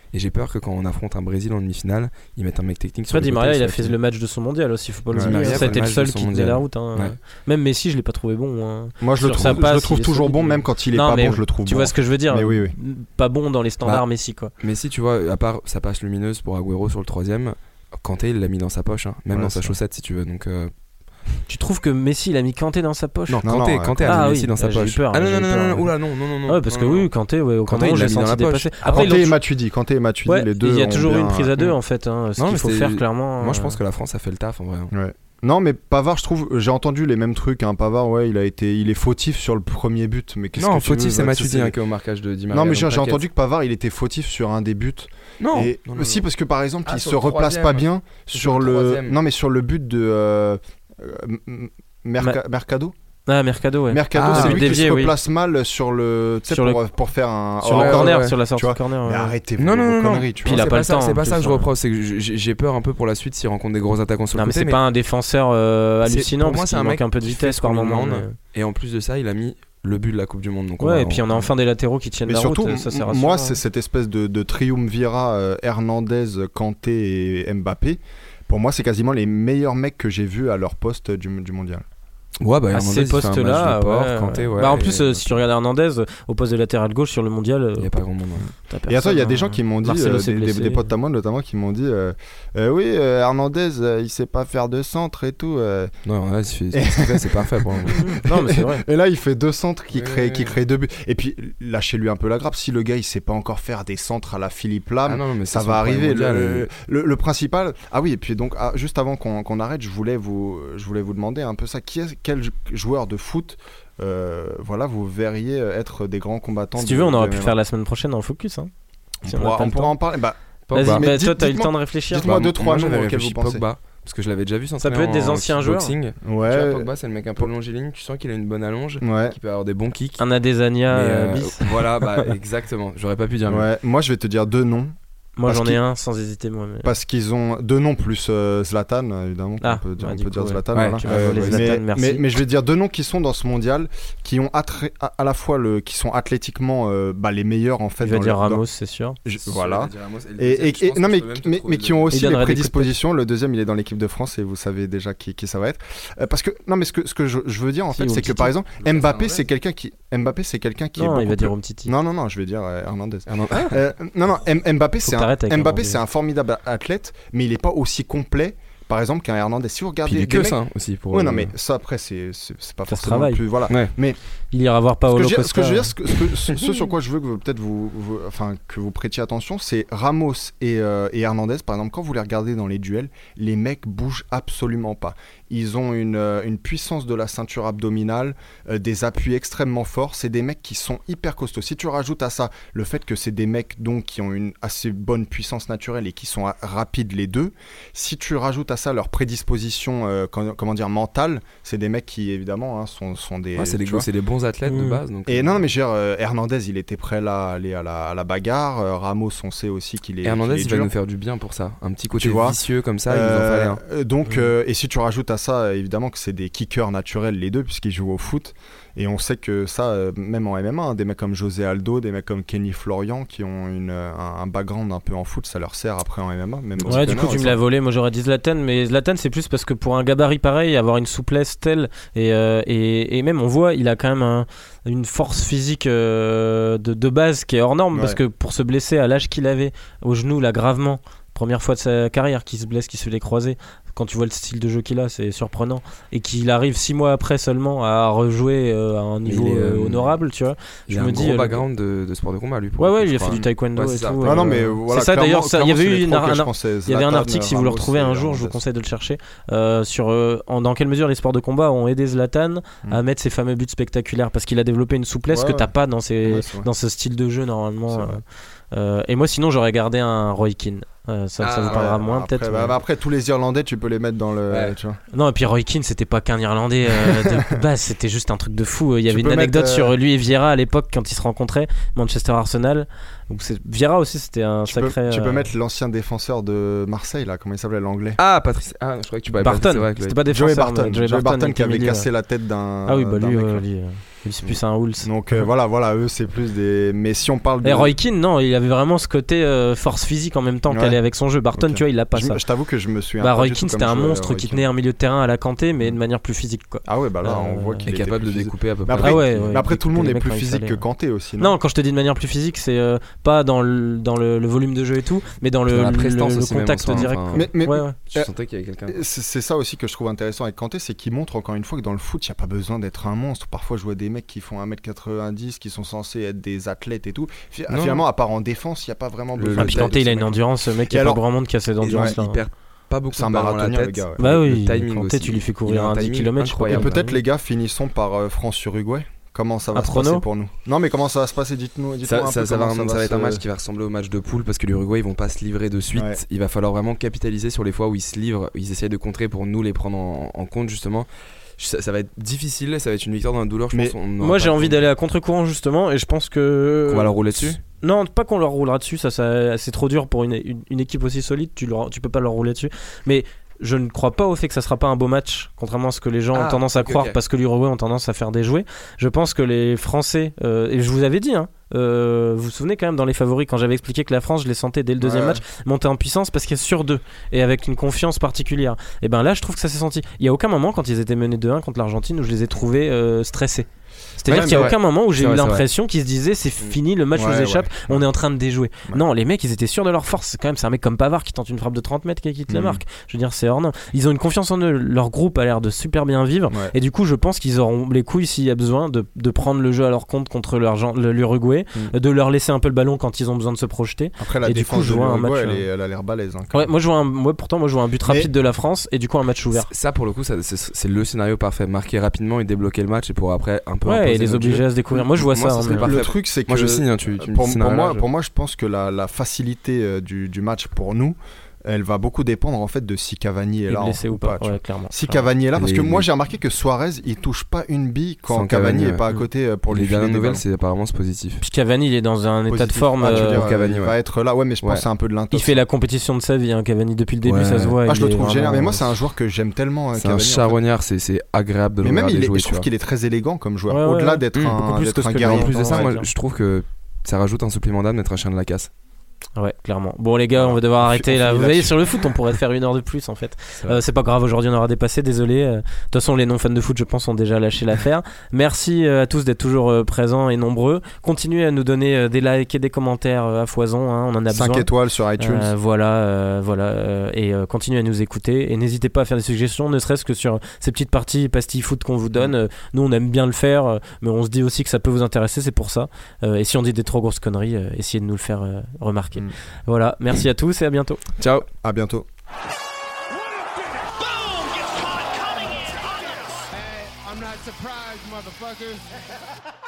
Et j'ai peur que quand on affronte un Brésil en demi-finale, ils mettent un mec technique sur
Après,
le
Di
côté.
Maria, il a
ça
fait
qui-
le match de son mondial aussi, faut pas le
Ouais,
oublier.
Maria
Ça
fait
a été
le
le
match
seul
de son
qui tenait
mondial.
la route. Hein.
Ouais.
Même Messi, je l'ai pas trouvé bon. Hein.
Moi, je le
Sur
trouve,
sa
je
passe,
le
il
trouve
est
toujours
solide,
bon,
mais-
même quand il est
Non,
pas
mais
bon, je le trouve
Tu
bon.
vois ce que je veux dire?
Mais oui, oui.
Pas bon dans les standards
Bah,
Messi, quoi.
Messi, tu vois, à part sa passe lumineuse pour Agüero sur le troisième, Kanté, il l'a mis dans sa poche, hein, même
Ouais,
dans sa
c'est
chaussette si tu veux. Donc, euh,
Tu trouves que Messi, il a mis Kanté dans sa poche?
non,
Non,
Kanté,
non,
Kanté
ah,
a mis
oui,
Messi dans sa
j'ai eu
poche.
peur,
ah non,
j'ai
non,
eu
non,
peur,
non, non,
ouais.
oula, non, non, non, non.
Ouais, parce que
non,
oui,
non.
Kanté, ouais, au
Kanté,
Cameroun,
il
j'ai
l'a mis dans
senti
la poche.
dépasser.
Ah,
Après,
Kanté et
l'autre-
Matuidi, Kanté et Matuidi,
Ouais,
les deux.
il y a
ont
toujours eu
bien-
une prise à deux en fait. Hein, ce
Non,
qu'il
mais
faut
c'est-
faire clairement.
Moi, je
euh,
pense que la France a fait le taf en vrai.
Ouais. Non, mais Pavard, je trouve, j'ai entendu les mêmes trucs. Hein. Pavard, ouais, il a été, il est fautif sur le premier but. Mais qu'est-ce
Non,
que tu
fautif,
veux,
c'est
ouais,
Matuidi
c'est-
hein, qui est au marquage de Di Maria.
Non, mais
donc
j'ai j'ai
t'inquiète.
entendu que Pavard, il était fautif sur un des buts.
Non,
Et
non, non,
aussi
non.
parce que par exemple,
Ah,
il
sur
se
le
replace
troisième.
pas bien
Sur
sur
le
le.
troisième.
Non, mais sur le but de euh, euh, M- Merca- Mercado.
Ah, Mercado, ouais.
Mercado,
Ah,
c'est
oui,
lui
dévié,
qui se
oui.
replace mal sur le, tu sais,
Sur
pour,
le-
pour faire un
Sur
en
le
ouais,
corner,
ouais.
sur la sortie
Tu vois.
corner.
Mais
ouais.
arrêtez
Non, non,
vos
non, non.
conneries, tu
Puis
vois.
il a
c'est
pas
pas
le
ça,
temps,
c'est
en
pas
plus,
ça que je
hein.
reproche, c'est que j'ai j'ai peur un peu pour la suite s'il rencontre des gros attaquants sur
Non,
le
mais
côté.
c'est
mais
pas un défenseur euh,
c'est-
hallucinant
pour moi,
parce
c'est
qu'il
un
manque
mec
un peu de
qui
vitesse
fait
par
ce qu'on lui
moment.
demande.
mais-
Et en plus de ça, il a mis le but de la Coupe du Monde. Donc on
Ouais,
va-
et puis on a enfin des latéraux qui tiennent
Mais
la
surtout,
route. Ça, c'est
m-
rassurant.
moi, c'est cette espèce de, de triumvirat euh, Hernandez, Kanté et Mbappé. Pour moi, c'est quasiment les meilleurs mecs que j'ai vus à leur poste du, du mondial.
Ouais, bah
à
Hernandez,
ces
il fait un match
postes-là,
de porc,
ouais,
Kanté,
ouais.
ouais.
Bah, en
et-
plus, euh, si tu regardes Hernandez euh, au poste de latéral gauche sur le mondial, euh,
il y a pas grand monde. hein.
t'as
Et attends, il y a
personne,
des gens
hein.
qui m'ont dit,
Marcelo
euh,
s'est
des, des-
blessé.
des potes à moi notamment, qui m'ont dit euh, euh, oui, euh, Hernandez, euh, il sait pas faire de centre et tout. euh.
Non, Hernandez, il fait- ce qu'il fait, c'est parfait pour le moment.
Non, mais c'est vrai.
Et là, il fait deux centres qui
Oui,
créent,
oui,
qui
oui.
créent deux buts. Et puis, lâchez-lui un peu la grappe. Si le gars, il sait pas encore faire des centres à la Philippe Lam,
Ah non, mais
ça
c'est
va
son premier
arriver.
mondial,
Le,
euh,
le- le principal. Ah oui, et puis donc, ah, juste avant qu'on qu'on arrête, je voulais, vous, je voulais vous demander un peu ça. Qui est, quel joueur de foot euh, voilà, vous verriez être des grands combattants
Si
de-
tu veux, on
de
aurait pu
M M A.
faire la semaine prochaine en focus. Hein.
On
Si on a
pourra,
pas
on
le
pourra
temps.
en parler. Bah,
Vas-y,
Pogba.
bah,
Mais
toi,
dites-
t'as eu le
dites-moi-
temps de réfléchir.
dites-moi
Bah,
deux, trois
moi,
noms
j'avais
auxquels
réfléchi
vous pensez.
Pogba, parce que je l'avais déjà vu s'entraîner
peut être des
en
anciens joueurs.
kickboxing. Tu vois,
ouais.
Pogba, c'est le mec un peu longiligne, tu sens qu'il a une bonne allonge,
Ouais.
qui peut avoir des bons kicks.
Un Adesanya
Mais,
euh,
euh,
bis.
voilà, bah exactement. J'aurais pas pu dire mieux.
Ouais. Moi, je vais te dire deux noms.
Moi,
parce
j'en ai
qu'il-
un sans hésiter, moi. mais-
Parce qu'ils ont deux noms plus euh, Zlatan, évidemment.
Ah,
on peut dire,
ouais,
on
du
peut
coup,
dire
ouais.
Zlatan.
Ouais,
voilà.
tu vas voler Zlatan,
mais,
merci.
mais, mais je vais dire deux noms qui sont dans ce mondial, qui ont attra- à, à la fois le, qui sont athlétiquement euh, bah, les meilleurs en fait.
Il va
dans
dire
leur- dans-
Ramos, c'est sûr.
je-
C'est
voilà.
sûr, il va dire Ramos. Et le
Et,
deuxième,
et-
je
et-
pense
non
que
mais,
je peux même te
mais,
trouver
mais
le
qui ont
deuxième.
aussi
Il
les
donnerait des
prédispositions. Le deuxième, il est dans l'équipe de France et vous savez déjà qui, qui ça va être. Euh, parce que non mais ce que ce que je, je veux dire en
Si,
fait, c'est que
Umtiti.
par exemple
Lucas
Mbappé,
Hernandez.
c'est quelqu'un qui Mbappé, c'est quelqu'un qui est
Non, il
beaucoup
va dire
plus-
Umtiti.
Non non non, je vais dire euh, Hernandez.
Hernandez.
Euh, non non, M- Mbappé
Faut
c'est
que t'arrêtes
un
avec
Mbappé
Hernandez.
c'est un formidable athlète, mais il est pas aussi complet. Par exemple, qu'un Hernandez. Si vous regardez
Puis du
des
que
mecs-
ça aussi pour.
Ouais, non,
euh,
mais ça après, c'est c'est c'est pas
Ça se
forcément
travaille.
plus. Voilà.
Ouais.
Mais
Il ira voir
ce que,
Paolo
je veux dire, ce
Costa.
que je veux dire, ce, que- ce que- ce- ce sur quoi je veux que vous- peut-être vous, vous- enfin, que vous prêtiez attention, c'est Ramos et, euh, et Hernandez. Par exemple, quand vous les regardez dans les duels, les mecs bougent absolument pas. Ils ont une, euh, une puissance de la ceinture abdominale, euh, des appuis extrêmement forts. C'est des mecs qui sont hyper costauds. Si tu rajoutes à ça le fait que c'est des mecs donc qui ont une assez bonne puissance naturelle et qui sont a- rapides les deux, si tu rajoutes à ça leur prédisposition, euh, com- comment dire, mentale, c'est des mecs qui évidemment hein, sont, sont des.
ouais, c'est des
tu
go-
vois.
c'est des bons athlètes de
Mm.
base. Donc,
Et
euh,
non, non, mais je veux dire, euh, Hernandez, il était prêt là à aller à la, à la bagarre. Euh, Ramos, on sait aussi qu'il est.
Hernandez,
qu'il est
il va
dur.
nous faire du bien pour ça. Un petit côté
Tu vois,
vicieux comme ça, il nous en fallait un.
Euh, donc,
Mm.
euh, et si tu rajoutes à ça, évidemment que c'est des kickers naturels les deux, puisqu'ils jouent au foot. Et on sait que ça, euh, même en M M A, hein, des mecs comme José Aldo, des mecs comme Kenny Florian, qui ont une, euh, un, un background un peu en foot, ça leur sert après en M M A. Même
Ouais, du
Titana,
coup, tu me
ça.
l'as volé. Moi, j'aurais dit Zlatan, mais Zlatan, c'est plus parce que pour un gabarit pareil, avoir une souplesse telle, et, euh, et, et même on voit, il a quand même un- une force physique euh, de, de base qui est hors norme,
Ouais.
parce que pour se blesser à l'âge qu'il avait, au genou, là, gravement, première fois de sa carrière qu'il se blesse, qu'il se fait les croiser. Quand tu vois le style de jeu qu'il a, c'est surprenant. Et qu'il arrive six mois après seulement à rejouer euh, à un
Mais
niveau
il est,
euh,
euh,
honorable, tu vois.
Il
Je
a
me
un
dis,
gros
euh,
background de, de sport de combat, lui. pour
Ouais,
le coup,
ouais,
je
il a
crois.
fait du taekwondo
Ouais,
et
c'est ça.
tout.
Ah
euh,
non, mais voilà,
c'est ça d'ailleurs.
clairement-
ça- Il y
clairement,
avait
c'est
eu
les
une,
trois que
un-
je pensais,
Il y avait un
Zlatan,
article, si vous le
Ramos
retrouvez
et
un jour, je vous
Hernandez.
conseille de le chercher, euh, sur euh, en- dans quelle mesure les sports de combat ont aidé Zlatan
Mm.
à mettre ses fameux buts spectaculaires, parce qu'il a développé une souplesse
Ouais,
que
ouais.
t'as pas dans, ces,
Ouais, c'est vrai.
dans ce style de jeu normalement.
C'est
euh,
vrai.
euh, et moi sinon j'aurais gardé un Roy Keane. Euh, ça, ça
Ah,
vous parlera
Ouais,
moins
après,
peut-être.
bah,
mais-
bah, après, tous les Irlandais, tu peux les mettre dans le.
Ouais.
Tu vois.
Non, et puis Roy Keane, c'était pas qu'un Irlandais euh, de base, c'était juste un truc de fou. Il y
Tu
avait
peux
une anecdote
mettre, euh,
sur lui et Vieira à l'époque quand ils se rencontraient, Manchester Arsenal. Donc c'est... Vieira aussi, c'était un
tu
sacré.
Peux, tu peux
euh...
mettre l'ancien défenseur de Marseille, là, comment il s'appelait, l'anglais?
Ah, Patrice. Ah, je croyais que tu parlais
Barton.
Patrice,
C'était pas défenseur.
Joey Barton,
Joey
Joey
Barton,
Barton qui avait
milieu,
cassé
ouais.
la tête d'un.
Ah oui, bah
d'un
lui,
mec,
ouais,
ouais.
lui, euh, lui c'est plus un Wolves.
Donc euh, voilà, voilà, eux c'est plus des. Mais si on parle de.
Et Roy Keane, non, il avait vraiment ce côté euh, force physique en même temps
Ouais.
qu'aller avec son jeu. Barton,
Ok.
tu vois, il a pas
je,
ça.
je t'avoue que je me suis.
Bah, Roy Keane, c'était un monstre qui tenait un milieu de terrain à la Kanté, mais de manière plus physique, quoi.
Ah ouais, bah là,
Euh,
on voit qu'il
est
était
capable de
plus physique.
découper à peu
Mais
près.
après,
Ah ouais, ouais,
mais après tout le monde
les
est
mecs
plus
quand il
physique
fallait,
que
ouais.
Kanté aussi.
Non, quand je te dis de manière plus physique, c'est euh, pas dans le dans le, le volume de jeu et tout, mais dans le,
Dans la
le-
prestance
le
aussi même,
contact
en soi,
direct.
enfin,
quoi.
Mais, mais
Ouais, ouais.
Tu
Euh,
sentais qu'il y avait quelqu'un.
c'est c'est ça aussi que je trouve intéressant avec Kanté, c'est qu'il montre encore une fois que dans le foot, il n'y a pas besoin d'être un monstre. Parfois, je vois des mecs qui font un mètre quatre-vingt-dix, qui sont censés être des athlètes et tout. Fi-
Non.
Finalement, à part en défense, il n'y a pas vraiment
Le-
besoin
Ah,
le
puis
de
Kanté,
ces
il a une
mecs.
endurance, ce mec qui
Et
a pas
alors-
vraiment de casser
Et
d'endurance.
il
là.
perd pas beaucoup
C'est un
de ballons à la
marathonien, le
tête.
gars. Ouais.
Bah
Le
oui,
timing
Kanté,
aussi.
tu lui fais
Il a
courir
un
un dix
timing
kilomètres, je crois.
Et
incroyable.
peut-être, les gars, finissons par euh, France-Uruguay. Comment ça va
Un
se
prono
passer pour nous? Non, mais comment ça va se passer? Dites-nous. dites-nous
Ça,
un
ça,
peu
ça va,
comment
ça va être un
se-
match qui va ressembler au match de poule parce que l'Uruguay ils vont pas se livrer de suite.
Ouais.
Il va falloir vraiment capitaliser sur les fois où ils se livrent, ils essayent de contrer pour nous les prendre en, en compte justement. Ça, ça va être difficile, ça va être une victoire dans la douleur. Je
Mais
pense, on n'aura
Moi,
pas
j'ai
le
envie
temps.
d'aller à contre-courant justement, et je pense que.
On va leur rouler dessus.
Non, pas qu'on leur roulera dessus, ça, ça c'est trop dur pour une, une, une équipe aussi solide, tu, leur, tu peux pas leur rouler dessus. Mais je ne crois pas au fait que ça sera pas un beau match, contrairement à ce que les gens
Ah,
ont tendance à
ok,
croire,
ok.
parce que l'Uruguay ont tendance à faire déjouer. Je pense que les Français, euh, et je vous avais dit, hein, euh, vous vous souvenez quand même dans les favoris, quand j'avais expliqué que la France, je les sentais dès le deuxième
Ouais.
match monter en puissance parce qu'il y a sur deux, et avec une confiance particulière. Et ben là, je trouve que ça s'est senti. Il y a aucun moment quand ils étaient menés deux un contre l'Argentine où je les ai trouvés euh, stressés. C'est-à-dire
Ouais,
qu'il n'y a
c'est
aucun moment où j'ai
C'est
eu
vrai, c'est
l'impression qu'ils se disaient c'est fini, le match
Ouais,
nous échappe,
ouais.
on est en train de déjouer.
Ouais.
Non, les mecs ils étaient sûrs de leur force. C'est quand même, c'est un mec comme Pavard qui tente une frappe de trente mètres qui quitte la
Mhm.
marque. Je veux dire, c'est hors norme. Ils ont une confiance en eux, leur groupe a l'air de super bien vivre.
Ouais.
Et du coup, je pense qu'ils auront les couilles s'il y a besoin de, de prendre le jeu à leur compte contre l'Argent- le- l'Uruguay,
Mhm.
de leur laisser un peu le ballon quand ils ont besoin de se projeter.
Après, la
Et du
défense
coup, je
de
vois un
l'Uruguay,
match,
elle, est- elle a l'air balèze. hein, quand
Ouais,
même.
moi je vois un, moi, pourtant, moi je vois un but
Mais-
rapide de la France et du coup un match ouvert.
Ça pour le coup, ça, c'est, c'est le scénario parfait. Marquer rapidement et débloquer le match et pour après un peu.
Ouais,
imposer
et les
notre
obliger
jeu.
à se découvrir. Moi je vois
Moi,
ça.
ça
hein,
serait
mais-
parfait.
Le truc, c'est que.
Moi je signe, hein, tu, tu me
pour,
dis
pour
scénario
moi,
là, je-
pour moi, je pense que la, la facilité euh, du, du match pour nous, elle va beaucoup dépendre en fait de si Cavani est
Et
là
blessé
en-
ou pas,
tu vois.
ouais, clairement.
Si
clairement.
Cavani est là, parce que
Les-
moi
les-
j'ai remarqué que Suarez il touche pas une bille quand
Sans
Cavani
Cavani,
est pas à
ouais.
côté euh, pour lui
les
filer
dernières
des
nouvelles,
ballons.
c'est apparemment c'est positif.
Puis Cavani il est dans un état de
Positif.
forme.
Ah, tu veux
euh,
dire,
pour Cavani,
il
ouais.
va être là, ouais, mais je pense
Ouais.
que c'est un peu de l'intos.
Il fait la compétition de sa vie, hein, Cavani, depuis le début,
Ouais.
ça se voit.
Ah, je
il
le
est
trouve génial,
vraiment-
mais moi c'est un joueur que j'aime tellement. euh,
C'est un
Cavani, en fait.
charognard, c'est, c'est agréable de le
Mais même,
regarder
il est-
jouer.
je
tu
trouve
vois.
qu'il est très élégant comme joueur.
Ouais, ouais,
Au-delà
ouais.
d'être
Mmh,
un,
beaucoup plus
d'être
que ce
un
que
guerrier.
En plus de ça,
Ouais,
moi
clair.
je trouve que ça rajoute un supplément d'âme d'être un chien de la casse.
Ouais, clairement. Bon, les gars, on va devoir
On
arrêter
fi- on
là.
finit
Vous voyez,
là-dessus.
sur le foot, on pourrait faire une heure de plus en fait.
C'est vrai.
Euh, c'est pas grave, aujourd'hui on aura dépassé, désolé. Euh, De toute façon, les non-fans de foot, je pense, ont déjà lâché l'affaire. Merci euh, à tous d'être toujours euh, présents et nombreux. Continuez à nous donner euh, des likes et des commentaires euh, à foison, hein, on en a besoin.
cinq étoiles sur iTunes.
Euh, voilà, euh, voilà, euh, et euh, continuez à nous écouter et n'hésitez pas à faire des suggestions, ne serait-ce que sur ces petites parties pastilles foot qu'on vous donne. Euh, nous, on aime bien le faire, euh, mais on se dit aussi que ça peut vous intéresser, c'est pour ça. Euh, et si on dit des trop grosses conneries, euh, essayez de nous le faire euh, remarquer.
Mm.
Voilà, merci à tous et à bientôt.
Ciao.
À bientôt.
I'm not surprised, motherfuckers.